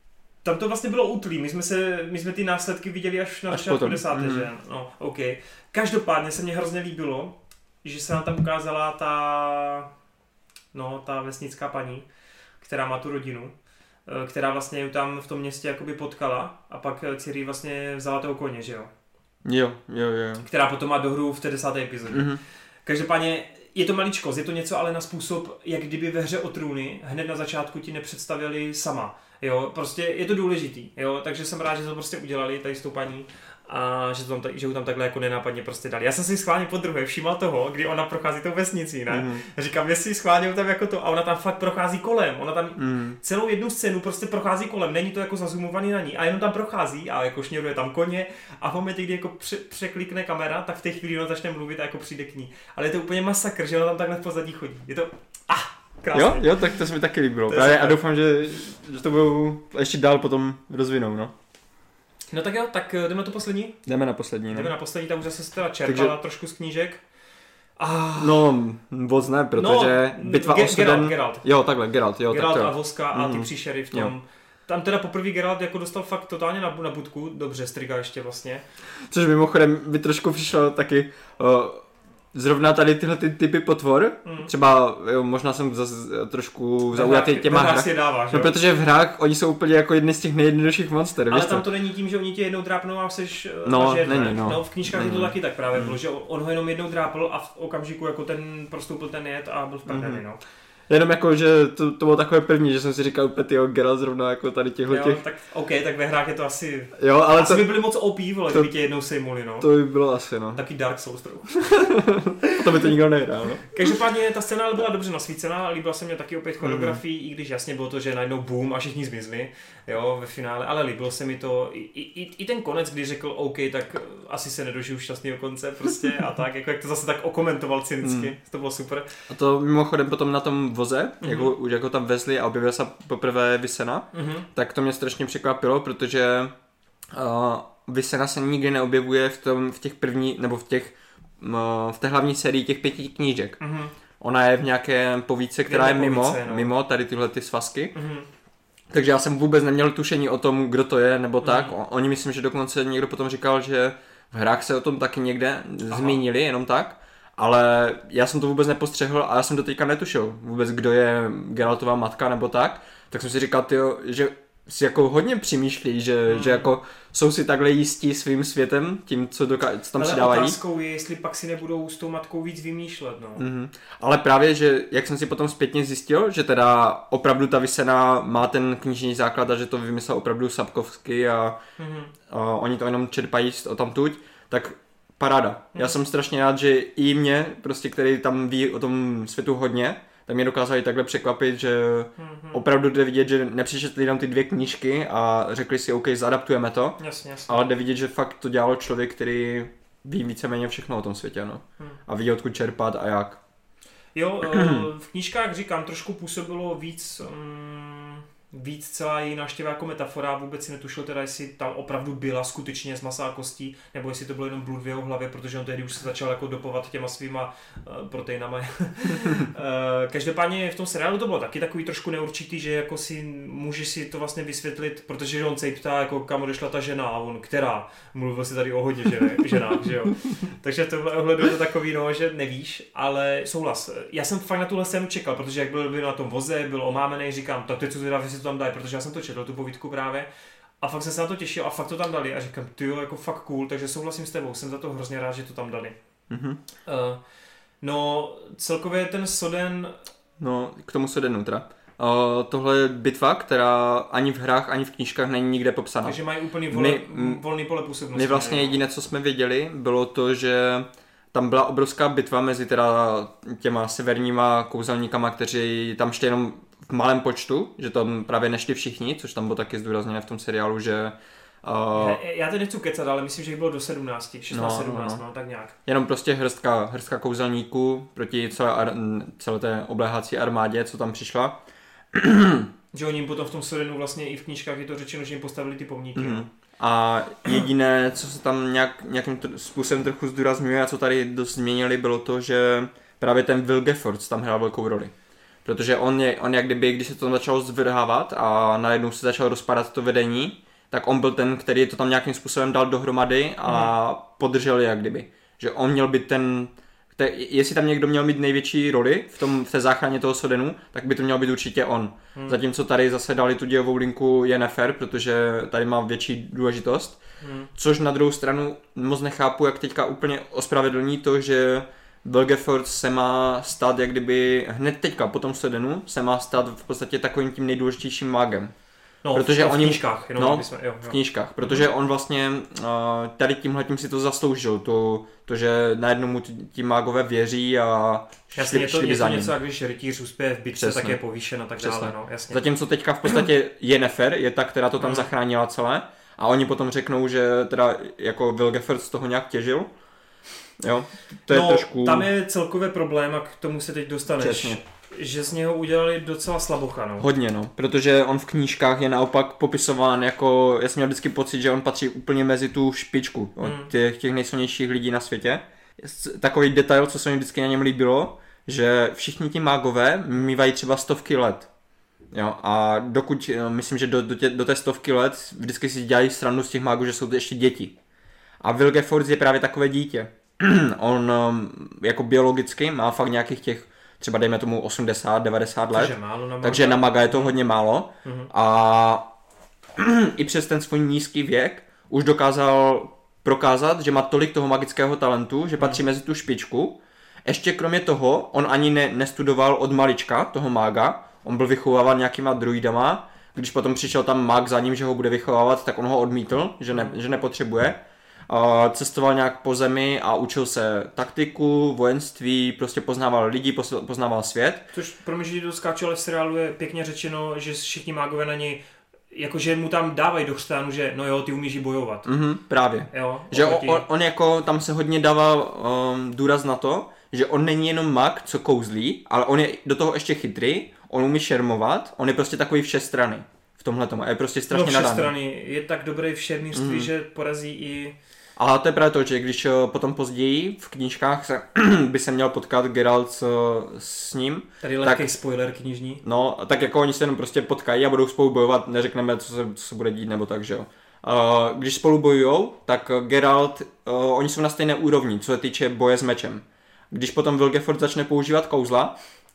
tam to vlastně bylo útlý, my jsme, se, my jsme ty následky viděli až na začátku desáté, mm. že? No, OK. Každopádně se mně hrozně líbilo, že se nám tam ukázala ta, no, ta vesnická paní, která má tu rodinu, která vlastně ju tam v tom městě jakoby potkala a pak Ciri vlastně vzala toho koně, že jo? Jo, jo, jo. Která potom má dohru v té desáté epizodě. Mm-hmm. Každopádně je to maličkost, je to něco ale na způsob, jak kdyby ve hře o trůny hned na začátku ti nepředstavili sama. Jo, prostě je to důležitý, jo, takže jsem rád, že to prostě udělali tady s tou paní a že, to tam, že ho tam takhle jako nenápadně prostě dali. Já jsem si schválně podruhé všímal toho, kdy ona prochází tou vesnicí, ne? Mm. Říkám, jestli schválně tam jako to a ona tam fakt prochází kolem, ona tam mm. celou jednu scénu prostě prochází kolem, není to jako zazumovaný na ní a jenom tam prochází a jako šněruje tam koně a v momentě, kdy jako pře- překlikne kamera, tak v té chvíli ona začne mluvit a jako přijde k ní. Ale je to úplně masakr, že ona tam takhle v pozadí chodí. Je to ah, krásný. Jo, jo, tak to se mi taky líbilo. Právě a doufám, že, že to budou ještě dál potom rozvinou, no. No tak jo, tak jdeme na to poslední? Jdeme na poslední, no. Jdeme na poslední, tak už zase teda čerpala Takže... trošku z knížek. Ah. No, moc ne, protože no, bitva Ge- o Suden... Geralt, Geralt. Jo, takhle, Geralt, jo. Geralt tak to a Voska a ty mm. příšery v tom. Jo. Tam teda poprvé Geralt jako dostal fakt totálně na, na budku, dobře, Striga ještě vlastně. Což mimochodem by trošku přišlo taky... Uh, Zrovna tady tyhle ty typy potvor, mm. třeba jo, možná jsem zase trošku zaujatý těma hrách, dáváš, no, protože v hrách oni jsou úplně jako jedny z těch nejjednodušších monster. Ale tam to není tím, že oni tě jednou drápnou a seš no, žer, není, no. no, v knížkách není. Je to taky tak právě mm. bylo, že on ho jenom jednou drápl a v okamžiku jako ten prostoupil ten jed a byl v prdeli, mm. no. Jenom jako, že to, to bylo takové první, že jsem si říkal úplně tyjo, Geralt zrovna jako tady těchto jo, těch... tak OK, tak ve hrách je to asi... Jo, ale asi to... by byly moc O P, vole, kdyby tě jednou sejmuli, no. To by bylo asi, no. Taky Dark Souls trochu. To by to nikdo nehrál, no. Každopádně ta scéna byla dobře nasvícená, líbila se mě taky opět choreografii, mm. i když jasně bylo to, že najednou boom a všichni zmizli, jo, ve finále, ale líbilo se mi to, i, i, i ten konec, kdy řekl OK, tak asi se nedožiju šťastného konce prostě a tak, jako jak to zase tak okomentoval cynicky, mm. to bylo super. A to mimochodem potom na tom voze, mm-hmm. jako, už jako tam vezli a objevila se poprvé Visena, mm-hmm. tak to mě strašně překvapilo, protože uh, Visena se nikdy neobjevuje v, tom, v těch první, nebo v těch uh, v té hlavní sérii těch pěti knížek. Mm-hmm. Ona je v nějaké povídce, která je mimo, povídce, no. mimo tady tyhle ty svazky. Mm-hmm. Takže já jsem vůbec neměl tušení o tom, kdo to je, nebo tak. Mm. Oni myslím, že dokonce někdo potom říkal, že v hrách se o tom taky někde Aha. zmínili, jenom tak. Ale já jsem to vůbec nepostřehl a já jsem do teďka netušil vůbec, kdo je Geraltova matka nebo tak. Tak jsem si říkal, tyjo, že si jako hodně přemýšlí, že, hmm. že jako jsou si takhle jistí svým světem, tím, co, doká- co tam ale přidávají. Ale otázkou je, jestli pak si nebudou s tou matkou víc vymýšlet, no. Mm-hmm. Ale právě, že jak jsem si potom zpětně zjistil, že teda opravdu ta Visena má ten knižní základ a že to vymyslel opravdu Sapkowski a, mm-hmm. a oni to jenom čerpají tamtuť, tak paráda. Mm-hmm. Já jsem strašně rád, že i mě, prostě, který tam ví o tom světu hodně, tak mě dokázali takhle překvapit, že mm-hmm. opravdu jde vidět, že nepřečetli jenom ty dvě knížky a řekli si, OK, zadaptujeme to, jasně, jasně. ale jde vidět, že fakt to dělalo člověk, který ví víceméně všechno o tom světě, no. Hmm. A ví, odkud čerpat a jak. Jo, v knížkách říkám, trošku působilo víc, um, víc celá její návštěva jako metafora, vůbec si netušil teda, jestli tam opravdu byla skutečně z masa a kostí, nebo jestli to bylo jenom blud v jeho hlavě, protože on tehdy už se začal jako dopovat těma svýma uh, proteinama. uh, každopádně v tom seriálu to bylo taky takový trošku neurčitý, že jako si můžeš si to vlastně vysvětlit, protože on se jí ptá, jako kam odešla ta žena a on, která? Mluvil se tady o hodně žen, ženách, že jo. Takže v tomhle ohledu je to takový, no, že nevíš, ale souhlas. Já jsem fakt na tuhle scénu čekal, protože jak byl, byl na tom voze, byl omámený, říkám, tak teď co teda to tam dají, protože já jsem to četl, tu povídku právě a fakt jsem se na to těšil a fakt to tam dali a říkám, tyjo, jako fakt cool, takže souhlasím s tebou, jsem za to hrozně rád, že to tam dali. Mm-hmm. Uh, no, celkově ten Soden... No, k tomu Sodenu teda. Uh, tohle je bitva, která ani v hrách, ani v knížkách není nikde popsaná. Takže mají úplný vole, my, volný pole působnosti. My vlastně jediné, co jsme věděli, bylo to, že tam byla obrovská bitva mezi teda těma severníma kouzelníkama, kteří tam šli jenom v malém počtu, že tam právě nešli všichni, což tam bylo taky zdůrazněné v tom seriálu, že... Uh, já, já to nechci kecat, ale myslím, že jich bylo do sedmnácti, šestnáct sedmnáct, no, no, tak nějak. Jenom prostě hrstka, hrstka kouzelníků proti celé, ar, celé té obléhací armádě, co tam přišla. Že oni jim potom v tom Sodenu vlastně i v knížkách je to řečeno, že jim postavili ty pomníky. Mm. A jediné, co se tam nějak, nějakým způsobem trochu zdůrazňuje a co tady dost změnili, bylo to, že právě ten Will Geffords tam hrál velkou roli. Protože on, je, on jak kdyby, když se to začalo zvrhávat a najednou se začalo rozpadat to vedení, tak on byl ten, který to tam nějakým způsobem dal dohromady a mm. podržel je jak kdyby. Že on měl být ten, te, jestli tam někdo měl mít největší roli v, tom, v té záchraně toho Sodenu, tak by to měl být určitě on. Mm. Zatímco tady zase dali tu dějovou linku Yennefer, protože tady má větší důležitost. Mm. Což na druhou stranu moc nechápu, jak teďka úplně ospravedlní to, že Belgeford se má stát jak kdyby hned teďka po tom Sodenu se má stát v podstatě takovým tím nejdůležitějším mágem. No, protože v, v oni, knížkách. Jenom no, jsme, jo, jo. v knížkách, protože on vlastně uh, tady tímhletím si to zasloužil, to, to že najednou mu ti mágové věří a jasně, je to, je to něco, jak když rytíř uspěje v bitce, tak je povýšen a tak Přesně. dále. No, jasně. Zatímco teďka v podstatě Yennefer je ta, která to tam mm. zachránila celé a oni potom řeknou, že teda jako Vilgefort z toho nějak těžil. Jo, to je no, trošku... tam je celkově problém a k tomu se teď dostaneš. Přesně. Že z něho udělali docela slabocha, no. Hodně, no, protože on v knížkách je naopak popisován jako, já jsem měl vždycky pocit, že on patří úplně mezi tu špičku mm. těch, těch nejsilnějších lidí na světě. Takový detail, co se mi vždycky na něm líbilo, že všichni ti mágové mývají třeba stovky let. Jo, a dokud, myslím, že do, do, tě, do té stovky let vždycky si dělají srandu z těch mágů, že jsou to ještě děti. A Vilgefortz je právě takové dítě. On jako biologicky má fakt nějakých těch třeba dejme tomu osmdesát devadesát let, takže, málo na takže na maga je to hodně málo mm-hmm. a i přes ten svůj nízký věk už dokázal prokázat, že má tolik toho magického talentu, že patří mm. mezi tu špičku. Ještě kromě toho, on ani ne, nestudoval od malička toho mága, on byl vychováván nějakýma druidama, když potom přišel tam mág za ním, že ho bude vychovávat, tak on ho odmítl, že, ne, že nepotřebuje. Uh, cestoval nějak po zemi a učil se taktiku, vojenství, prostě poznával lidi, poznával svět. Což pro mě, že to skáče, ale v seriálu je pěkně řečeno, že všichni mágové na něj, jakože mu tam dávají do chřtánu, že no jo, ty umíš i bojovat. Mm-hmm, právě. Jo, že on, on jako, tam se hodně dával um, důraz na to, že on není jenom mag, co kouzlí, ale on je do toho ještě chytrý, on umí šermovat, on je prostě takový všestranný v tomhletom a je prostě strašně nadaný. No všestranný, je tak dobrý v šermířství, mm. že porazí i... A to je právě to, že když potom později v knížkách se, by se měl potkat Geralt s, s ním. Tady lehký spoiler knižní. No, tak jako oni se jenom prostě potkají a budou spolu bojovat, neřekneme, co se, co se bude dít nebo tak, že jo. Uh, když spolu bojujou, tak Geralt, uh, oni jsou na stejné úrovni, co se týče boje s mečem. Když potom Vilgefortz začne používat kouzla,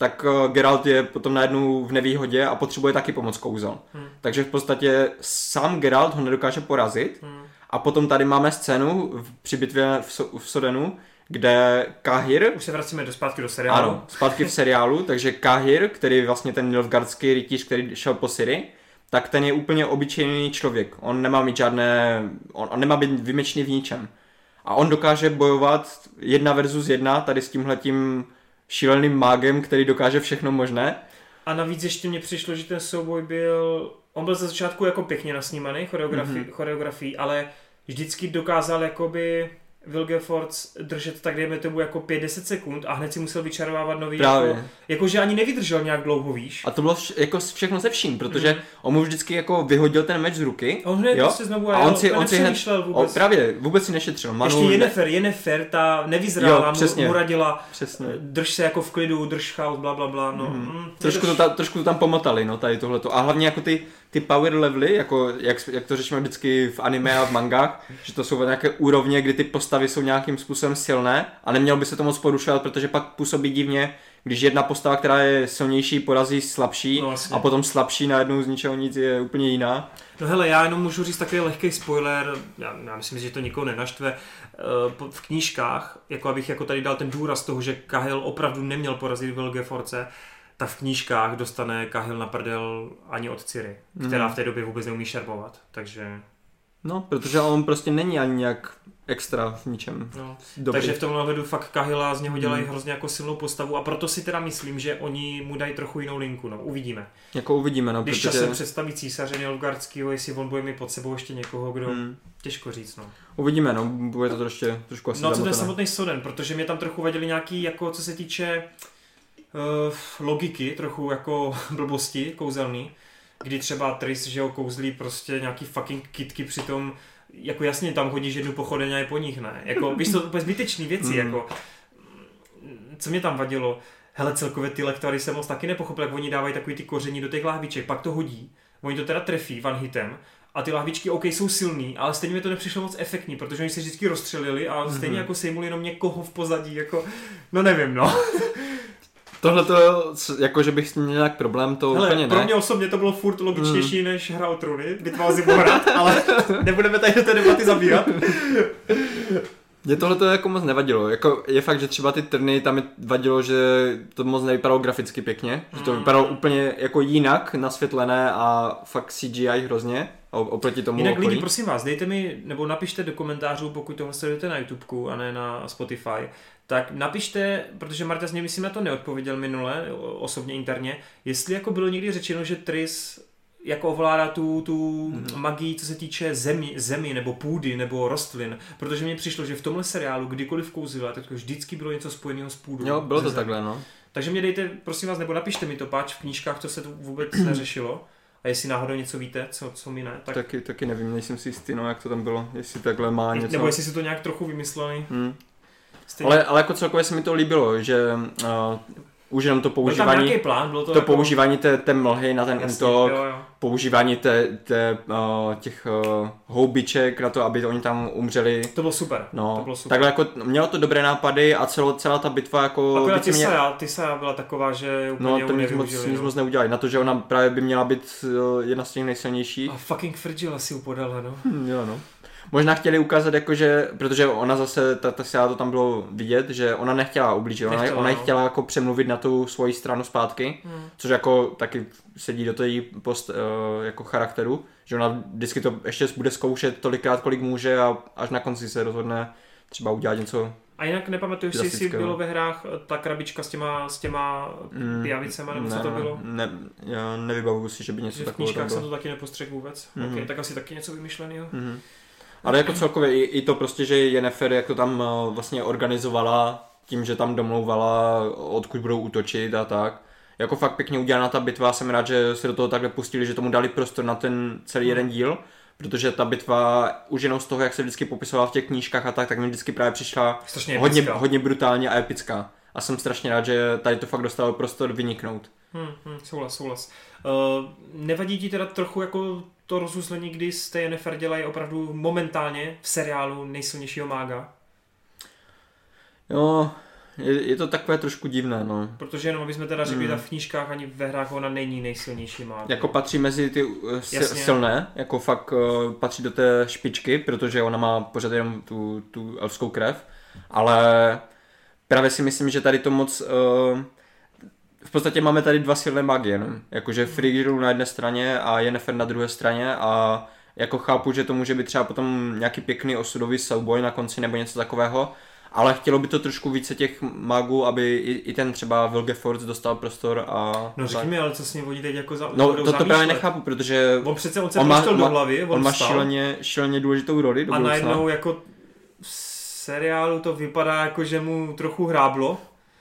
tak Geralt je potom najednou v nevýhodě a potřebuje taky pomoc kouzel. Hmm. Takže v podstatě sám Geralt ho nedokáže porazit hmm. a potom tady máme scénu při bitvě v, so, v Sodenu, kde Cahir... Už se vracíme do zpátky do seriálu. Ano, zpátky v seriálu, takže Cahir, který je vlastně ten nilfgaardský rytíř, který šel po Ciri, tak ten je úplně obyčejný člověk. On nemá mít žádné... On, on nemá být vymečný v ničem. A on dokáže bojovat jedna versus jedna tady s tímhletím šíleným mágem, který dokáže všechno možné. A navíc ještě mně přišlo, že ten souboj byl... On byl ze začátku jako pěkně nasnímaný choreografi- mm-hmm. choreografií, ale vždycky dokázal jakoby Vilgefortz držet tak dejme tomu jako pět deset sekund a hned si musel vyčarovávat nový. Právě. Jako, jako že ani nevydržel nějak dlouho, víš. A to bylo vš- jako všechno se vším, protože mm. on mu vždycky jako vyhodil ten meč z ruky. On hned prostě znovu a on si, on si hned, vůbec. O, právě, vůbec si nešetřil. Manu, ještě Yennefer, Yennefer, ta nevyzrála, mu, mu radila, přesně. Drž se jako v klidu, drž chaos, bla bla bla, no. Mm. Mm, trošku, to ta, trošku to tam pomotali, no, tady tohleto. A hlavně jako ty, ty power levely, jako jak, jak to řešíme vždycky v anime a v mangách, že to jsou nějaké úrovně, kdy ty postavy jsou nějakým způsobem silné a nemělo by se to moc porušovat, protože pak působí divně, když jedna postava, která je silnější, porazí slabší no, a potom slabší najednou z ničeho nic je úplně jiná. No hele, já jenom můžu říct takový lehký spoiler, já, já myslím, že to nikoho nenaštve, v knížkách, jako abych jako tady dal ten důraz toho, že Cahill opravdu neměl porazit Vilgefortze, tak v knížkách dostane Cahill na prdel ani od Ciri, která v té době vůbec neumí šermovat, takže... No, protože on prostě není ani nějak extra v ničem. No, takže v tomhle hledu fakt Cahilla z něho dělají mm. hrozně jako silnou postavu a proto si teda myslím, že oni mu dají trochu jinou linku, no, uvidíme. Jako uvidíme, no, když protože... časem představí císaře Nilfgaardskýho, jestli on bude mít pod sebou ještě někoho, kdo... Mm. Těžko říct, no. Uvidíme, no, bude to ještě trošku asi No, co ten samotný Soden, protože mě tam trochu vadili nějaký, jako co se týče uh, logiky, trochu jako blbosti kouzelný, kdy třeba Triss, že ho kouzlí prostě nějaký fucking kitky přitom jako jasně tam hodíš jednu pochodeň a je po nich, ne? Jako, víš, to úplně zbytečný věci, mm. jako. Co mě tam vadilo? Hele, celkově ty lektory jsem moc taky nepochopil, jak oni dávají takový ty koření do těch lahviček, pak to hodí, oni to teda trefí one hitem a ty lahvičky OK jsou silný, ale stejně mi to nepřišlo moc efektní, protože oni se vždycky rozstřelili a mm. stejně jako sejmuli jenom někoho v pozadí, jako, no nevím, no. Tohle to, jako že bych s tím měl nějak problém, to hele, úplně ne. Pro mě osobně to bylo furt logičnější hmm. než Hra o trůny, bitva o Zimorát, ale nebudeme tady do té debaty zabírat. Mně tohle to jako moc nevadilo. Jako je fakt, že třeba ty trny, tam mi vadilo, že to moc nevypadalo graficky pěkně. Že to vypadalo úplně jako jinak nasvětlené a fakt C G I hrozně oproti tomu Jinak okolí. lidi, prosím vás, dejte mi, nebo napište do komentářů, pokud tohle sledujete na YouTubeku a ne na Spotify, tak napište, protože Marta z něj myslím na to neodpověděl minule, osobně interně, jestli jako bylo někdy řečeno, že Triss jako ovládá tu, tu mm-hmm. magii, co se týče zemi, zemi, nebo půdy, nebo rostlin, protože mně přišlo, že v tomhle seriálu kdykoliv kouzila, tak to vždycky bylo něco spojeného s půdou. Jo, bylo to zemi. Takhle, no. Takže mě dejte, prosím vás, nebo napište mi to, páč v knížkách to se to vůbec neřešilo. A jestli náhodou něco víte, co, co mi ne, tak... Taky, taky nevím, nejsem si jistý, no, jak to tam bylo, jestli takhle má něco... Nebo jestli si to nějak trochu vymysleli. Hmm. Ale, ale jako celkově se mi to líbilo, že uh, už jenom to používání, byl plán, bylo to, to jako... používání té, té mlhy na ten Jasně, útok, jo, jo. používání té, té, uh, těch uh, houbiček na to, aby oni tam umřeli. To bylo super. No, to bylo super. Takhle jako mělo to dobré nápady a celo, celá ta bitva jako... Akorát ty Saja, ty Saja byla taková, že úplně no, to nic moc, nic moc neudělali. Na to, že ona právě by měla být uh, jedna z těch nejsilnějších. A fucking Frigila si upodala, no. Hm, jo, no. Možná chtěli ukázat, jakože, protože ona zase, ta, ta se to tam bylo vidět, že ona nechtěla ublížit, ona, nechtěla, ona ji chtěla jako přemluvit na tu svoji stranu zpátky, hmm. což jako taky sedí do té post uh, jako charakteru, že ona vždycky to ještě bude zkoušet tolikrát, kolik může a až na konci se rozhodne třeba udělat něco. A jinak nepamatuju si, jestli bylo ve hrách ta krabička s těma, s těma mm, pijavicema, nebo ne, co to bylo? Ne, já nevybavuju si, že by něco takového v knížkách jsem to taky nepostřehl vůbec. Mm. Okay, tak asi taky něco vymyšleného. Mm. Ale jako celkově i, i to prostě, že Yennefer jak to tam vlastně organizovala tím, že tam domlouvala, odkud budou útočit a tak. Jako fakt pěkně udělaná ta bitva, jsem rád, že se do toho takhle pustili, že tomu dali prostor na ten celý jeden díl, protože ta bitva už jenom z toho, jak se vždycky popisovala v těch knížkách a tak, tak mi vždycky právě přišla hodně, hodně brutálně a epická. A jsem strašně rád, že tady to fakt dostalo prostor vyniknout. Hmm, hmm, souhlas, souhlas. Uh, nevadí ti teda trochu jako to rozuzlení, kdy z té Yennefer dělají opravdu momentálně v seriálu nejsilnějšího mága? Jo, Je, je to takové trošku divné, no. Protože jenom, aby jsme teda řekli, mm. v knížkách ani ve hrách ona není nejsilnější mág. Jako patří mezi ty uh, silné, jako fakt uh, patří do té špičky, protože ona má pořád jenom tu, tu elfskou krev, ale právě si myslím, že tady to moc... Uh, v podstatě máme tady dva silné magy jenom, jakože Frigiru na jedné straně a Yennefer na druhé straně a jako chápu, že to může být třeba potom nějaký pěkný osudový souboj na konci nebo něco takového, ale chtělo by to trošku více těch magů, aby i, i ten třeba Vilgefortz dostal prostor a... No řekni mi, ale co s ním oni teď jako za, no to, to právě nechápu, protože... On přece on se on má, do hlavy, on, on má šíleně, šíleně důležitou roli do a budoucna. najednou jako v seriálu to vypadá jako, že mu trochu hráblo.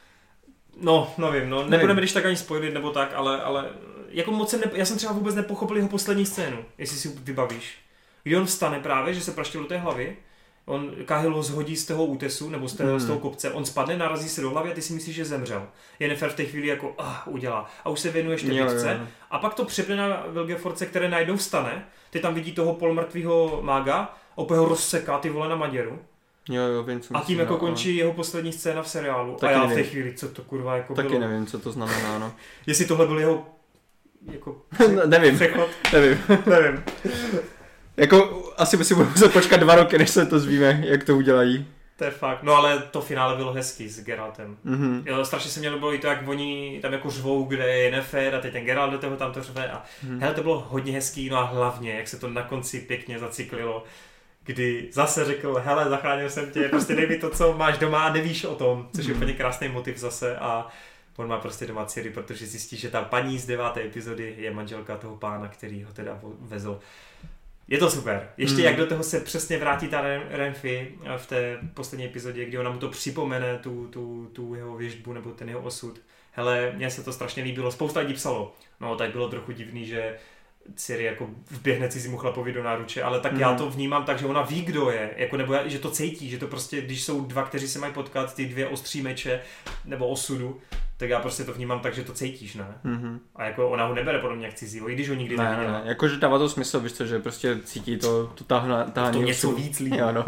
No, nevím, no, nebudeme když tak ani spoilit nebo tak, ale, ale jako moc jsem, ne, já jsem třeba vůbec nepochopil jeho poslední scénu, jestli si vybavíš. Kdy on vstane právě, že se praštil do té hlavy, on Cahill ho zhodí z toho útesu, nebo z, té, hmm. z toho kopce, on spadne, narazí se do hlavy a ty si myslíš, že zemřel. Yennefer v té chvíli jako ah, udělá a už se věnuješ té bitce a pak to přepne na Vilgefortze, které najednou vstane, ty tam vidí toho polomrtvýho mága, opět ho rozseká ty vole na Maděru. Jo, jo, vím, co a tím jako končí ale... jeho poslední scéna v seriálu. Taky a já nevím. V té chvíli, co to kurva jako Taky bylo. Taky nevím, co to znamená, no. Jestli tohle byl jeho jako no, nevím. přechod. nevím. nevím. Jako asi by si budeme muset počkat dva roky, než se to zvíme, jak to udělají. To je fakt. No ale to finále bylo hezký s Geraltem. Mm-hmm. Jo, strašně se mě líbilo i to, jak oni tam jako řvou, kde je Yennefer a teď ten Geralt do toho tam to řve a mm-hmm. hele, to bylo hodně hezký, no a hlavně, jak se to na konci pěkně zacyklilo, kdy zase řekl, hele, zachránil jsem tě, prostě dej mi to, co máš doma a nevíš o tom, což je úplně krásný motiv zase a on má prostě doma dcery, protože zjistí, že ta paní z deváté epizody je manželka toho pána, který ho teda vezl. Je to super. Ještě hmm. jak do toho se přesně vrátí ta Renfi v té poslední epizodě, kdy ona mu to připomene, tu, tu, tu jeho věštbu nebo ten jeho osud. Hele, mně se to strašně líbilo, spousta lidí psalo. No, tak bylo trochu divný, že Ciri jako vběhne cizímu chlapovi do náruče, ale tak mm. já to vnímám tak, že ona ví, kdo je, jako nebo že to cítí, že to prostě, když jsou dva, kteří se mají potkat, ty dvě ostří meče nebo osudu, tak já prostě to vnímám tak, že to cítíš, ne? Mm-hmm. A jako ona ho nebere podobně jak cizího, i když ho nikdy ne, neviděla. Ne, jakože dává to smysl, víš co, že prostě cítí to, to tahání to něco osudu. Víc líbí. Jo, no.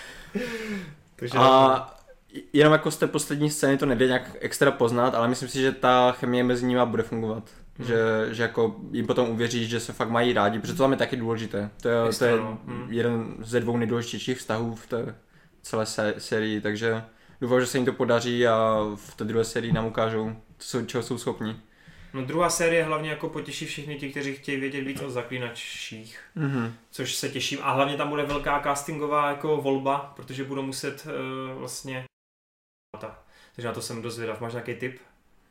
Takže a jenom jako z té poslední scény to nejde nějak extra poznat, ale myslím si, že ta chemie mezi nimi bude fungovat. Hmm. Že, že jako jim potom uvěříš, že se fakt mají rádi, protože to tam je taky důležité. To je, to je hmm. jeden ze dvou nejdůležitějších vztahů v té celé sé- sérii, takže doufám, že se jim to podaří a v té druhé sérii nám ukážou, co, čeho jsou schopni. No druhá série hlavně jako potěší všechny ti, kteří chtějí vědět víc o zaklínačích, mm-hmm. což se těším. A hlavně tam bude velká castingová jako volba, protože budou muset uh, vlastně... Takže na to jsem dost zvědav. Máš nějaký tip?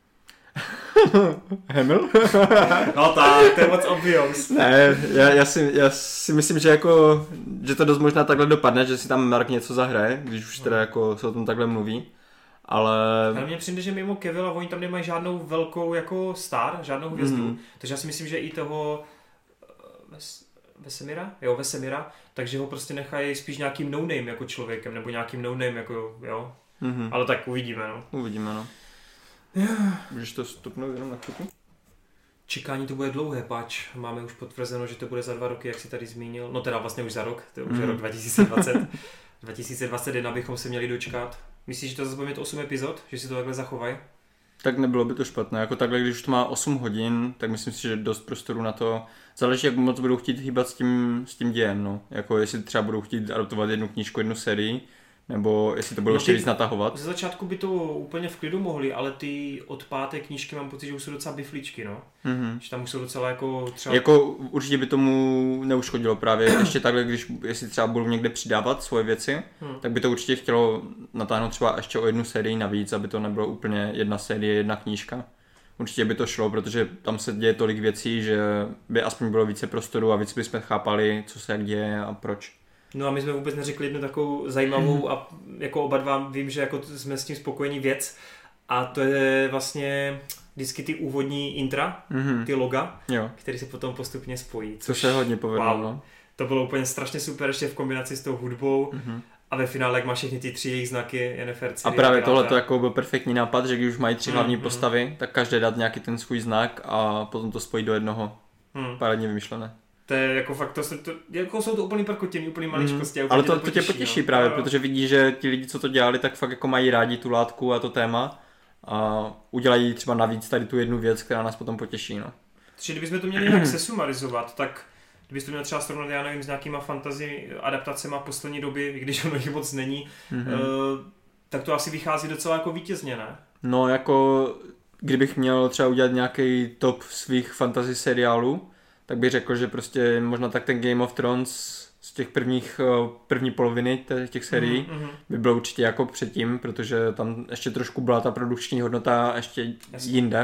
Hemil? No tak, to je moc obvious. Ne, já, já, si, já si myslím, že jako, že to dost možná takhle dopadne, že si tam Mark něco zahraje, když už teda jako se o tom takhle mluví. Ale... Ale mně přijde, že mimo Kevila oni tam nemají žádnou velkou jako star, žádnou hvězdu. Mm. Takže já si myslím, že i toho Ves... Vesemira? Jo, Vesemira, takže ho prostě nechají spíš nějakým no-name jako člověkem, nebo nějakým no-name jako, jo. Mm-hmm. Ale tak uvidíme, no. Uvidíme, no. Můžeš to stupnout jenom na chvíli? Čekání to bude dlouhé, pač. Máme už potvrzeno, že to bude za dva roky, jak jsi tady zmínil. No teda vlastně už za rok, to je už mm. rok dva tisíce dvacet. dva tisíce dvacet jedna bychom se měli dočkat. Myslíš, že to zase bude mít osm epizod? Že si to takhle zachovají? Tak nebylo by to špatné. Jako takhle, když už to má osm hodin, tak myslím si, že dost prostoru na to. Záleží, jak moc budou chtít hýbat s tím, s tím dějem. No. Jako jestli třeba budou chtít adaptovat jednu knížku, jednu sérii, nebo jestli to budou no ještě víc natahovat. Ze začátku by to úplně v klidu mohli, ale ty od páté knížky mám pocit, že už jsou docela bifličky, no. Mm-hmm. Že tam už jsou docela jako třeba... Jako určitě by tomu neuškodilo právě ještě takhle, když jestli třeba budou někde přidávat svoje věci, hmm. tak by to určitě chtělo natáhnout třeba ještě o jednu sérii navíc, aby to nebylo úplně jedna série, jedna knížka. Určitě by to šlo, protože tam se děje tolik věcí, že by aspoň bylo více prostoru a víc bychom chápali, co se jak děje a proč. No a my jsme vůbec neřekli jednu takovou zajímavou a jako oba dva vím, že jako jsme s tím spokojení věc a to je vlastně vždycky ty úvodní intra, mm-hmm. ty loga, jo. které se potom postupně spojí. Což se hodně povedlo. Wow, to bylo úplně strašně super ještě v kombinaci s tou hudbou mm-hmm. a ve finále jak máš všechny ty tři jejich znaky, Yennefer, Ciri. A právě tohle to jako byl perfektní nápad, že když už mají tři hlavní mm-hmm. postavy, tak každé dát nějaký ten svůj znak a potom to spojí do jednoho. Mm. Parádně vymyšlené. To je jako fakt, to, to, jako jsou to úplný prkotiny, úplný maličkosti. Mm, ale to, to, to tě potěší no. právě, no. protože vidíš, že ti lidi, co to dělali, tak fakt jako mají rádi tu látku a to téma a udělají třeba navíc tady tu jednu věc, která nás potom potěší. No. Takže kdybychom to měli nějak sesumarizovat, tak kdybyste to měl třeba srovnat, já nevím, s nějakýma fantasy adaptacema poslední doby, i když ono jich moc není, mm-hmm. uh, tak to asi vychází docela jako vítězně, ne? No jako, kdybych měl třeba udělat nějaký top svých fantasy seriálů, tak bych řekl, že prostě možná tak ten Game of Thrones z těch prvních, první poloviny těch serií mm-hmm. by bylo určitě jako předtím, protože tam ještě trošku byla ta produkční hodnota ještě Jasně. jinde.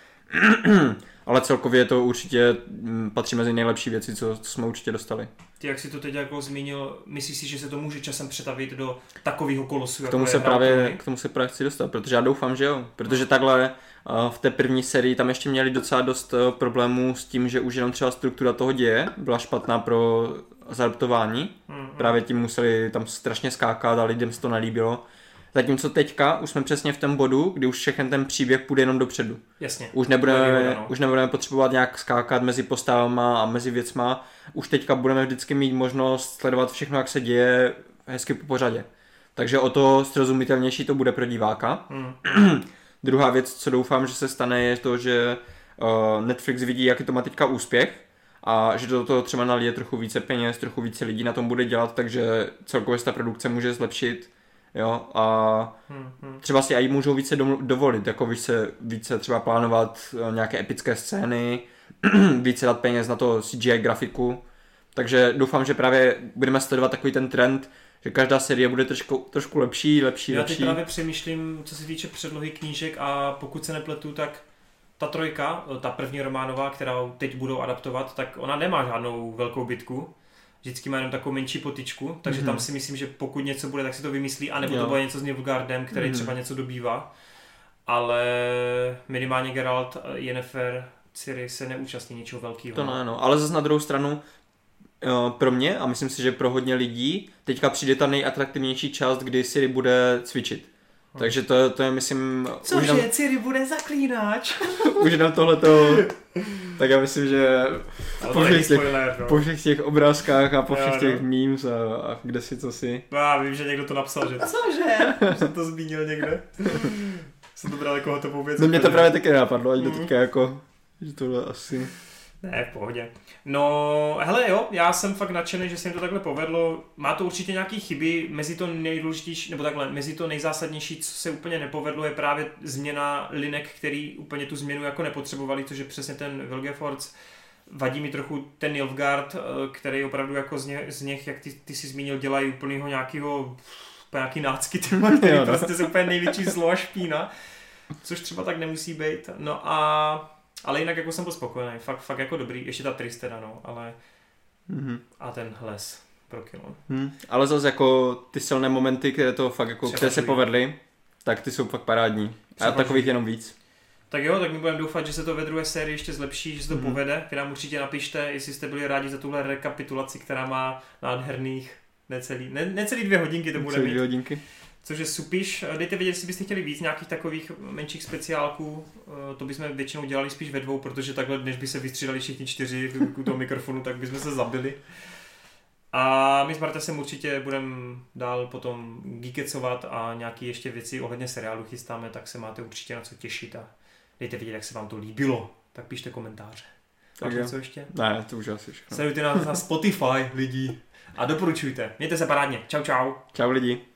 Ale celkově to určitě patří mezi nejlepší věci, co, co jsme určitě dostali. Ty, jak jsi to teď jako zmínil, myslíš si, že se to může časem přetavit do takového kolosu? K tomu, jako se právě, k tomu se právě chci dostat, protože já doufám, že jo. Protože takhle v té první sérii tam ještě měli docela dost problémů s tím, že už jenom třeba struktura toho děje byla špatná pro zadaptování. Mm-hmm. Právě tím museli tam strašně skákat a lidem se to nelíbilo. Zatímco teďka už jsme přesně v tom bodu, kdy už všechny ten příběh půjde jenom dopředu. Jasně. Už nebudeme, už nebudeme potřebovat nějak skákat mezi postavama a mezi věcma. Už teďka budeme vždycky mít možnost sledovat všechno, jak se děje hezky po pořadě. Takže o to srozumitelnější to bude pro diváka. Hmm. Druhá věc, co doufám, že se stane, je to, že uh, Netflix vidí, jaký to má teďka úspěch a že do toho třeba nalije trochu více peněz, trochu více lidí na tom bude dělat, takže celkově ta produkce může zlepšit. Jo, a hmm, hmm. třeba si i můžou více dovolit, jako více, více třeba plánovat nějaké epické scény, více dát peněz na to C G I grafiku, takže doufám, že právě budeme sledovat takový ten trend, že každá série bude trošku, trošku lepší, lepší, Já lepší. Já teď právě přemýšlím, co se týče předlohy knížek a pokud se nepletu, tak ta trojka, ta první románová, kterou teď budou adaptovat, tak ona nemá žádnou velkou bitku. Vždycky má jenom takovou menší potyčku, takže mm-hmm. tam si myslím, že pokud něco bude, tak si to vymyslí, anebo jo. to bude něco s Nilfgaardem, který mm-hmm. třeba něco dobývá. Ale minimálně Geralt, Yennefer, Ciri se neúčastní něčeho velkého. To ne, no. Ale zase na druhou stranu, pro mě, a myslím si, že pro hodně lidí, teďka přijde ta nejatraktivnější část, kdy Ciri bude cvičit. Hmm. Takže to, to je, myslím... Cože, nám... Ciri bude zaklínač? Už nám tohleto... Tak já myslím, že po všech, těch, no. po všech těch obrázkách a po všech těch no. memes a, a kde si co si. No, já vím, že někdo to napsal, že cože? Jsem to zmínil někde. Jsem to bral jako hotovou věc. No mě to právě taky nenapadlo, ať do teďka jako, že tohle asi... Ne, v pohodě. No, hele jo, já jsem fakt nadšený, že se jim to takhle povedlo. Má to určitě nějaký chyby, mezi to nejdůležitější, nebo takhle, mezi to nejzásadnější, co se úplně nepovedlo, je právě změna linek, který úplně tu změnu jako nepotřebovali, což je přesně ten Vilgefortz. Vadí mi trochu ten Nilfgaard, který opravdu jako z, ně, z nich, jak ty, ty jsi zmínil, dělají úplnýho nějakýho, nějaký nácky, který jo, no. prostě jsou úplně největší zlo a špína, což třeba tak nemusí být. No a... Ale jinak jako jsem byl spokojený, fakt, fakt jako dobrý, ještě ta Triss teda, no, ale mm-hmm. a ten les pro kilo. Hmm. Ale zase jako ty silné momenty, které to fakt jako, které se povedly, tak ty jsou fakt parádní. A takových jenom víc. Tak jo, tak my budeme doufat, že se to ve druhé sérii ještě zlepší, že se to mm-hmm. povede. Vy nám určitě napište, jestli jste byli rádi za tuhle rekapitulaci, která má nádherných necelý, ne, necelý dvě hodinky to bude necelý mít. Dvě hodinky. Což je supíš. Dejte vědět, jestli byste chtěli víc nějakých takových menších speciálků. To bychom většinou dělali spíš ve dvou, protože takhle, než by se vystřídali všichni čtyři u toho mikrofonu, tak bychom se zabili. A my s Martesem určitě budeme dál potom geekecovat a nějaké ještě věci ohledně seriálu chystáme, tak se máte určitě na co těšit a dejte vědět, jak se vám to líbilo. Tak pište komentáře. Tak něco ještě? Ne, to už asi všechno. Sledujte nás na Spotify, lidi. A doporučujte. Mějte se parádně. Čau, čau. Čau lidi.